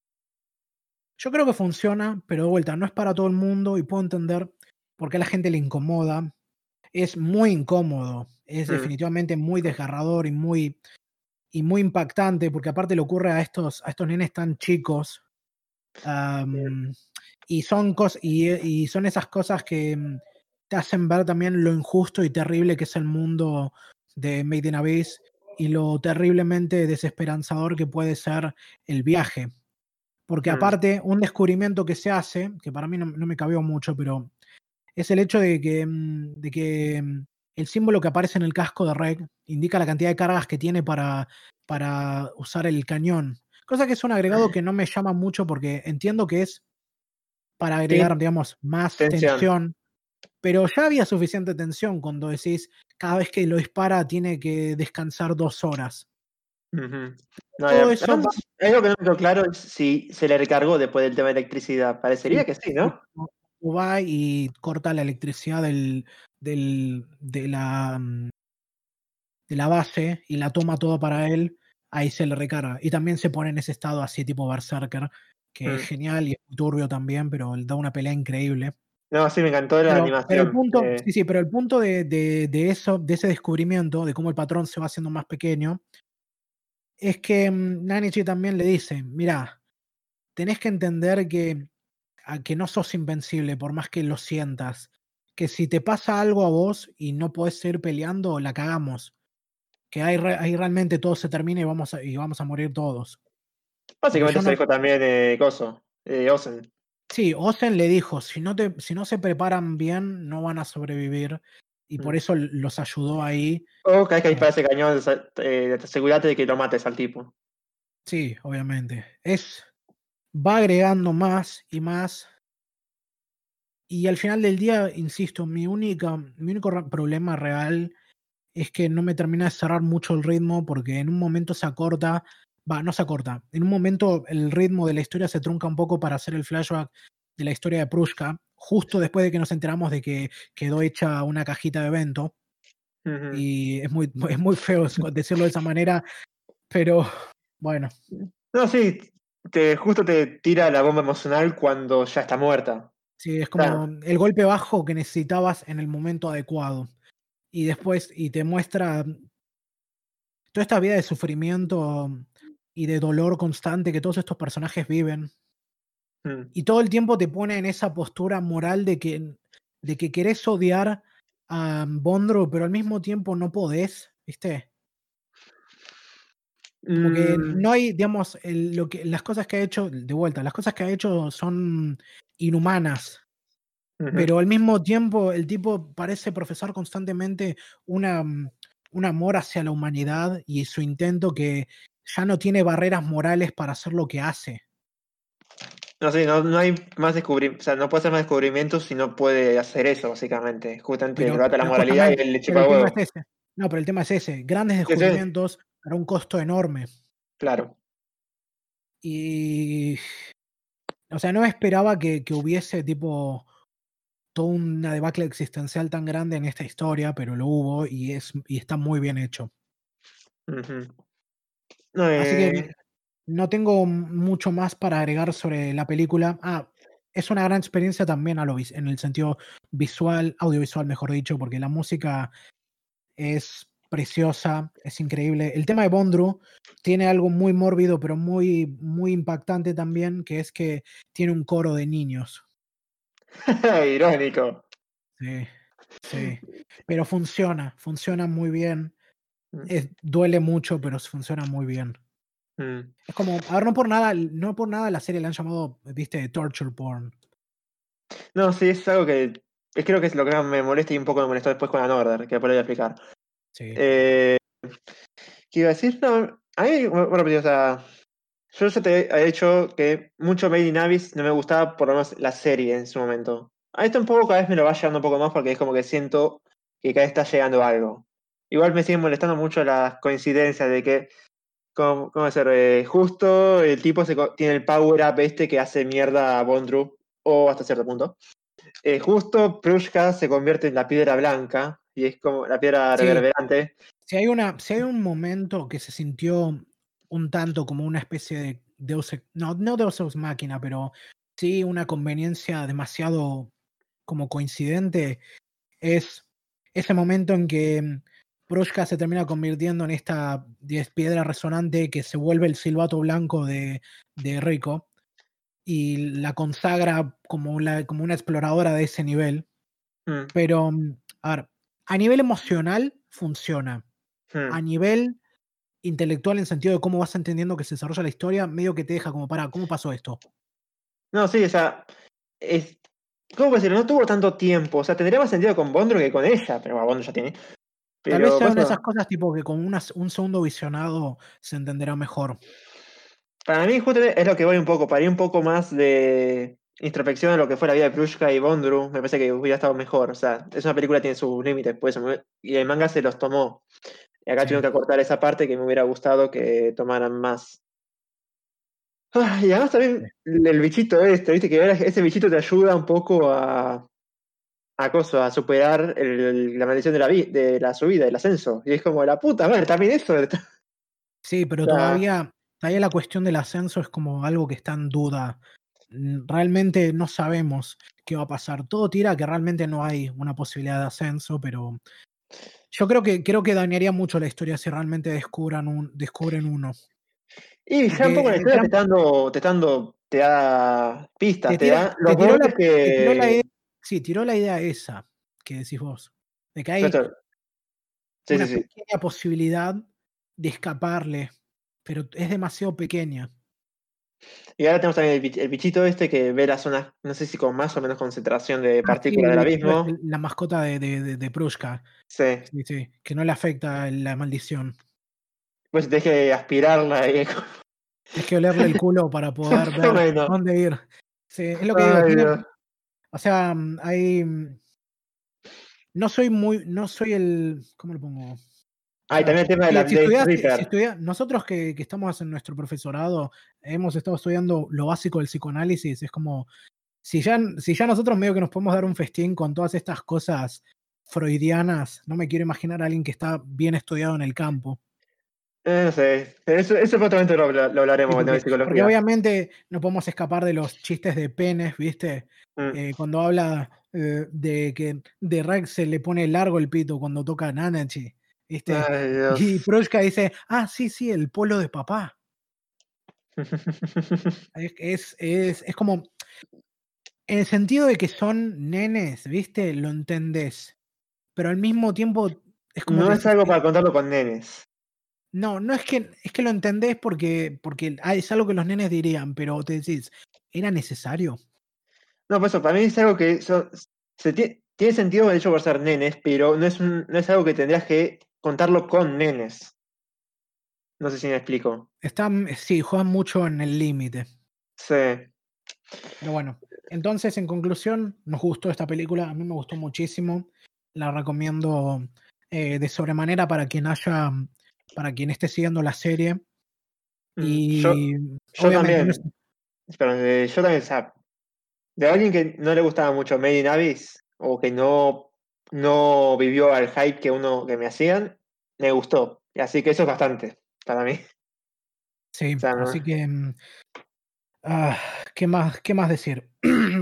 Yo creo que funciona, pero de vuelta, no es para todo el mundo y puedo entender por qué a la gente le incomoda. Es muy incómodo, es mm, definitivamente muy desgarrador y muy, y muy impactante, porque aparte le ocurre a estos, a estos nenes tan chicos. am, y, son cos y, y son esas cosas que mm, te hacen ver también lo injusto y terrible que es el mundo de Made in Abyss y lo terriblemente desesperanzador que puede ser el viaje. Porque mm, aparte, un descubrimiento que se hace, que para mí no, no me cabió mucho, pero es el hecho de que, mm, de que mm, el símbolo que aparece en el casco de Reg indica la cantidad de cargas que tiene para, para usar el cañón. Cosa que es un agregado que no me llama mucho porque entiendo que es para agregar, Sí, digamos, más tensión. tensión, pero ya había suficiente tensión cuando decís cada vez que lo dispara tiene que descansar dos horas. Ujú. No, Todo ya- eso va además, hay algo que no me quedó claro es si se le recargó después del tema de electricidad. sí, Parecería que sí, sí, ¿no? va y corta la electricidad del, del, de, la, mm, de la base y la toma todo para él, ahí se le recarga. Y también se pone en ese estado así tipo Berserker, que es Mm. genial y es muy turbio también, pero da una pelea increíble. No, sí, me encantó la Pero, pero el animación. punto, Eh, sí, sí, pero el punto de, de, de eso, de ese descubrimiento, de cómo el patrón se va haciendo más pequeño, es que mm, Nanichi también le dice, mira, tenés que entender que, a que no sos invencible por más que lo sientas. Que si te pasa algo a vos y no podés seguir peleando, la cagamos. Que ahí, re- ahí realmente todo se termina y vamos a, y vamos a morir todos. Porque básicamente yo se no. dijo también eh, Coso, eh, Ozen. Sí, Ozen le dijo, si no, te, si no se preparan bien, no van a sobrevivir. Y por Mm. eso los ayudó ahí. O cada vez que Ah, dispara ese cañón, eh, asegúrate de que lo mates al tipo. sí, obviamente. Es, va agregando más y más. Y al final del día, insisto, mi, única, mi único re- problema real es que no me termina de cerrar mucho el ritmo porque en un momento se acorta, va, no se acorta, en un momento el ritmo de la historia se trunca un poco para hacer el flashback de la historia de Prushka, justo después de que nos enteramos de que quedó hecha una cajita de evento. Ujú. Y es muy, es muy feo decirlo de esa manera, pero bueno, No, sí, te, justo te tira la bomba emocional cuando ya está muerta. Sí, es como Claro. el golpe bajo que necesitabas en el momento adecuado. Y después, y te muestra toda esta vida de sufrimiento y de dolor constante que todos estos personajes viven. Mm. Y todo el tiempo te pone en esa postura moral de que, de que querés odiar a Bondro, pero al mismo tiempo no podés, ¿viste? Como que Mm, no hay, digamos, el- lo que, las cosas que ha hecho, de vuelta, las cosas que ha hecho son inhumanas, ujú. pero al mismo tiempo el tipo parece profesar constantemente una, mm, un amor hacia la humanidad y su intento que ya no tiene barreras morales para hacer lo que hace. No sé, no, no hay más descubrimientos, o sea, no puede hacer más descubrimientos si no puede hacer eso, básicamente. Justamente le Pero, mata la pero moralidad y justamente, él le pero chupa el tema es huevo. ese. No, pero el tema es ese. Grandes Sí, sí, descubrimientos para un costo enorme. claro. Y, o sea, no esperaba que, que hubiese tipo toda una debacle existencial tan grande en esta historia, pero lo hubo y, es, y está muy bien hecho. Ujú. No, Así que eh, no tengo mucho más para agregar sobre la película. Ah, es una gran experiencia también a lo, vis- en el sentido visual, audiovisual, mejor dicho, porque la música es preciosa, es increíble. El tema de Bondru tiene algo muy mórbido, pero muy, muy impactante también, que es que tiene un coro de niños. irónico. Sí, sí. Pero funciona, funciona muy bien. Mm, Es- duele mucho, pero funciona muy bien. mm. Es como, a ver, no por nada, no por nada la serie la han llamado, viste, torture porn. No, sí, es algo que es, creo que es lo que más me molesta y un poco me molestó después con la Norder, que después lo voy a explicar. Sí, Eh, ¿Qué iba a decir? No, a mí, bueno, pero, o sea, yo ya te he dicho que mucho Made in Abyss no me gustaba, por lo menos la serie en su momento. A esto un poco cada vez me lo va llegando un poco más porque es como que siento que cada vez está llegando algo. Igual me siguen molestando mucho las coincidencias de que, ¿cómo, cómo decir? Eh, justo el tipo se co- tiene el power up este que hace mierda a Bondru, o hasta cierto punto. Eh, justo Prushka se convierte en la piedra blanca, y es como la piedra sí. reverberante. Si hay una, si hay un momento que se sintió un tanto como una especie de Deus Ex- no, no Deus Ex Máquina, pero sí una conveniencia demasiado como coincidente, es ese momento en que mm, Prushka se termina convirtiendo en esta diez piedra resonante que se vuelve el silbato blanco de, de Rico y la consagra como, la, como una exploradora de ese nivel. Mm, Pero, mm, a ver, a nivel emocional funciona. A mm. nivel intelectual, en sentido de cómo vas entendiendo que se desarrolla la historia, medio que te deja como para, ¿cómo pasó esto? No, sí, o sea, es, ¿cómo puedo decirlo? No tuvo tanto tiempo. O sea, tendría más sentido con Bondro que con ella, pero bueno, Bondro ya tiene. Tal vez Pero, sea una de cosa, esas cosas tipo que con unas- un segundo visionado se entenderá mejor. para mí, justamente es lo que voy un poco, para ir un poco más de introspección a lo que fue la vida de Prushka y Bondru, me parece que hubiera estado mejor. O sea, es una película que tiene sus límites, pues, y el manga se los tomó. Y acá Sí, tengo que acortar esa parte que me hubiera gustado que tomaran más. Ah, y además sí. también el bichito este, viste, que ahora ese bichito te ayuda un poco a, a, coso, a superar el- la maldición de la, vi- de la subida, del ascenso. Y es como la puta madre, también eso. Sí, pero O sea, todavía, todavía la cuestión del ascenso es como algo que está en duda. Mm, Realmente no sabemos qué va a pasar. Todo tira a que realmente no hay una posibilidad de ascenso, pero yo creo que, creo que dañaría mucho la historia si realmente descubran un, descubren uno. y ya un Porque poco la en el historia te gran está dando, te está dando, te da pistas, te te tira, da te los tiró la, golpes te tiró la idea, que. sí, tiró la idea esa que decís vos, de que hay Claro, sí, sí, una sí. pequeña posibilidad de escaparle, pero es demasiado pequeña. Y ahora tenemos también el, bich- el bichito este que ve las zonas, no sé si con más o menos concentración de Ah, sí, partículas el del bichito es abismo. el- la mascota de, de, de, de Prushka. Sí. Sí, sí, que no le afecta la maldición. Pues deje de aspirarla y. Es que olerle el culo para poder Más o ver menos. dónde ir. Sí, es lo que digo, Ay, tiene, Dios. o sea, mm, hay, mm, no soy muy, no soy el, ¿cómo lo pongo? O Ah, y sea, también el tema de si, la si Blade estudias, si, si Reaper. estudia- nosotros que, que estamos en nuestro profesorado, hemos estado estudiando lo básico del psicoanálisis, es como, si ya, si ya nosotros medio que nos podemos dar un festín con todas estas cosas freudianas, no me quiero imaginar a alguien que está bien estudiado en el campo. Eh, no sé, eso, eso probablemente lo, habla- lo Sí, hablaremos cuando de porque, porque psicología. obviamente no podemos escapar de los chistes de penes, ¿viste? Mm. Eh, cuando habla eh, de que de Rex se le pone largo el pito cuando toca Nanachi, ¿viste? Ay, Y Dios. Proshka dice, ah, sí, sí, el polo de papá. Es, es, es, es como, en el sentido de que son nenes, ¿viste? Lo entendés. Pero al mismo tiempo es como No que es decís, algo "Eh, para contarlo con nenes. no, no es que, es que lo entendés porque, porque ah, es algo que los nenes dirían, pero te decís, ¿era necesario? No, por eso, para mí es algo que son- se tie- tiene sentido el hecho por ser nenes, pero no es, un- no es algo que tendrías que contarlo con nenes. No sé si me explico. Están, sí, juegan mucho en el límite. Sí. Pero bueno, entonces en conclusión, nos gustó esta película, a mí me gustó muchísimo. La recomiendo eh, de sobremanera para quien haya, para quien esté siguiendo la serie. Mm, Yo, Y yo obviamente no es, también. Pero, eh, yo también, o sea, de alguien que no le gustaba mucho Made in Abyss, o que no, no vivió al hype que uno que me hacían, me gustó. Y así que eso es bastante para mí. sí, O sea, no- así que mm, ah, ¿qué más, qué más decir?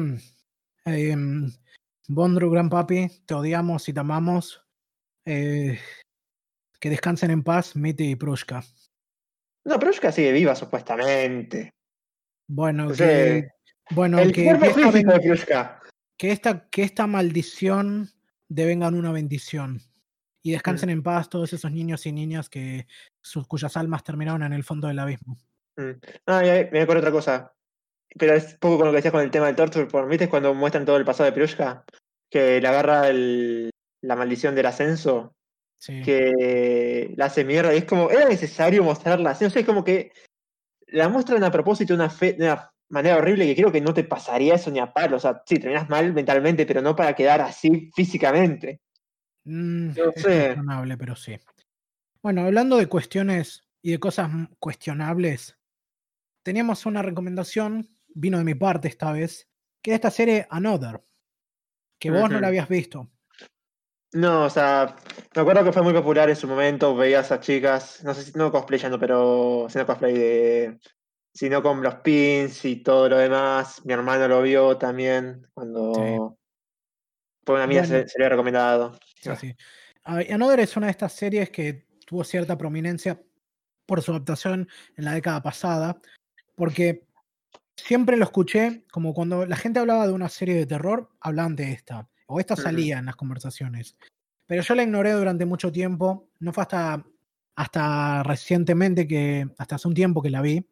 Em, Bondru, Gran Papi, te odiamos y te amamos. Eh, que descansen en paz, Mitty y Prushka. no, pero Yuka sigue viva supuestamente. Bueno, O sea, que, bueno, el que, que cuerpo esta, físico de ven- Piushka. que, esta, que esta maldición devenga en una bendición. Y Mm, descansen en paz todos esos niños y niñas que sus, cuyas almas terminaron en el fondo del abismo. mm. Ah, y ahí me acuerdo otra cosa. Pero es poco con lo que decías con el tema del torture porn. ¿Viste cuando muestran todo el pasado de Piushka? Que le agarra el- la maldición del ascenso, Sí. que la hace mierda. Y es como, ¿era necesario mostrarla así? No sé, es como que la muestran a propósito de una, fe- de una manera horrible que creo que no te pasaría eso ni a palo. O sea, sí, terminás mal mentalmente, pero no para quedar así físicamente. Mm, No es sé. cuestionable, pero sí. Bueno, hablando de cuestiones y de cosas mm, cuestionables, teníamos una recomendación, vino de mi parte esta vez, que es esta serie Another, que vos no la Ujú. habías visto. No, o sea, me acuerdo que fue muy popular en su momento, veías a chicas, no sé si no cosplayando, pero haciendo cosplay de, sino con los pins y todo lo demás. Mi hermano lo vio también Sí. cuando por una amiga Bueno, se, se le había recomendado. sí, sí. Ah, Another es una de estas series que tuvo cierta prominencia por su adaptación en la década pasada, porque siempre lo escuché como cuando la gente hablaba de una serie de terror, hablaban de esta, o esta Ujú. salía en las conversaciones. Pero yo la ignoré durante mucho tiempo, no fue hasta, hasta recientemente, que, hasta hace un tiempo que la vi.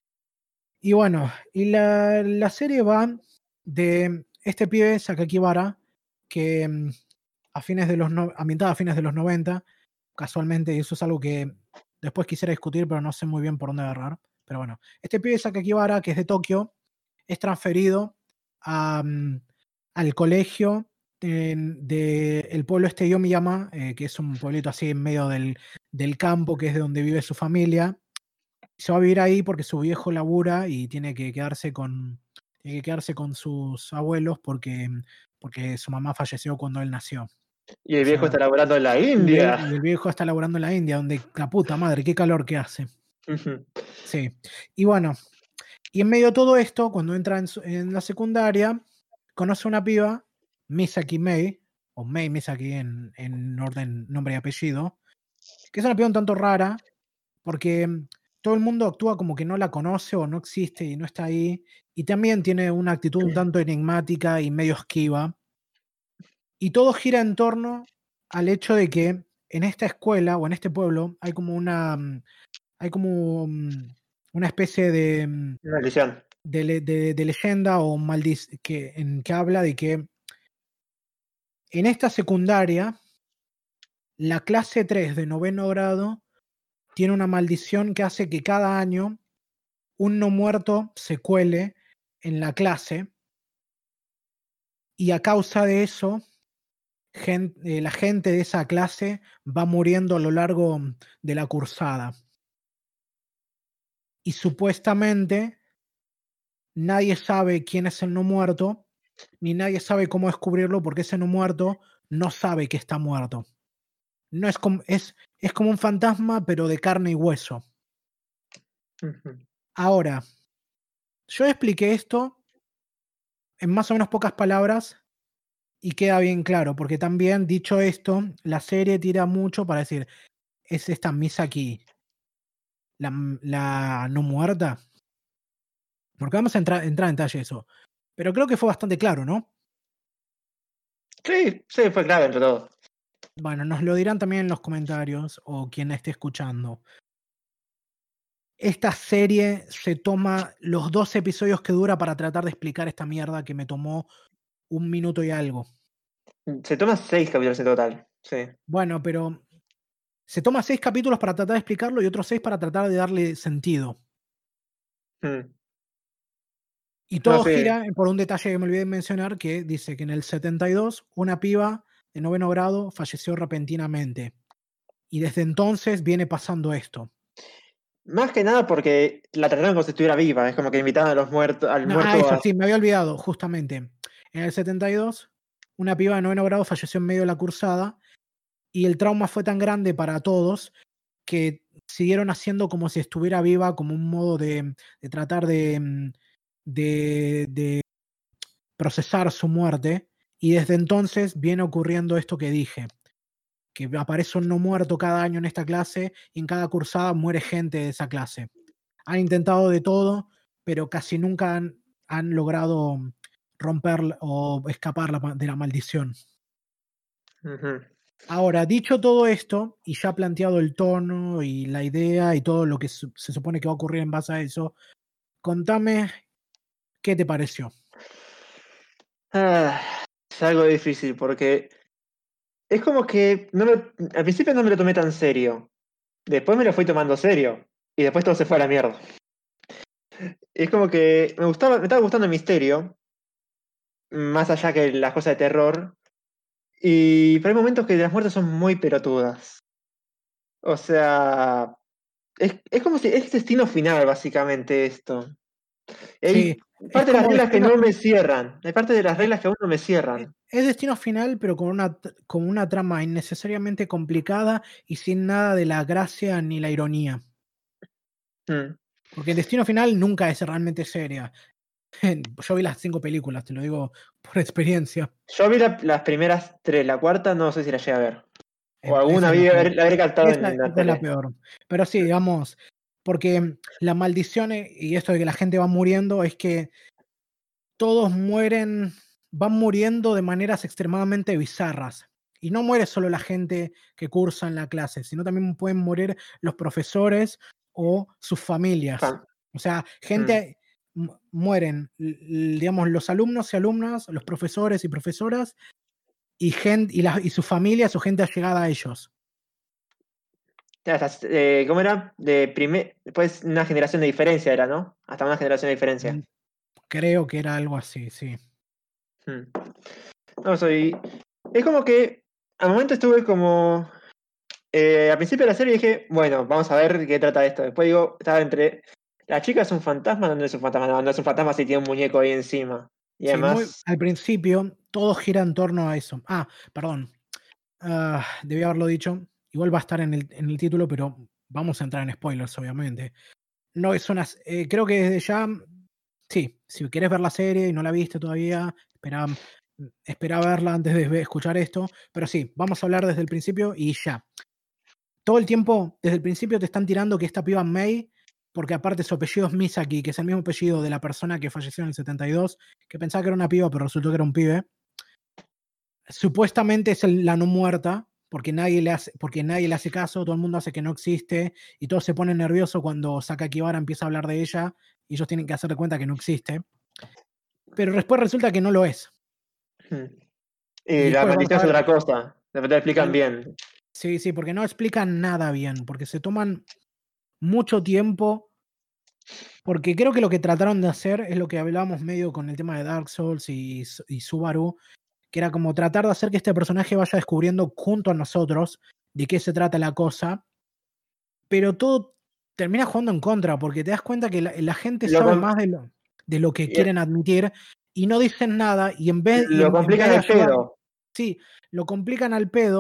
Y bueno, y la, la serie va de este pibe, Sakaki Vara, que mm, a fines de los no- ambientada a fines de los noventa, casualmente, y eso es algo que después quisiera discutir, pero no sé muy bien por dónde agarrar. Pero bueno, este pibe Sakaki Vara, que es de Tokio, es transferido a, mm, al colegio del de el pueblo este Yomiyama, eh, que es un pueblito así en medio del, del campo, que es de donde vive su familia. Se va a vivir ahí porque su viejo labura y tiene que quedarse con, tiene que quedarse con sus abuelos porque, porque su mamá falleció cuando él nació. Y el O viejo sea, está laburando en la y el, vie- India. y el viejo está laburando en la India, donde la puta madre, qué calor que hace. Ujú. Sí. Y bueno, y en medio de todo esto, cuando entra en, su- en la secundaria, conoce a una piba, Misaki Mei, o Mei Misaki en, en orden nombre y apellido, que es una piba un tanto rara, porque mm, todo el mundo actúa como que no la conoce o no existe y no está ahí, y también tiene una actitud un tanto enigmática y medio esquiva, y todo gira en torno al hecho de que en esta escuela o en este pueblo hay como una, mm, hay como mm, una especie de, mm, Maldición. de, le- de- de leyenda o maldiz que, en que habla de que en esta secundaria, la clase tres de noveno grado tiene una maldición que hace que cada año un no muerto se cuele en la clase y a causa de eso, gen- eh, la gente de esa clase va muriendo a lo largo de la cursada. Y supuestamente nadie sabe quién es el no muerto, ni nadie sabe cómo descubrirlo porque ese no muerto no sabe que está muerto. no es como, es, es como un fantasma, pero de carne y hueso. Ujú. Ahora, yo expliqué esto en más o menos pocas palabras y queda bien claro, porque también, dicho esto, la serie tira mucho para decir, es esta Misaki, la, la no muerta. Porque vamos a entrar, entrar en detalle eso. Pero creo que fue bastante claro, ¿no? Sí, sí, fue claro entre todo. Bueno, nos lo dirán también en los comentarios o quien esté escuchando. Esta serie se toma los dos episodios que dura para tratar de explicar esta mierda que me tomó un minuto y algo. Se toma seis capítulos en total. Sí. Bueno, pero se toma seis capítulos para tratar de explicarlo y otros seis para tratar de darle sentido. Mm. Y No todo sé. gira por un detalle que me olvidé de mencionar, que dice que en el setenta y dos una piba de noveno grado falleció repentinamente. Y desde entonces viene pasando esto. Más que nada porque la trataron como si estuviera viva. Es como que invitaban a los muertos, al No, ah, muerto eso a. sí, me había olvidado, justamente. En el setenta y dos, una piba de noveno grado falleció en medio de la cursada y el trauma fue tan grande para todos que siguieron haciendo como si estuviera viva, como un modo de, de tratar de, de, de procesar su muerte. Y desde entonces viene ocurriendo esto que dije, que aparece un no muerto cada año en esta clase y en cada cursada muere gente de esa clase. Han intentado de todo, pero casi nunca han, han logrado romper o escapar la ma- de la maldición. Ujú. Ahora, dicho todo esto, y ya planteado el tono y la idea y todo lo que su- se supone que va a ocurrir en base a eso, contame qué te pareció. Ah, es algo difícil porque es como que no me- al principio no me lo tomé tan serio. Después me lo fui tomando serio. Y después todo se fue a la mierda. Es como que me gustaba, me estaba gustando el misterio, más allá que las cosas de terror. Y pero hay momentos que las muertes son muy pelotudas. O sea, es, es como si es destino final, básicamente, esto. Sí, Hay es parte de las como reglas que destino no me final. cierran. Hay parte de las reglas que aún no me Es cierran. es destino final, pero con una, t- con una trama innecesariamente complicada y sin nada de la gracia ni la ironía. Mm. Porque el destino final nunca es realmente seria. Yo vi las cinco películas, te lo digo por experiencia. Yo vi la- las primeras tres, la cuarta no sé si la llegué a ver. O Eh, alguna esa es vi, la peor. haber- la habré captado en, Esa, en la esa es la tele. peor. Pero sí, digamos, porque la maldición eh, y esto de que la gente va muriendo es que todos mueren, van muriendo de maneras extremadamente bizarras. Y no muere solo la gente que cursa en la clase, sino también pueden morir los profesores o sus familias. Fan. O sea, Mm. gente mu- mueren, l- l- digamos, los alumnos y alumnas, los profesores y profesoras, y, gente, y, la- y sus familias o gente allegada a ellos. Ya, hasta- eh, ¿cómo era? De primer, después una generación de diferencia era, ¿no? Hasta una generación de Mm, diferencia. Creo que era algo así, sí. Mm. No, soy. Es como que al momento estuve como. Eh, al principio de la serie dije, bueno, vamos a ver qué trata esto. Después digo, estaba entre. ¿La chica es un fantasma? No, no es un fantasma, no, no es un fantasma si tiene un muñeco ahí encima. Y Sí, muy además. al principio todo gira en torno a eso. Ah, perdón. Ah, debí haberlo dicho. Igual va a estar en el, en el título, pero vamos a entrar en spoilers, obviamente. No es una. Eh, creo que desde ya. Sí, si querés ver la serie y no la viste todavía, espera, espera verla antes de ve- escuchar esto. Pero sí, vamos a hablar desde el principio y ya. Todo el tiempo, desde el principio, te están tirando que esta piba May, porque aparte su apellido es Misaki, que es el mismo apellido de la persona que falleció en el setenta y dos, que pensaba que era una piba, pero resultó que era un pibe. Supuestamente es el- la no muerta, porque nadie, le hace, porque nadie le hace caso, todo el mundo hace que no existe, y todos se ponen nerviosos cuando Sakakibara empieza a hablar de ella, y ellos tienen que hacer de cuenta que no existe. Pero después resulta que no lo es. Mm. Y Y la después vamos maldición a es ver. otra cosa. Después te explican Y, bien. sí, sí, porque no explican nada bien, porque se toman mucho tiempo. Porque creo que lo que trataron de hacer es lo que hablábamos medio con el tema de Dark Souls y, y Subaru, que era como tratar de hacer que este personaje vaya descubriendo junto a nosotros de qué se trata la cosa, pero todo termina jugando en contra, porque te das cuenta que la, la gente Lo, sabe com- más de lo, de lo que y- quieren admitir y no dicen nada, y en vez, y lo en, en vez complican de al ayudar, pedo. sí, lo complican al pedo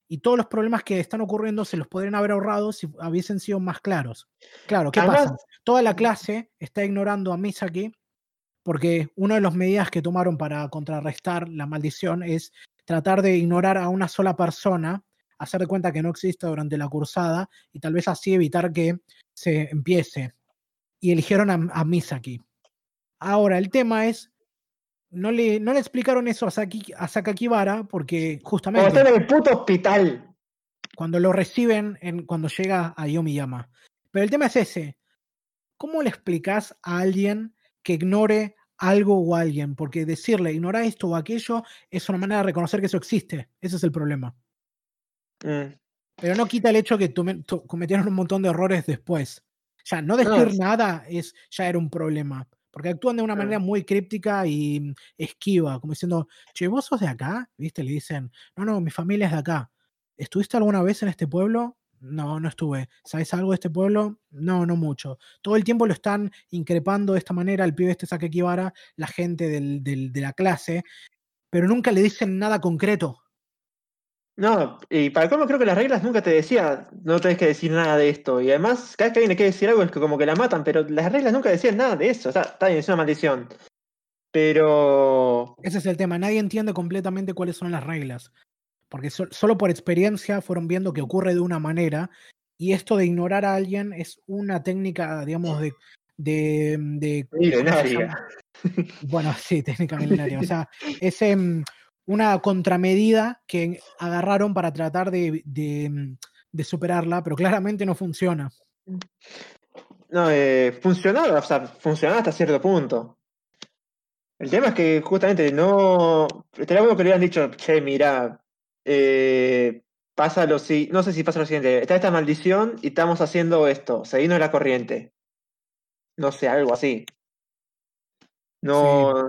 y todos los problemas que están ocurriendo se los podrían haber ahorrado si hubiesen sido más claros. Claro, ¿qué Además, pasa? Toda la clase está ignorando a Misaki porque una de las medidas que tomaron para contrarrestar la maldición es tratar de ignorar a una sola persona, hacer de cuenta que no existe durante la cursada y tal vez así evitar que se empiece. Y eligieron a, a Misaki. Ahora, el tema es, no le, no le explicaron eso a, Saki, a Sakakibara porque como justamente están en el puto hospital. cuando lo reciben, en, cuando llega a Yomiyama. Pero el tema es ese. ¿Cómo le explicas a alguien que ignore algo o alguien? Porque decirle ignora esto o aquello es una manera de reconocer que eso existe. Ese es el problema. Mm. Pero no quita el hecho que tume, tu, cometieron un montón de errores después. Ya, no decir No, nada es, ya era un problema. Porque actúan de una manera no. muy críptica y esquiva, como diciendo, che, ¿vos sos de acá? ¿Viste? Le dicen, no, no, mi familia es de acá. ¿Estuviste alguna vez en este pueblo? No, no estuve. ¿Sabes algo de este pueblo? No, no mucho. Todo el tiempo lo están increpando de esta manera al pibe este Sakakibara, la gente del, del, de la clase, pero nunca le dicen nada concreto. No, y para cómo creo que las reglas nunca te decían, no tenés que decir nada de esto. Y además, cada vez que alguien le quiere decir algo es que como que la matan, pero las reglas nunca decían nada de eso. O sea, está bien, es una maldición. Pero. Ese es el tema. Nadie entiende completamente cuáles son las reglas. Porque so, solo por experiencia fueron viendo que ocurre de una manera. Y esto de ignorar a alguien es una técnica, digamos, de. de, de ¿cómo se Milenaria. llama? Bueno, sí, técnica milenaria. O sea, es um, una contramedida que agarraron para tratar de, de, de superarla, pero claramente no funciona. No, eh, funcionaba, o sea, funcionaba hasta cierto punto. El tema es que justamente no. Estaría bueno que le hubieran dicho, che, mirá, eh, pasa lo si. No sé si pasa lo siguiente. Está esta maldición y estamos haciendo esto. Seguimos la corriente. No sé, algo así. Sí. No.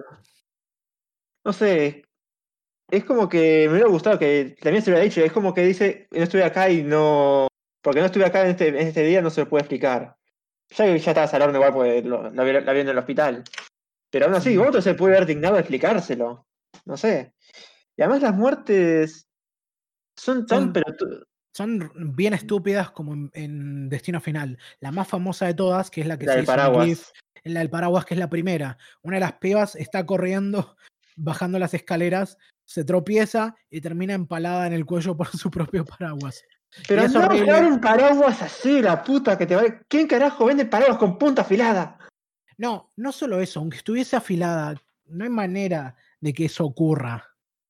No sé. Es como que me hubiera gustado que también se hubiera dicho. Es como que dice, no estuve acá y no. Porque no estuve acá en este, en este día, no se lo puede explicar. Ya que ya estaba Salerno igual, porque lo, la, vi- la vi en el hospital. Pero aún así, Sí. otro se puede haber dignado a explicárselo. No sé. Y además las muertes son tan, Son, pero son bien estúpidas como en, en Destino Final. La más famosa de todas, que es la que la se del hizo un GIF, paraguas. en la del paraguas, que es la primera. Una de las pibas está corriendo, bajando las escaleras, se tropieza y termina empalada en el cuello por su propio paraguas. Y Pero es no usar horrible. un paraguas así, la puta que te va. ¿Quién carajo vende paraguas con punta afilada? No, no solo eso, aunque estuviese afilada, no hay manera de que eso ocurra.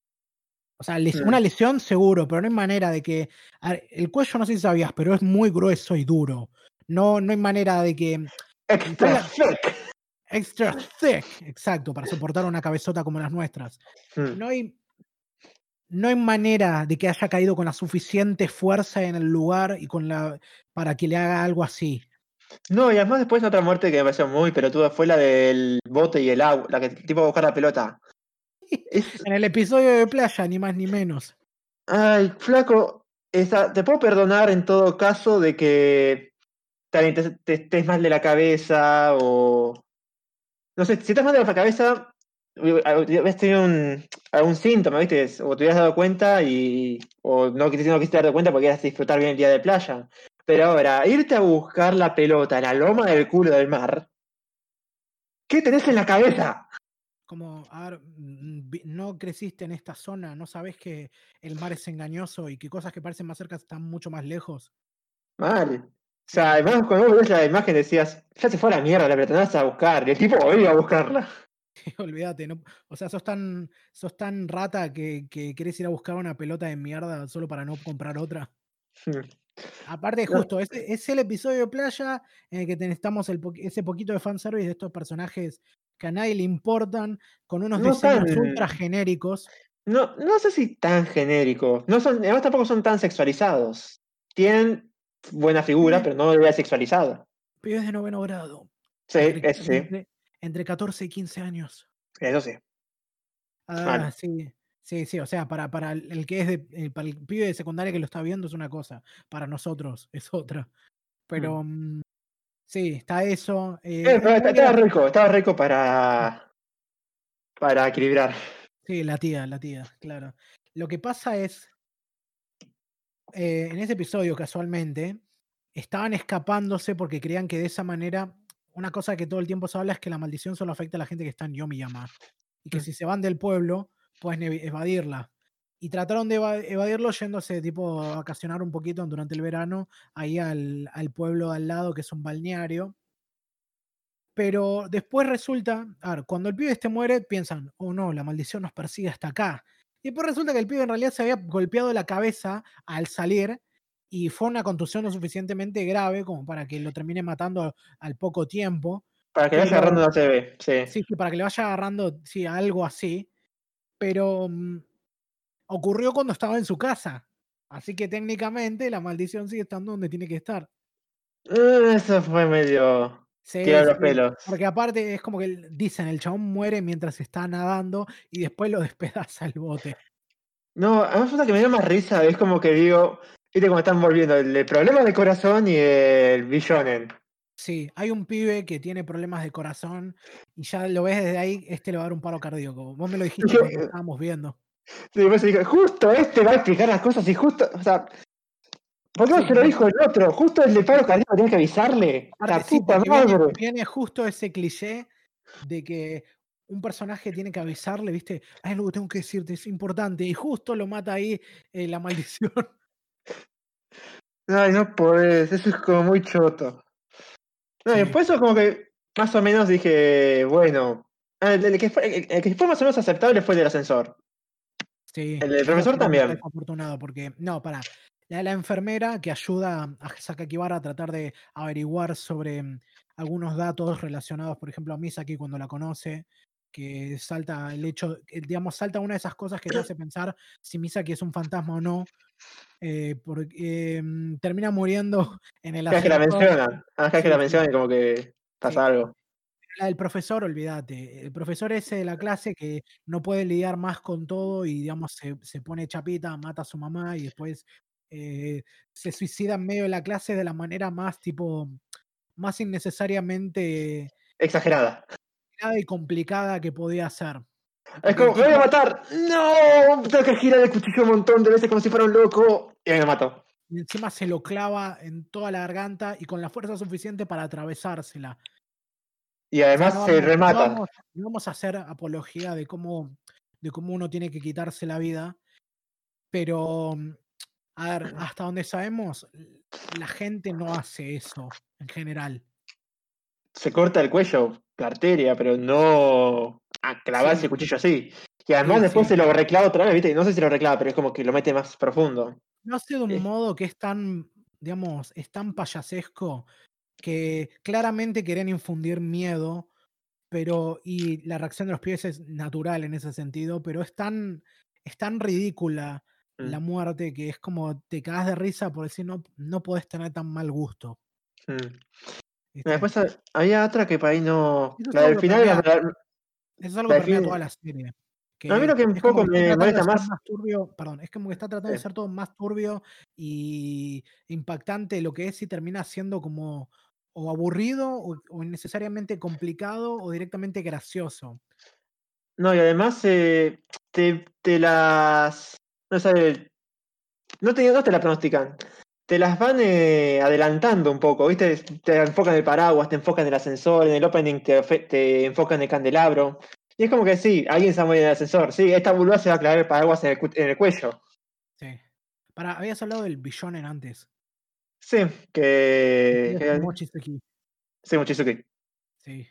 O sea, les- Mm. una lesión seguro, pero no hay manera de que. A ver, el cuello no sé si sabías, pero es muy grueso y duro. No, no hay manera de que. ¿Sabes Extra la- thick. extra thick, exacto, para soportar una cabezota como las nuestras. Mm. No hay, no hay manera de que haya caído con la suficiente fuerza en el lugar y con la para que le haga algo así. No, y además después otra muerte que me pareció muy pelotuda fue la del bote y el agua, la que el tipo va a buscar la pelota. Es, En el episodio de playa, ni más ni menos. ay, flaco, esa, te puedo perdonar en todo caso de que tal vez te, te estés mal de la cabeza o. No sé, si estás mal de la cabeza, habías tenido un, algún síntoma, ¿viste? O te hubieras dado cuenta y. O no quisiste, no quisiste darte cuenta porque querías disfrutar bien el día de playa. Pero ahora, irte a buscar la pelota en la loma del culo del mar, ¿qué tenés en la cabeza? Como, a ver, mm, vi- no creciste en esta zona, no sabes que el mar es engañoso y que cosas que parecen más cerca están mucho más lejos. Mal. O sea, Sí, además cuando vos ves la imagen decías, ya se fue a la mierda, la pretendías a buscar. Y el tipo iba a buscarla. olvídate, no, o sea, sos tan, sos tan rata que, que querés ir a buscar una pelota de mierda solo para no comprar otra. Aparte, No, justo, ese es el episodio de playa en el que necesitamos el po- ese poquito de fanservice de estos personajes que a nadie le importan, con unos no tan. diseños ultra genéricos. No, no sé si tan genéricos. No son, además tampoco son tan sexualizados. Tienen buena figura, Pibes, pero no debería sexualizado. pibes de noveno grado, Sí, entre, eso sí. entre, entre catorce y quince años. Eso sí. Ah, Mal. sí, sí, sí, o sea, para, para el el que es de, eh, para el pibe de secundaria que lo está viendo es una cosa, para nosotros es otra. Mm. Pero mm, sí, está eso. Eh, eh, es pero muy estaba gracioso. rico, estaba rico para, para equilibrar. Sí, la tía, la tía, claro. Lo que pasa es eh, en ese episodio, casualmente, estaban escapándose porque creían que de esa manera, una cosa que todo el tiempo se habla es que la maldición solo afecta a la gente que está en Yomiyama. Y que Mm. si se van del pueblo, pueden evi- evadirla. Y trataron de eva- evadirlo yéndose tipo a vacacionar un poquito durante el verano ahí al, al pueblo de al lado, que es un balneario. Pero después resulta, a ver, cuando el pibe este muere, piensan, oh no, la maldición nos persigue hasta acá. Y después resulta que el pibe en realidad se había golpeado la cabeza al salir y fue una contusión lo suficientemente grave como para que lo termine matando al poco tiempo. Para que vaya agarrando Pero una C B, sí. sí, sí, para que le vaya agarrando, sí, algo así. Pero mm, ocurrió cuando estaba en su casa. Así que técnicamente la maldición sigue estando donde tiene que estar. Eh, Eso fue medio Sí, tirar los sí, pelos. porque aparte es como que el- dicen, el chabón muere mientras está nadando y después lo despedaza el bote. No, a mí me pasa que me dio más risa, es como que digo, viste cómo están volviendo el, de problema de corazón y el Billonen. Sí, hay un pibe que tiene problemas de corazón y ya lo ves desde ahí, este le va a dar un paro cardíaco. Vos me lo dijiste cuando lo Dije, estábamos viendo. sí, después dije, justo este va a explicar las cosas y justo, o sea, ¿por qué no Sí, se lo por- dijo el otro? Justo el de paro cardíaco tenía que avisarle. aparte, La sí, puta porque viene, madre. viene justo ese cliché de que un personaje tiene que avisarle, ¿viste? Hay algo que tengo que decirte, es importante. Y justo lo mata ahí eh, la maldición. Ay, no podés, eso es como muy choto. No, y Sí, después eso como que más o menos dije, bueno, ah, el, el que fue, el, el que fue más o menos aceptable fue el del ascensor. sí, El del eso profesor sí como está también. desafortunado, porque, no, para, la, la enfermera que ayuda a Sakakibara a tratar de averiguar sobre mm, algunos datos relacionados, por ejemplo, a Misaki cuando la conoce, que salta el hecho, que, digamos, salta una de esas cosas que te hace pensar si Misaki es un fantasma o no, eh, porque mm, termina muriendo en el Cada vez que la ascensor. mencionan, cada vez que la Sí, sí, mencionan como que sí. pasa algo. La del profesor, olvídate. El profesor ese de la clase que no puede lidiar más con todo y, digamos, se, se pone chapita, mata a su mamá y después eh, se suicida en medio de la clase de la manera más, tipo, más innecesariamente Exagerada. grave y complicada que podía ser. Es Porque el como, me voy a tipo matar. No, tengo que girar el cuchillo un montón de veces como si fuera un loco. Y ahí me mató. encima se lo clava en toda la garganta y con la fuerza suficiente para atravesársela. Y O sea, además no se vamos, no remata. vamos, no vamos a hacer apología de cómo, de cómo uno tiene que quitarse la vida, pero mm, a ver, hasta donde sabemos, l- la gente no hace eso en general. Se corta el cuello, la arteria, pero no a clavarse Sí, el cuchillo así. Y además sí, después sí. se lo reclava otra vez, ¿viste? No sé si lo reclava, pero es como que lo mete más profundo. No hace de un Eh, modo que es tan, digamos, es tan payasesco que claramente quieren infundir miedo, pero y la reacción de los pibes es natural en ese sentido, pero es tan, es tan ridícula la mm, muerte que es como te cagas de risa por decir no, no podés tener tan mal gusto, mm. Y ¿viste? después ha- había otra que para ahí no. Eso es La algo del que final, la, permea, la- eso es algo la que del permea toda fin- la serie. A mí Que lo que un es como poco que está me tratando de molesta ser más. más turbio, perdón, es como que está tratando de eh, ser todo más turbio y impactante de lo que es y termina siendo como o aburrido o, o innecesariamente complicado o directamente gracioso. No, y además eh, te, te las. No sé, no te, no te las pronostican. Te las van eh, adelantando un poco, ¿viste? Te enfocan en el paraguas, te enfocan en el ascensor, en el opening te, ofe- te enfocan en el candelabro. Y es como que sí, alguien se va a morir en el ascensor. Sí, esta vulva se va a clavar el paraguas en el, cu- en el cuello. Sí. Para, habías hablado del Billonen antes. Sí, Sí, que. es que Mochizuki. sí, muchísimo que. Sí.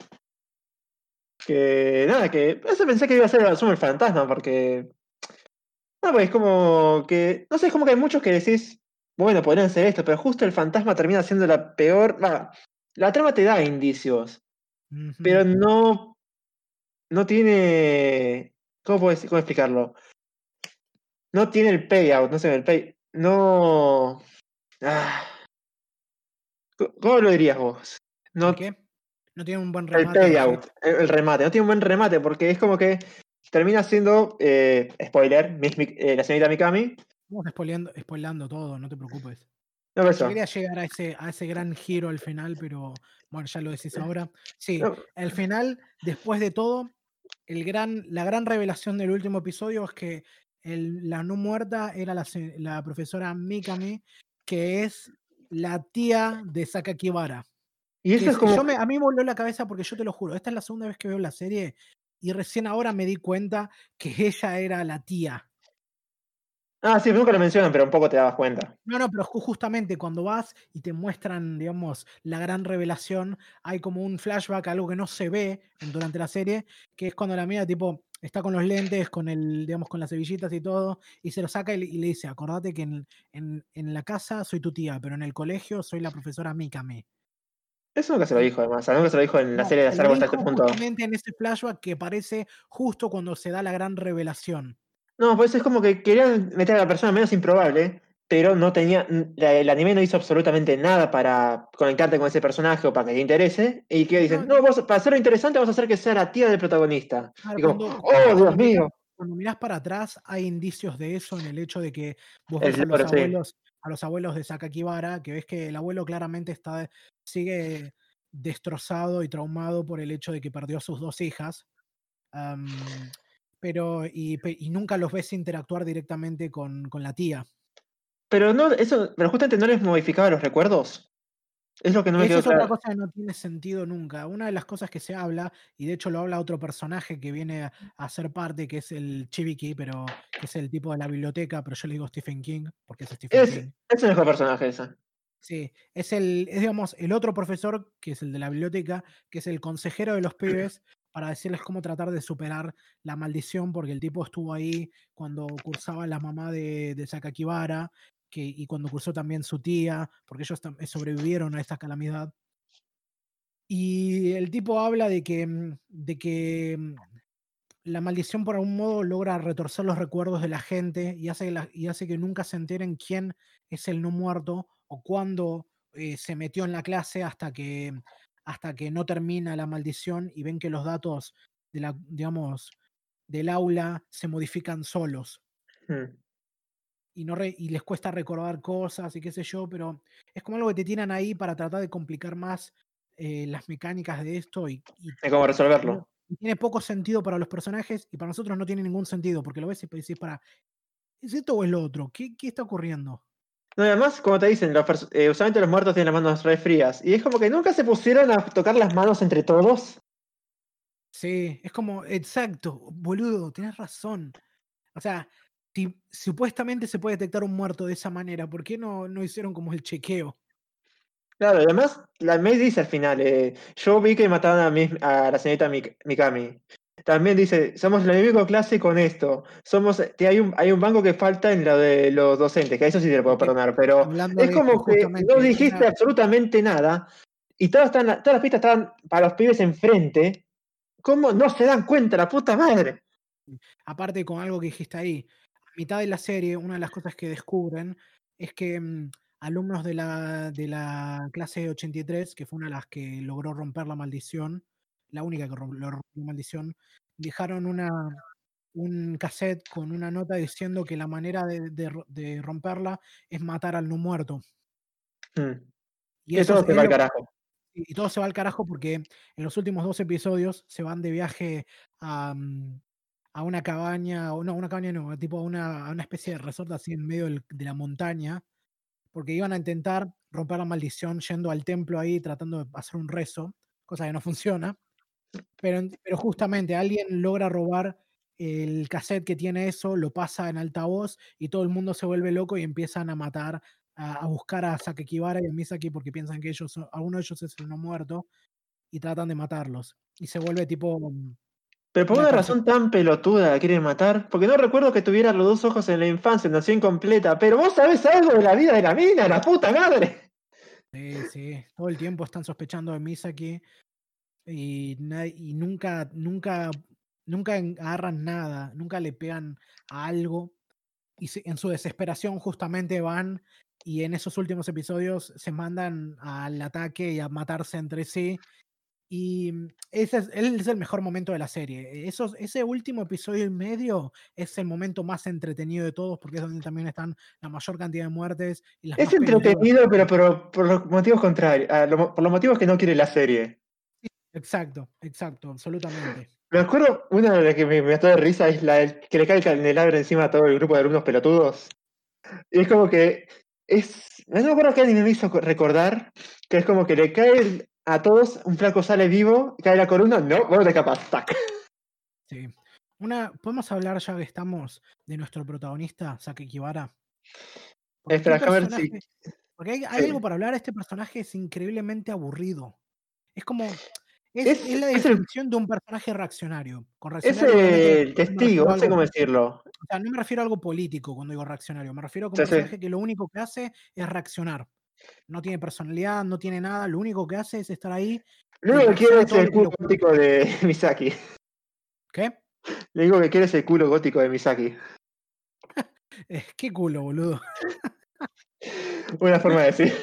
Que nada, que. Eso pensé que iba a ser Asumo el fantasma, porque. No, pues es como que. No sé, es como que hay muchos que decís. Bueno, podrían ser esto, pero justo el fantasma termina siendo la peor. Va, la trama te da indicios, Ujú. pero no. No tiene. ¿Cómo puedo decir- cómo explicarlo? No tiene el payout, no sé, el pay. No. Ah, ¿cómo lo dirías vos? ¿El No, qué? No tiene un buen el remate, decís. payout, el, el remate, no tiene un buen remate, porque es como que termina siendo. Eh, spoiler, Miss Mi- eh, la señorita Mikami. Estamos spoileando, spoileando todo, no te preocupes. No, por Yo eso. quería llegar a ese, a ese gran giro al final, pero bueno, ya lo decís ahora. Sí, No, el final, después de todo, el gran, la gran revelación del último episodio es que el- la no muerta era la, se- la profesora Mikami, que es la tía de Sakakibara. Y Que eso es es- como. yo me, a mí me voló la cabeza porque yo te lo juro, esta es la segunda vez que veo la serie y recién ahora me di cuenta que ella era la tía. Ah, sí, nunca lo mencionan, pero un poco te dabas cuenta. No, no, pero ju- justamente cuando vas y te muestran, digamos, la gran revelación, hay como un flashback, algo que no se ve en- durante la serie, que es cuando la mía, tipo, está con los lentes, con el, digamos, con las cebillitas y todo, y se lo saca y, le y le dice, acordate que en, en- en la casa soy tu tía, pero en el colegio soy la profesora Mikame. Eso nunca se lo Y dijo, además. Nunca se lo dijo en la no, serie de se lo Salvo hasta este dijo punto. justamente en ese flashback que aparece justo cuando se da la gran revelación. No, pues es como que querían meter a la persona menos improbable, pero no tenía. la- el anime no hizo absolutamente nada para conectarte con ese personaje o para que te interese. Y que dicen, No, no, vos, para hacerlo interesante, vamos a hacer que sea la tía del protagonista. claro, Y como, cuando, oh, Dios cuando mirás, mío. cuando mirás para atrás hay indicios de eso en el hecho de que vos ves El a los lore, sí. abuelos, a los abuelos de Sakakibara, que ves que el abuelo claramente está, sigue destrozado y traumado por el hecho de que perdió a sus dos hijas. am, pero y, pe- y nunca los ves interactuar directamente con, con la tía. Pero no, eso, pero justamente no les modificaba los recuerdos. Es lo que no me Eso quedó es otra claro. cosa que no tiene sentido nunca. Una de las cosas que se habla, y de hecho lo habla otro personaje que viene a, a ser parte, que es el Chibiki, pero que es el tipo de la biblioteca, pero yo le digo Stephen King, porque es Stephen Es, King. es el mejor personaje esa. Sí, es el, es digamos, el otro profesor, que es el de la biblioteca, que es el consejero de los pibes, para decirles cómo tratar de superar la maldición, porque el tipo estuvo ahí cuando cursaba la mamá de, de Sakakibara, que, y cuando cursó también su tía, porque ellos tam- sobrevivieron a esta calamidad. Y el tipo habla de que, mm, de que mm, la maldición por algún modo logra retorcer los recuerdos de la gente y hace, que la- y hace que nunca se enteren quién es el no muerto o cuándo eh, se metió en la clase hasta que, hasta que no termina la maldición y ven que los datos de la, digamos, del aula se modifican solos Mm. y, no re- y les cuesta recordar cosas y qué sé yo, pero es como algo que te tiran ahí para tratar de complicar más eh, las mecánicas de esto y, y- De cómo y no- resolverlo. y tiene poco sentido para los personajes y para nosotros no tiene ningún sentido, porque lo ves y decís, para, ¿es esto o es lo otro? ¿Qué, qué está ocurriendo? No, y además, como te dicen, los pers- eh, usualmente los muertos tienen las manos re frías. Y es como que nunca se pusieron a tocar las manos entre todos. Sí, es como, exacto, boludo, tienes razón. O sea, ti- supuestamente se puede detectar un muerto de esa manera, ¿por qué no, no hicieron como el chequeo? Claro, y además, la May dice al final, eh, yo vi que mataron a, mi- a la señorita Mik- Mikami. También dice, somos la misma clase con esto. Somos, te- hay un, hay un banco que falta en lo de los docentes, que a eso sí te lo puedo Porque perdonar, pero hablando es de eso, como que no justamente, dijiste una, absolutamente nada y todas, están, todas las pistas estaban para los pibes enfrente. ¿Cómo no se dan cuenta, la puta madre? aparte con algo que dijiste ahí, a mitad de la serie, una de las cosas que descubren es que mm, alumnos de la, de la clase ochenta y tres, que fue una de las que logró romper la maldición, la única que rom- logró romper la maldición, dejaron una, un cassette con una nota diciendo que la manera de, de ro- de romperla es matar al no muerto. Mm. Y Que eso es, todo se es va al lo carajo. y y todo se va al carajo porque en los últimos dos episodios se van de viaje a, mm, a una cabaña, o no, una cabaña no, tipo a una, a una especie de resort así en medio del- de la montaña, porque iban a intentar romper la maldición yendo al templo ahí tratando de hacer un rezo, cosa que no funciona, pero, en- pero justamente alguien logra robar el cassette que tiene eso, lo pasa en altavoz y todo el mundo se vuelve loco y empiezan a matar, a, a buscar a Sakakibara y a Misaki porque piensan que ellos son, alguno de ellos es el no muerto y tratan de matarlos. Y se vuelve tipo mm, Pero por una una razón persecución. tan pelotuda la quieren matar, porque no recuerdo que tuviera los dos ojos en la infancia, nació incompleta, pero vos sabés algo de la vida de la mina, la puta madre. Sí, sí, todo el tiempo están sospechando de Misaki y, na- y nunca, nunca, nunca en- agarran nada, nunca le pegan a algo. Y se- en su desesperación justamente van y en esos últimos episodios se mandan al ataque y a matarse entre sí. Y mm, ese es, él es el mejor momento de la serie. Esos, ese último episodio y medio es el momento más entretenido de todos porque es donde también están la mayor cantidad de muertes y las Es más peligrosas. entretenido, pero, pero por los motivos contrarios, ah, lo- por los motivos que no quiere la serie. Exacto, exacto, absolutamente. Me acuerdo, una de las que me, me mató de risa es la del que le cae el candelabro encima a todo el grupo de alumnos pelotudos. Y es como que es. No me acuerdo qué anime me hizo recordar que es como que le cae el- a todos, un flaco sale vivo, cae la columna, no, vos te escapas, tac. Sí. Una, ¿podemos hablar ya que estamos de nuestro protagonista, Saki Kibara? Porque qué Espera, déjame ver si. personaje. Porque hay, hay algo para hablar, este personaje es increíblemente aburrido. Es como. Es, Es, es la es, el, definición de un personaje reaccionario. Con es reaccionario, obviamente, no, el no me testigo, refiero a no sé algo. cómo decirlo. O sea, no me refiero a algo político cuando digo reaccionario. Me refiero a que un Sí, sí. personaje que lo único que hace es reaccionar. No tiene personalidad, no tiene nada. Lo único que hace es estar ahí Lo y único que quiere reacciona a es todo el lo que le culo ocurre. gótico de Misaki. ¿Qué? Lo único que quiere es el culo gótico de Misaki. Eh, qué culo, boludo. Una forma de decir.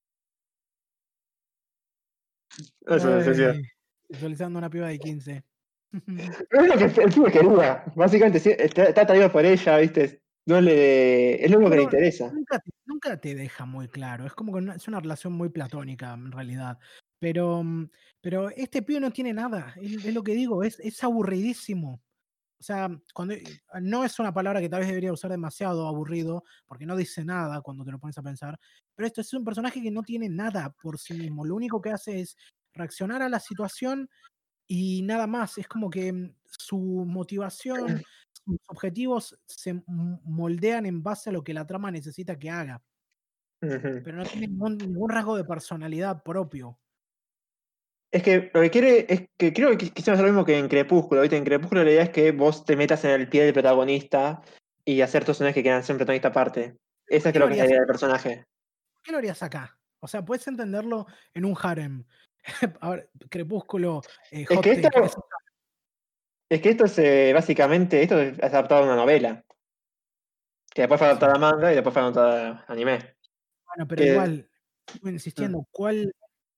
Eso, eso, eso. Ay, visualizando una piba de quince. Es lo que el pibe quería. Básicamente sí, está, está atraído por ella, ¿viste? No le, es lo único que le Pero interesa. nunca te, nunca te deja muy claro. Es como que no- es una relación muy platónica, en realidad. Pero, mm, pero este pibe no tiene nada. Es, es lo que digo, es, es aburridísimo. O sea, cuando, eh, no es una palabra que tal vez debería usar demasiado, aburrido, porque no dice nada cuando te lo pones a pensar. Pero esto es un personaje que no tiene nada por sí mismo. Lo único que hace es reaccionar a la situación y nada más. Es como que mm, su motivación, sus objetivos se m- moldean en base a lo que la trama necesita que haga, Ujú. pero no tiene ningún, ningún rasgo de personalidad propio. Es que lo que quiere es que creo que quisieron hacer lo mismo que en Crepúsculo, ¿viste? En Crepúsculo la idea es que vos te metas en el pie del protagonista y hacer tus personajes que quieran ser un protagonista aparte. ¿Por Esa qué lo creo que es la harías, idea del personaje. por qué lo harías acá? O sea, puedes entenderlo en un harem. A ver, Crepúsculo, eh, Es Hot que esto, Take. Es, es que esto es eh, básicamente, esto es adaptado a una novela, que después fue adaptada sí. a manga y después fue adaptada a anime. Bueno, pero Que, igual, sigo mm. insistiendo, ¿cuál,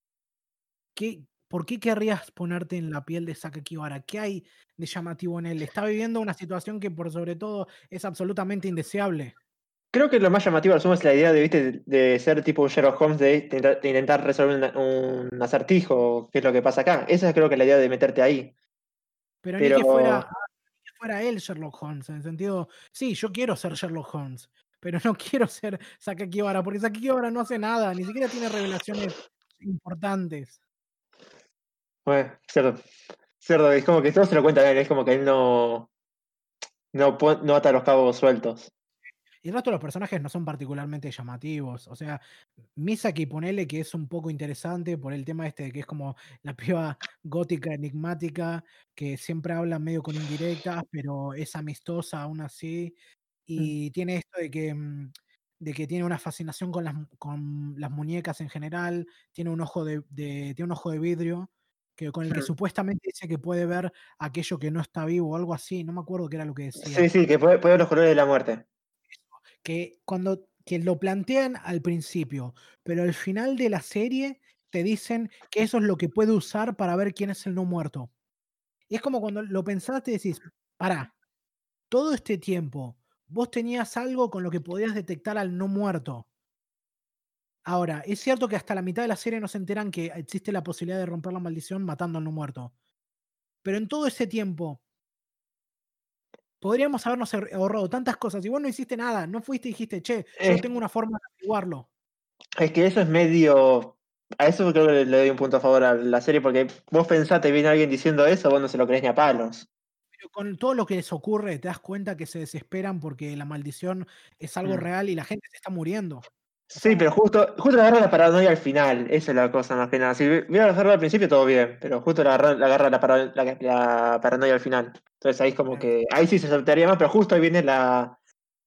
qué, ¿por qué querrías ponerte en la piel de Sakakibara? ¿Qué hay de llamativo en él? Está viviendo una situación que por sobre todo es absolutamente indeseable. Creo que lo más llamativo al sumo es la idea de, ¿viste? De ser tipo un Sherlock Holmes, de, intentar de intentar resolver una- un, acertijo, que es lo que pasa acá. Esa es creo que es la idea de meterte ahí. Pero ni Pero que fuera, ni que fuera él Sherlock Holmes, en el sentido, sí, yo quiero ser Sherlock Holmes, pero no quiero ser Sakakibara, porque Sakakibara no hace nada, ni siquiera tiene revelaciones importantes. bueno, cierto, cierto, es como que todo se lo cuenta a él, es como que él no, no, pon- no ata los cabos sueltos. Y el resto de los personajes no son particularmente llamativos. O sea, Misaki, ponele que es un poco interesante por el tema este de que es como la piba gótica, enigmática, que siempre habla medio con indirectas, pero es amistosa aún así. Y tiene esto de que, mm, de que tiene una fascinación con las, mu- con las muñecas en general, tiene un ojo de, de- tiene un ojo de vidrio. Que, con el que supuestamente dice que puede ver aquello que no está vivo o algo así, no me acuerdo qué era lo que Sí, decía sí, que puede, puede ver los colores de la muerte. que cuando que lo plantean al principio, pero al final de la serie te dicen que eso es lo que puede usar para ver quién es el no muerto. Y es como cuando lo pensaste y decís, pará, todo este tiempo vos tenías algo con lo que podías detectar al no muerto. Ahora, es cierto que hasta la mitad de la serie no se enteran que existe la posibilidad de romper la maldición matando al no muerto. Pero en todo ese tiempo podríamos habernos ahor- ahorrado tantas cosas y vos no hiciste nada, no fuiste y dijiste, che, yo Es, tengo una forma de averiguarlo. es que eso es medio. A eso creo que le doy un punto a favor a la serie, porque vos pensaste, viene alguien diciendo eso, vos no se lo crees ni a palos. Pero con todo lo que les ocurre, te das cuenta que se desesperan porque la maldición es algo Mm. real y la gente se está muriendo. O sea, Sí, pero justo, justo le agarra la paranoia al final, esa es la cosa más que nada. Si hubiera agarrado al principio todo bien, pero justo le agarra, le agarra la, para- la- la paranoia al final. Entonces ahí es como eh, que, ahí sí se aceptaría más, pero justo ahí viene la,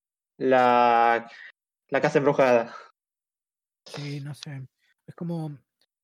la, la casa embrujada. sí, no sé. Es como.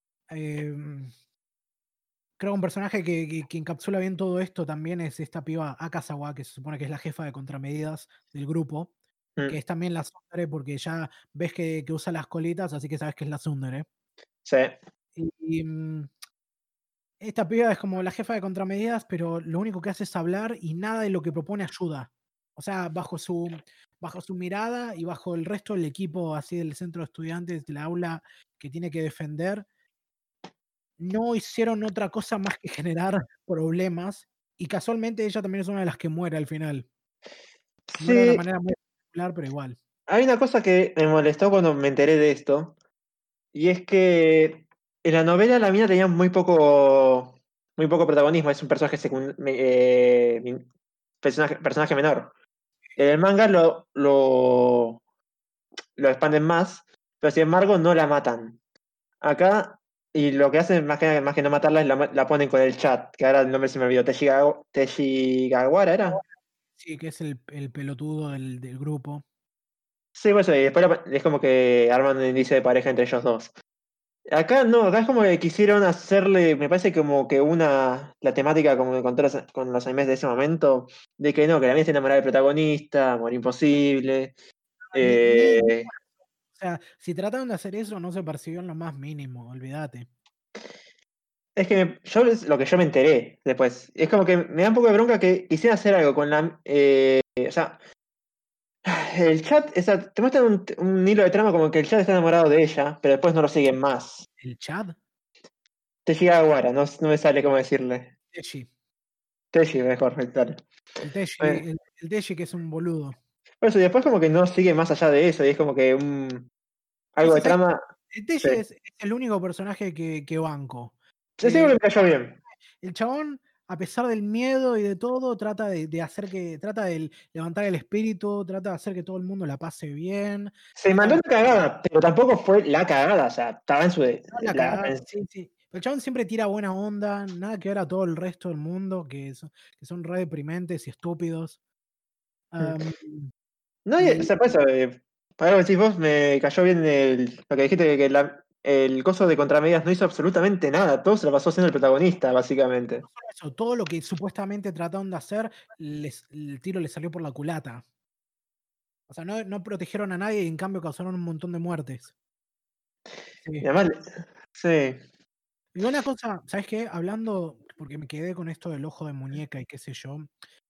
em, creo que un personaje que, que- que encapsula bien todo esto también es esta piba Akazawa, que se supone que es la jefa de contramedidas del grupo, que Mm, es también la Tsundere, porque ya ves que, que usa las colitas, así que sabes que es la Tsundere. sí. Y, y, mm, esta piba es como la jefa de contramedidas, pero lo único que hace es hablar y nada de lo que propone ayuda. O sea, bajo su, bajo su mirada y bajo el resto del equipo así del centro de estudiantes, del aula que tiene que defender, no hicieron otra cosa más que generar problemas Y casualmente ella también es una de las que muere al final. Muere de una Sí, manera muy particular, pero igual. hay una cosa que me molestó cuando me enteré de esto, y es que en la novela la mina tenía muy poco, muy poco protagonismo, es un personaje secund- me- eh, min- personaje, personaje menor. En el manga lo, lo, lo expanden más, pero sin embargo no la matan. Acá, y lo que hacen más que, más que no matarla es la, ma- la ponen con el chat, que ahora el nombre se me olvidó, Teshiga- Teshigawara, ¿era? Sí, que es el, el pelotudo del, del grupo. Sí, pues y después la- es como que arman un indicio de pareja entre ellos dos. Acá no, acá es como que quisieron hacerle, me parece como que una, la temática como con, todas las- con los animes de ese momento, de que no, que la mina está enamorada del protagonista, amor imposible. Ni, ni- ni- eh, o sea, si trataron de hacer eso, no se percibió en lo más mínimo, olvídate. es que me- yo es lo que yo me enteré después. Es como que me da un poco de bronca que quisieran hacer algo con la... eh, o sea, el chat, o sea, te muestran un, un hilo de trama como que el chat está enamorado de ella, pero después no lo siguen más. El Chad, Te llega Aguara, no, no me sale cómo decirle. Teshi. Teji, mejor, dale. El Teshi, Bueno, el, el Teshi que es un boludo. por eso, y después como que no sigue más allá de eso, y es como que un, No algo sé, de ¿sabes qué? trama. El Sí. Teshi es, es el único personaje que, que banco. Sí, sí, porque Eh, me cayó bien. el chabón, a pesar del miedo y de todo, trata de, de hacer que, trata de levantar el espíritu, trata de hacer que todo el mundo la pase bien, Se mandó trata una cagada, pero tampoco fue la cagada, o sea, estaba en su... no, la La, cagada, sí, sí. Pero el chabón siempre tira buena onda, nada que ver a todo el resto del mundo, que, son- que son re deprimentes y estúpidos. Am, no, y- o y sea, por eso, eh, para algo que decís vos, me cayó bien el, lo que dijiste, que la- el coso de Contramedias no hizo absolutamente nada, todo se lo pasó siendo el protagonista, básicamente. no solo eso, todo lo que supuestamente trataron de hacer, les, el tiro les salió por la culata. O sea, no, no protegieron a nadie y en cambio causaron un montón de muertes. Y Sí. además, sí. Y una cosa, ¿sabes qué? Hablando, porque me quedé con esto del ojo de muñeca y qué sé yo.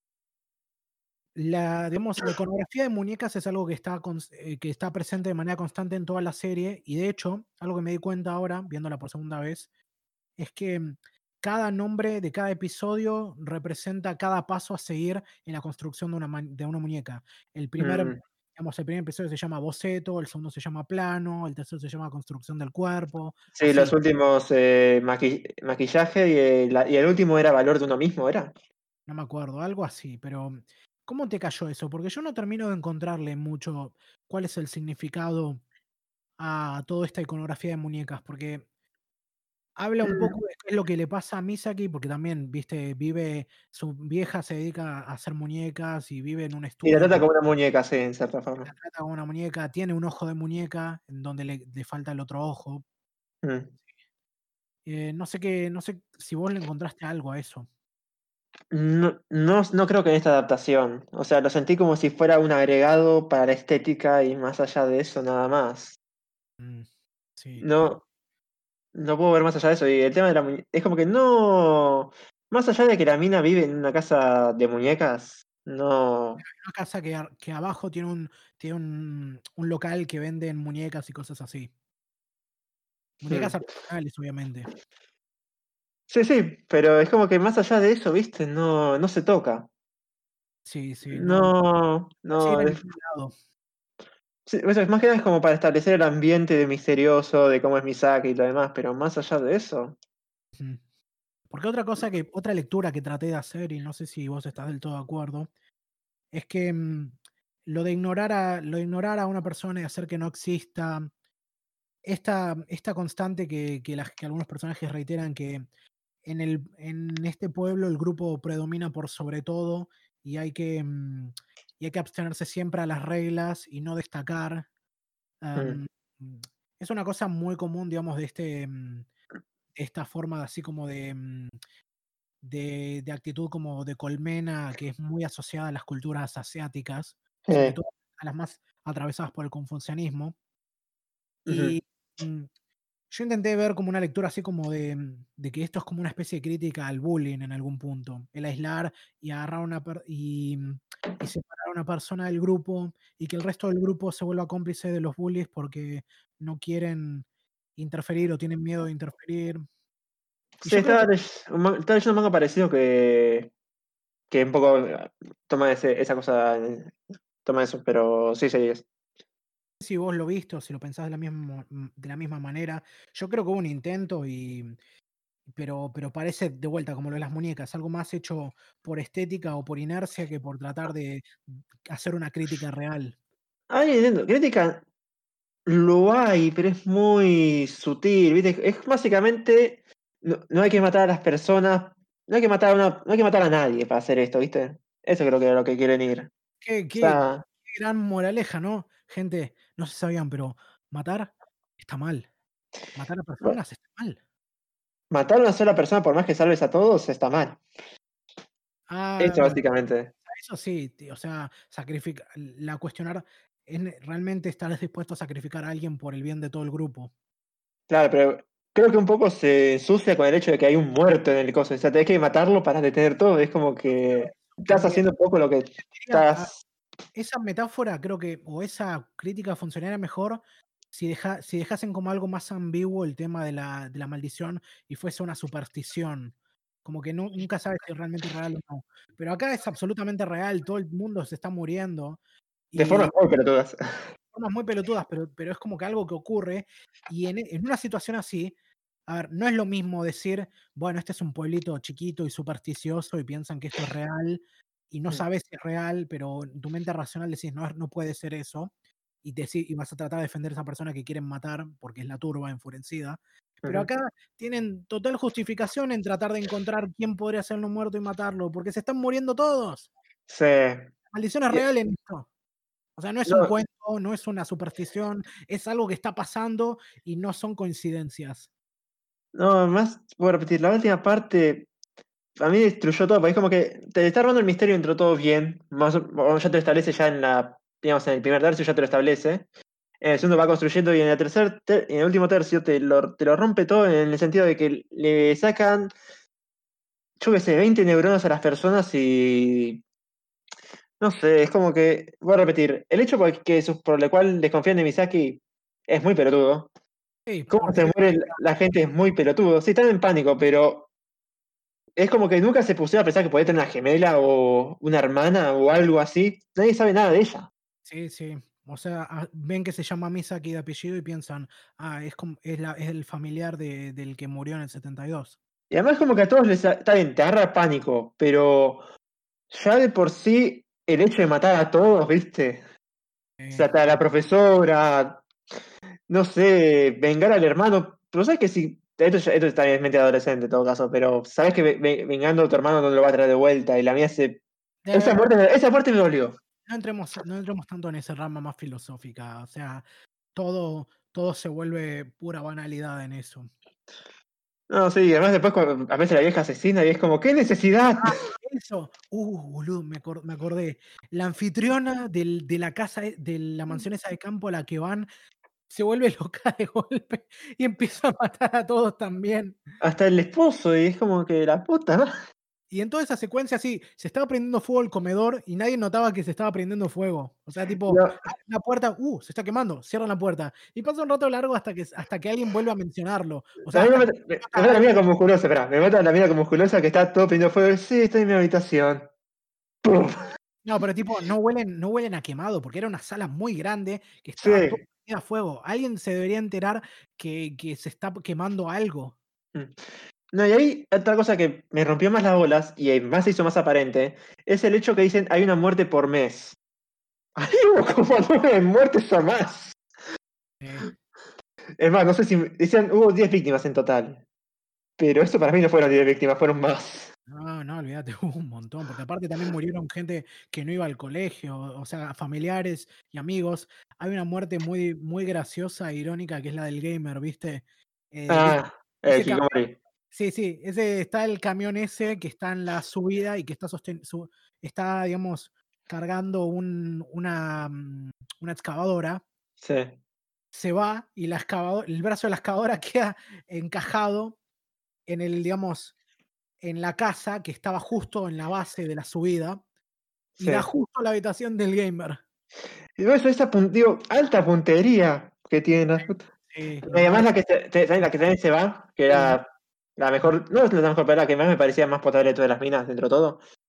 La, digamos, la iconografía de muñecas es algo que está, cons- eh, que está presente de manera constante en toda la serie. Y de hecho, algo que me di cuenta ahora, viéndola por segunda vez, es que mm, cada nombre de cada episodio representa cada paso a seguir en la construcción de una, ma- de una muñeca. El primer, Mm. digamos, el primer episodio se llama boceto, el segundo se llama plano, el tercero se llama construcción del cuerpo, Sí, los así. últimos eh, maqui- maquillaje y el, la- y el último era valor de uno mismo, ¿era? No me acuerdo, algo así, pero ¿cómo te cayó eso? Porque yo no termino de encontrarle mucho cuál es el significado a toda esta iconografía de muñecas, porque habla un Mm. poco de qué es lo que le pasa a Misaki, porque también, viste, vive, su vieja se dedica a hacer muñecas y vive en un Y la estudio trata que como una muñeca, sí, en cierta la forma. trata como una muñeca, tiene un ojo de muñeca en donde le, le falta el otro ojo. Mm. Eh, no sé qué, no sé si vos le encontraste algo a eso. No, no, no creo que en esta adaptación. O sea, lo sentí como si fuera un agregado para la estética y más allá de eso, nada más. Mm, sí. No, no puedo ver más allá de eso. Y el tema de la muñeca. Es como que no. Más allá de que la mina vive en una casa de muñecas, no. Una casa que, ar- que abajo tiene un, tiene un, un local que venden muñecas y cosas así. Hmm. Muñecas artesanales, obviamente. Sí, sí, pero es como que más allá de eso, ¿viste? No, no se toca. Sí, sí, no, no No, no. consigue a es- ningún lado. sí, eso es más que nada es como para establecer el ambiente de misterioso, de cómo es Misaki y lo demás, pero más allá de eso. Ujú. Porque otra cosa que, otra lectura que traté de hacer, y no sé si vos estás del todo de acuerdo, es que mm, lo de ignorar a, lo de ignorar a una persona y hacer que no exista, esta, esta constante que, que, las, que algunos personajes reiteran que en, el, en este pueblo el grupo predomina por sobre todo y hay que, mm, y hay que abstenerse siempre a las reglas y no destacar. Mm, am, mm, es una cosa muy común, digamos, de este, mm, de esta forma así como de, mm, de, de actitud como de colmena que es muy asociada a las culturas asiáticas, sobre eh, todo a las más atravesadas por el confucianismo. ujú. Y mm, yo intenté ver como una lectura así como de, mm, de que esto es como una especie de crítica al bullying en algún punto. El aislar y agarrar una per- y, mm, y separar a una persona del grupo y que el resto del grupo se vuelva cómplice de los bullies porque no quieren interferir o tienen miedo de interferir. Y Sí, yo creo estaba, que ley- un man- estaba leyendo un manga parecido que. que un poco eh, toma ese, esa cosa, eh, toma eso, pero sí, sí, es. Si vos lo viste o si lo pensás de la misma, mo- de la misma manera. Yo creo que hubo un intento y, pero, pero parece de vuelta como lo de las muñecas, algo más hecho por estética o por inercia que por tratar de hacer una crítica real. Ay, entiendo, crítica lo hay, pero es muy sutil, ¿viste? Es básicamente, no, no hay que matar a las personas, no hay que matar a una- no hay que matar a nadie para hacer esto, ¿viste? Eso creo que es lo que quieren ir. O Qué, qué, sea, qué gran moraleja, ¿no? Gente, no se sabían, pero matar está mal. Matar a ma- personas está mal. matar a una sola persona por más que salves a todos está mal. Ah, Eso básicamente. eso sí, ti- o sea, sacrifica, la cuestionar es ne- realmente estar dispuesto a sacrificar a alguien por el bien de todo el grupo. Claro, pero creo que un poco se ensucia con el hecho de que hay un muerto en el coso. O sea, tenés que matarlo para detener todo. Es como que estás También, haciendo un poco lo que diría, ah, estás. esa metáfora creo que, o esa crítica funcionaría mejor si, deja, si dejasen como algo más ambiguo el tema de la, de la maldición y fuese una superstición. Como que nu- nunca sabes si es realmente real o no. Pero acá es absolutamente real, todo el mundo se está muriendo De formas y muy pelotudas. formas muy pelotudas, pero, pero es como que algo que ocurre. Y en, en una situación así, a ver, no es lo mismo decir, bueno, este es un pueblito chiquito y supersticioso y piensan que esto es real y no sabes si es real, pero en tu mente racional decís, no, no puede ser eso. Y, decir, y vas a tratar de defender a esa persona que quieren matar porque es la turba enfurecida. Pero Ujú. acá tienen total justificación en tratar de encontrar quién podría serlo muerto y matarlo, porque se están muriendo todos. Sí. La maldición es Y- real en esto. O sea, no es un No, cuento, no es una superstición, es algo que está pasando y no son coincidencias. no, más, voy a repetir, la última parte a mí destruyó todo, porque es como que te está armando el misterio entre todo bien, más o- o ya te lo establece ya en la, digamos, en el primer tercio ya te lo establece, en el segundo va construyendo y en el tercer, ter- en el último tercio te lo, te lo rompe todo en el sentido de que le sacan, yo qué sé, veinte neuronas a las personas y no sé, es como que, voy a repetir, el hecho por, que, su- por el cual desconfían de Misaki es muy pelotudo. Sí, Cómo porque se te muere la gente es muy pelotudo. Sí, están en pánico, pero es como que nunca se pusieron a pensar que podía tener una gemela o una hermana o algo así. Nadie sabe nada de ella. sí, sí. O sea, ah, ven que se llama Misaki de apellido y piensan, ah, es, como, es, la, es el familiar de- del que murió en el setenta y dos. Y además como que a todos les... Está bien, te agarra pánico, pero ya de por sí el hecho de matar a todos, ¿viste? O sea, Eh, hasta a la profesora, no sé, vengar al hermano. Pero sabes que si... Esto, ya- esto está bien, es mente de adolescente en todo caso, pero sabes que ve- ve- vengando a tu hermano no lo va a traer de vuelta y la mía se... Esa eh, muerte, me- esa muerte me dolió. no, entremos, no entremos tanto en esa rama más filosófica. O sea, todo, todo se vuelve pura banalidad en eso. No, sí, además después cuando aparece la vieja asesina y es como, ¿qué necesidad? Eso, uh, boludo, me, acor- me acordé. La anfitriona del- de la casa, e- de la mansión esa de campo a la que van, se vuelve loca de golpe y empieza a matar a todos también. Hasta el esposo, y es como que la puta, ¿no? Y en toda esa secuencia, sí, se estaba prendiendo fuego el comedor y nadie notaba que se estaba prendiendo fuego. O sea, tipo, No, abren la puerta, uh, se está quemando, cierran la puerta. Y pasa un rato largo hasta que, hasta que alguien vuelve a mencionarlo. O sea, a mí me hasta que mata, me, me mata mata a la mina alguien. con musculosa, espera, me mata la mina con musculosa que está todo prendiendo fuego. Sí, estoy en mi habitación. ¡Pum! No, pero tipo, no huelen, no huelen a quemado, porque era una sala muy grande que Sí. estaba todo prendida a fuego. Alguien se debería enterar que, que se está quemando algo. Mm. No, y ahí otra cosa que me rompió más las bolas y más se hizo más aparente es el hecho que dicen hay una muerte por mes. Ahí hubo como nueve muertes o más. Eh, Es más, no sé si decían hubo diez víctimas en total. Pero eso para mí no fueron diez víctimas, fueron más. no, no, olvídate, hubo un montón, porque aparte también murieron gente que no iba al colegio, o sea, familiares y amigos. Hay una muerte muy, muy graciosa e irónica que es la del gamer, ¿viste? Eh, ¿viste? Ah, eh, Ese camión, Hikikomori. sí, sí, ese, está el camión ese que está en la subida y que está, sosten- su- está digamos, cargando un- una, mm, una excavadora. Sí, Se va y la excavado- el brazo de la excavadora queda encajado en el, digamos, en la casa que estaba justo en la base de la subida y sí. da justo a la habitación del gamer. Y por eso esa pun- digo, alta puntería que tienen las putas. Sí, Y y además aparte, la que, se- te- ¿sabes? La que también se va, que sí, era la mejor, no es la mejor, pero la que más me parecía más potable de todas las minas dentro de todo.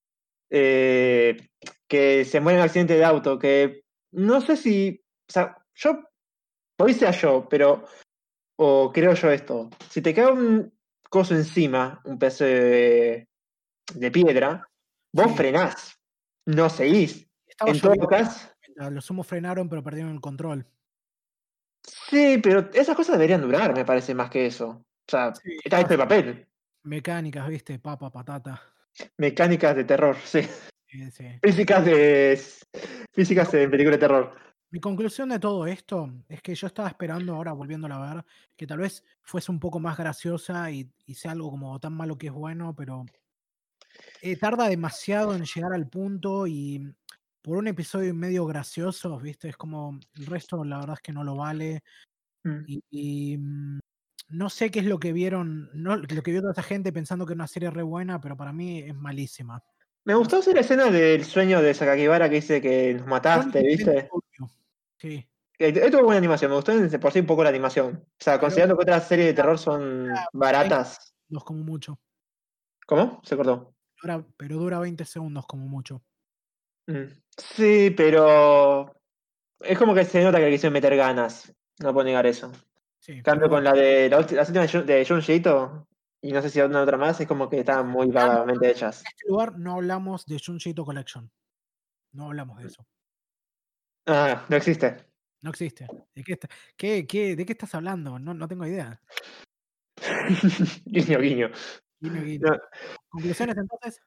eh, que se muere en un accidente de auto, que no sé si, o sea, yo, hoy sea yo, pero, o creo yo esto, si te cae un coso encima, un pedazo de, de piedra, vos Sí, frenás, no seguís. estaba En todo lloviendo. caso, Los sumos frenaron, pero perdieron el control. sí, pero esas cosas deberían durar, me parece, más que eso. O sea, Sí, está hecho estaba de papel. mecánicas, ¿viste? Papa, patata. Mecánicas de terror, sí. Sí, sí. Físicas de. Mi, Físicas co- de película de terror. mi conclusión de todo esto es que yo estaba esperando ahora, volviéndola a ver, que tal vez fuese un poco más graciosa y, y sea algo como tan malo que es bueno, pero eh, tarda demasiado en llegar al punto y por un episodio y medio gracioso, ¿viste? Es como el resto, la verdad es que no lo vale. Mm. Y, y, mm, no sé qué es lo que vieron, no, lo que vio toda esa gente pensando que era una serie re buena, pero para mí es malísima. Me No sé, gustó hacer la escena del sueño de Sakakibara que dice que nos yo ni mataste, intento ¿viste? turbio. Sí, Eh, Esto es buena animación, me gustó en- por sí un poco la animación. O sea, pero considerando que otras series de dura terror son veinte baratas. segundos como mucho. ¿Cómo? Se cortó. Dura- pero dura veinte segundos como mucho. Mm. Sí, pero es como que se nota que le quisieron meter ganas. No puedo negar eso. Sí, pero Cambio bueno. con la de la, ulti- las últimas de Jun- de Junji Ito, y no sé si una otra más, es como que estaban muy Ah, no, vagamente hechas. en este lugar no hablamos de Junji Ito Collection. No hablamos de eso. Ah, no existe. No existe. ¿De qué, está- qué- qué- de qué estás hablando? No, no tengo idea. Guiño, guiño. Guiño, No. guiño. ¿Conclusiones entonces?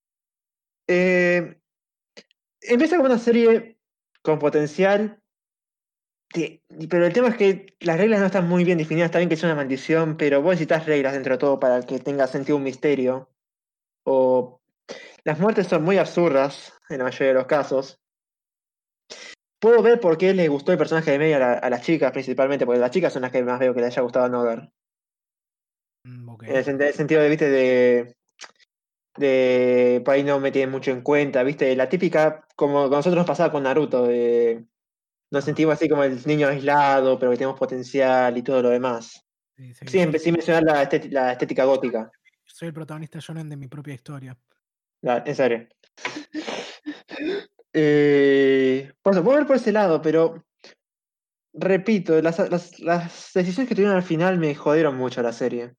Eh, Empieza como una serie con potencial, que- pero el tema es que las reglas no están muy bien definidas. Está bien que es una maldición, pero vos necesitas reglas dentro de todo para que tenga sentido un misterio. O las muertes son muy absurdas en la mayoría de los casos. Puedo ver por qué les gustó el personaje de Mei a, la- a las chicas principalmente, porque las chicas son las que más veo que les haya gustado Nogar. Mm, ok. En el, sen- el sentido de, viste, de, de por ahí no me tienen mucho en cuenta, viste, la típica, como con nosotros nos pasaba con Naruto, de nos Ajá. sentimos así como el niño aislado, pero que tenemos potencial y todo lo demás. Sí, sí, yo Siempre, sin mencionar la, estéti- la estética gótica. soy el protagonista shonen de mi propia historia. La- en serio. Eh, por eso, puedo ver por ese lado, pero repito, las, las, las decisiones que tuvieron al final me jodieron mucho la serie.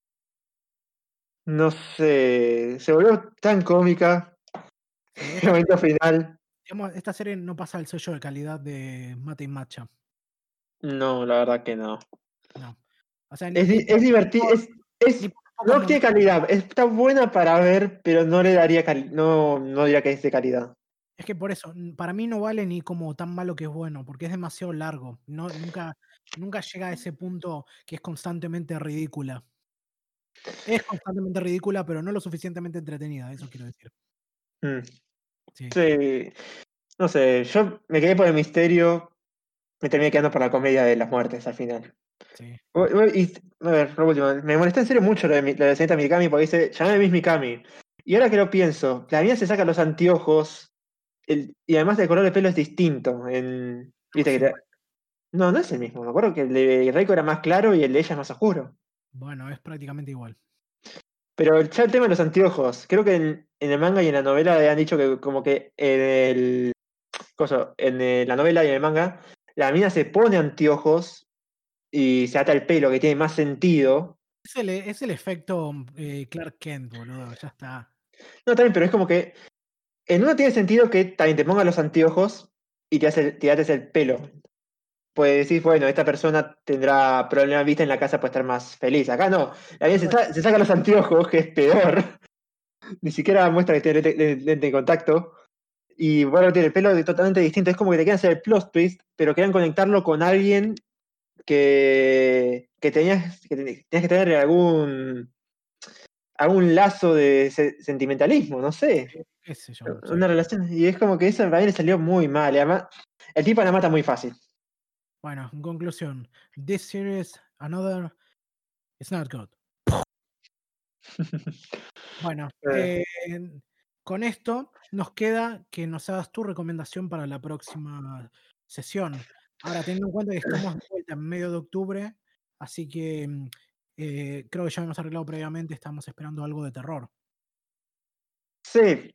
No sé, se volvió tan cómica Sí, el esta, momento final. digamos, esta serie no pasa el sello de calidad de Mate y Matcha. No, la verdad que no. No. O sea, ni, Es, ni di- por es un divertido, poco, es, es, ni por un poco no tiene modesta. calidad, está buena para ver, pero no le daría cali- no, no diría que es de calidad. Es que por eso, n- para mí no vale ni como tan malo que es bueno, porque es demasiado largo. No, nunca, nunca llega a ese punto que es constantemente ridícula. Es constantemente ridícula, pero no lo suficientemente entretenida, eso quiero decir. Mm, Sí, sí, no sé, yo me quedé por el misterio, me terminé quedando por la comedia de las muertes al final. sí. Bu- bu- Y, a ver, lo último, me molesta en serio mucho lo de, mi- lo de la señorita Mikami porque dice, llamame Miss Mikami. Y ahora que lo pienso, la mía se saca los anteojos el- y además el color de pelo es distinto. En, No, viste que sí. te- no, no es el mismo. Me acuerdo que el de Reiko era más claro y el de ella es más oscuro. Bueno, es prácticamente igual. Pero ya el tema de los anteojos, creo que en, en el manga y en la novela habían dicho que como que en el coso, en eh, la novela y en el manga, la mina se pone anteojos y se ata el pelo, que tiene más sentido. Es el, es el efecto eh, Clark Kent, boludo, ya está. No, también, pero es como que en uno tiene sentido que también te pongas los anteojos y te, hace, te ates el pelo. Pues decís, bueno, esta persona tendrá problemas de vista en la casa, puede estar más feliz. Acá no, la mina se, sa- se saca los anteojos, que es peor. Ni siquiera muestra que tiene lente, lente de contacto. Y bueno, tiene el pelo de- totalmente distinto. Es como que te quieren hacer el plot twist, pero querían conectarlo con alguien que, que tenías, que tenías que tener algún, algún lazo de se- sentimentalismo, no sé. Sí, qué sé yo, sí. Una relación. Y es como que eso para mí le salió muy mal. Y además, el tipo la mata muy fácil. Bueno, en conclusión, this series, another, it's not good. Bueno, Eh, eh, con esto nos queda que nos hagas tu recomendación para la próxima sesión. Ahora, teniendo en cuenta que estamos de vuelta en medio de octubre, así que mm, eh, creo que ya hemos arreglado previamente, estamos esperando algo de terror. sí,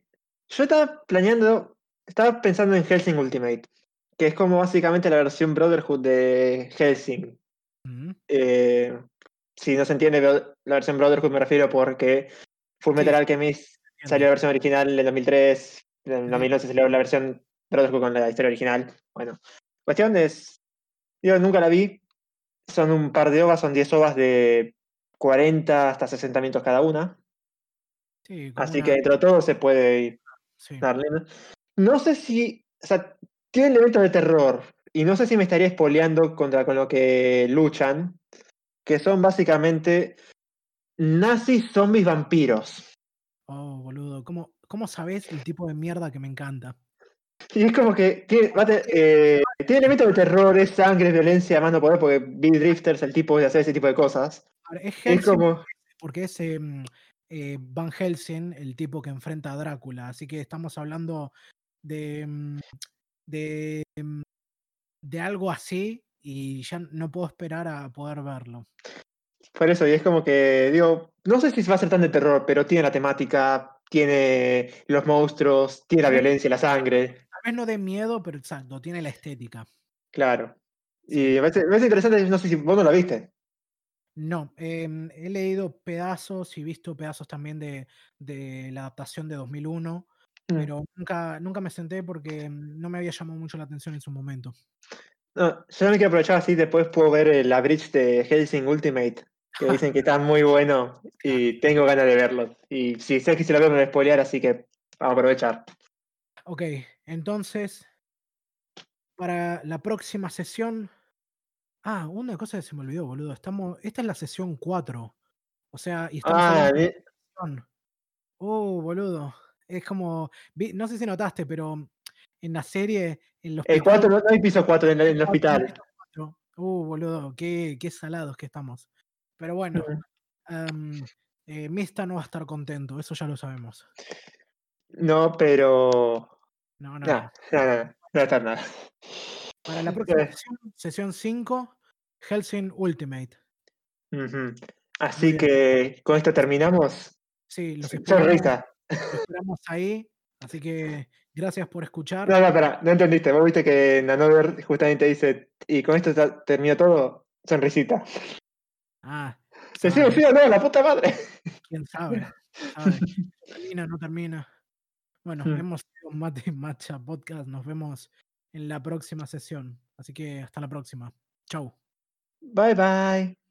Yo estaba planeando, estaba pensando en Hellsing Ultimate, que es como básicamente la versión Brotherhood de Hellsing. Mm. Eh, si no se entiende bro- la versión Brotherhood, me refiero porque Sí, Fullmetal sí, Alchemist salió entiendo. la versión original en dos mil tres, en Sí. dos mil once salió la versión Brotherhood con la historia original. Bueno, cuestión es, yo nunca la vi, son un par de ovas, son diez ovas de cuarenta hasta sesenta minutos cada una, Sí, como así que una. dentro de todo se puede ir Sí. darle, ¿no? No sé si, o sea, tiene elementos de terror, y no sé si me estaría spoileando contra con lo que luchan, que son básicamente nazis, zombies, vampiros. Oh, boludo. ¿Cómo, cómo sabés el tipo de mierda que me encanta? Y es como que tiene, va a tener, Aparte, eh, tiene elementos de terror, es sangre, es violencia, más no poder, porque Bill Drifter es el tipo de hacer ese tipo de cosas. a ver, es Es Helsing como, porque es em, eh, Van Helsing el tipo que enfrenta a Drácula. Así que estamos hablando de, em, de, em, de algo así y ya no puedo esperar a poder verlo. por eso, y es como que, digo, no sé si va a ser tan de terror, pero tiene la temática, tiene los monstruos, tiene la Tal vez, violencia, la sangre, tal vez no de miedo, pero exacto, tiene la estética. claro. Y Sí. me parece, me parece interesante, no sé si vos no la viste. No, em, he leído pedazos y visto pedazos también de, de la adaptación de dos mil uno, Mm. pero nunca, nunca me senté porque em, no me había llamado mucho la atención en su momento. No, yo me quiero aprovechar así, después puedo ver eh, la bridge de Hellsing Ultimate, que dicen que está muy bueno Claro. y tengo ganas de verlo. Y si sé que si lo veo me voy a spoilear, así que vamos a aprovechar. Ok, entonces, para la próxima sesión. Ah, una cosa que se me olvidó, boludo. Estamos, esta es la sesión cuatro. O sea, y estamos Ah, hablando de bien. sesión. Oh, boludo. Es como. vi- No sé si notaste, pero en la serie, en el El hospital. cuatro no, no hay piso cuatro en, hay en el cuatro, no hay hospital. estos cuatro. Uh, boludo, qué, qué salados que estamos. Pero bueno, Mm. em, eh, Mista no va a estar contento, eso ya lo sabemos. No, pero. No, no, Nada, no. nada, no va a estar nada. Para la próxima Eh, sesión, sesión cinco, Helsing Ultimate. ujú. Muy Así bien. que con esto terminamos. Sí, los esperamos, Sonrisa. los esperamos ahí. Así que gracias por No, escuchar. no, espera, no entendiste. Vos viste que Nanover justamente dice, y con esto está- termina todo, sonrisita. Ah, Decimos sabe, sí o no, la puta madre. quién sabe, sabe. Esto termina, no termina. Bueno, Mm. hemos sido Mate y Matcha Podcast. Nos vemos en la próxima sesión. Así que hasta la próxima. Chau. Bye bye.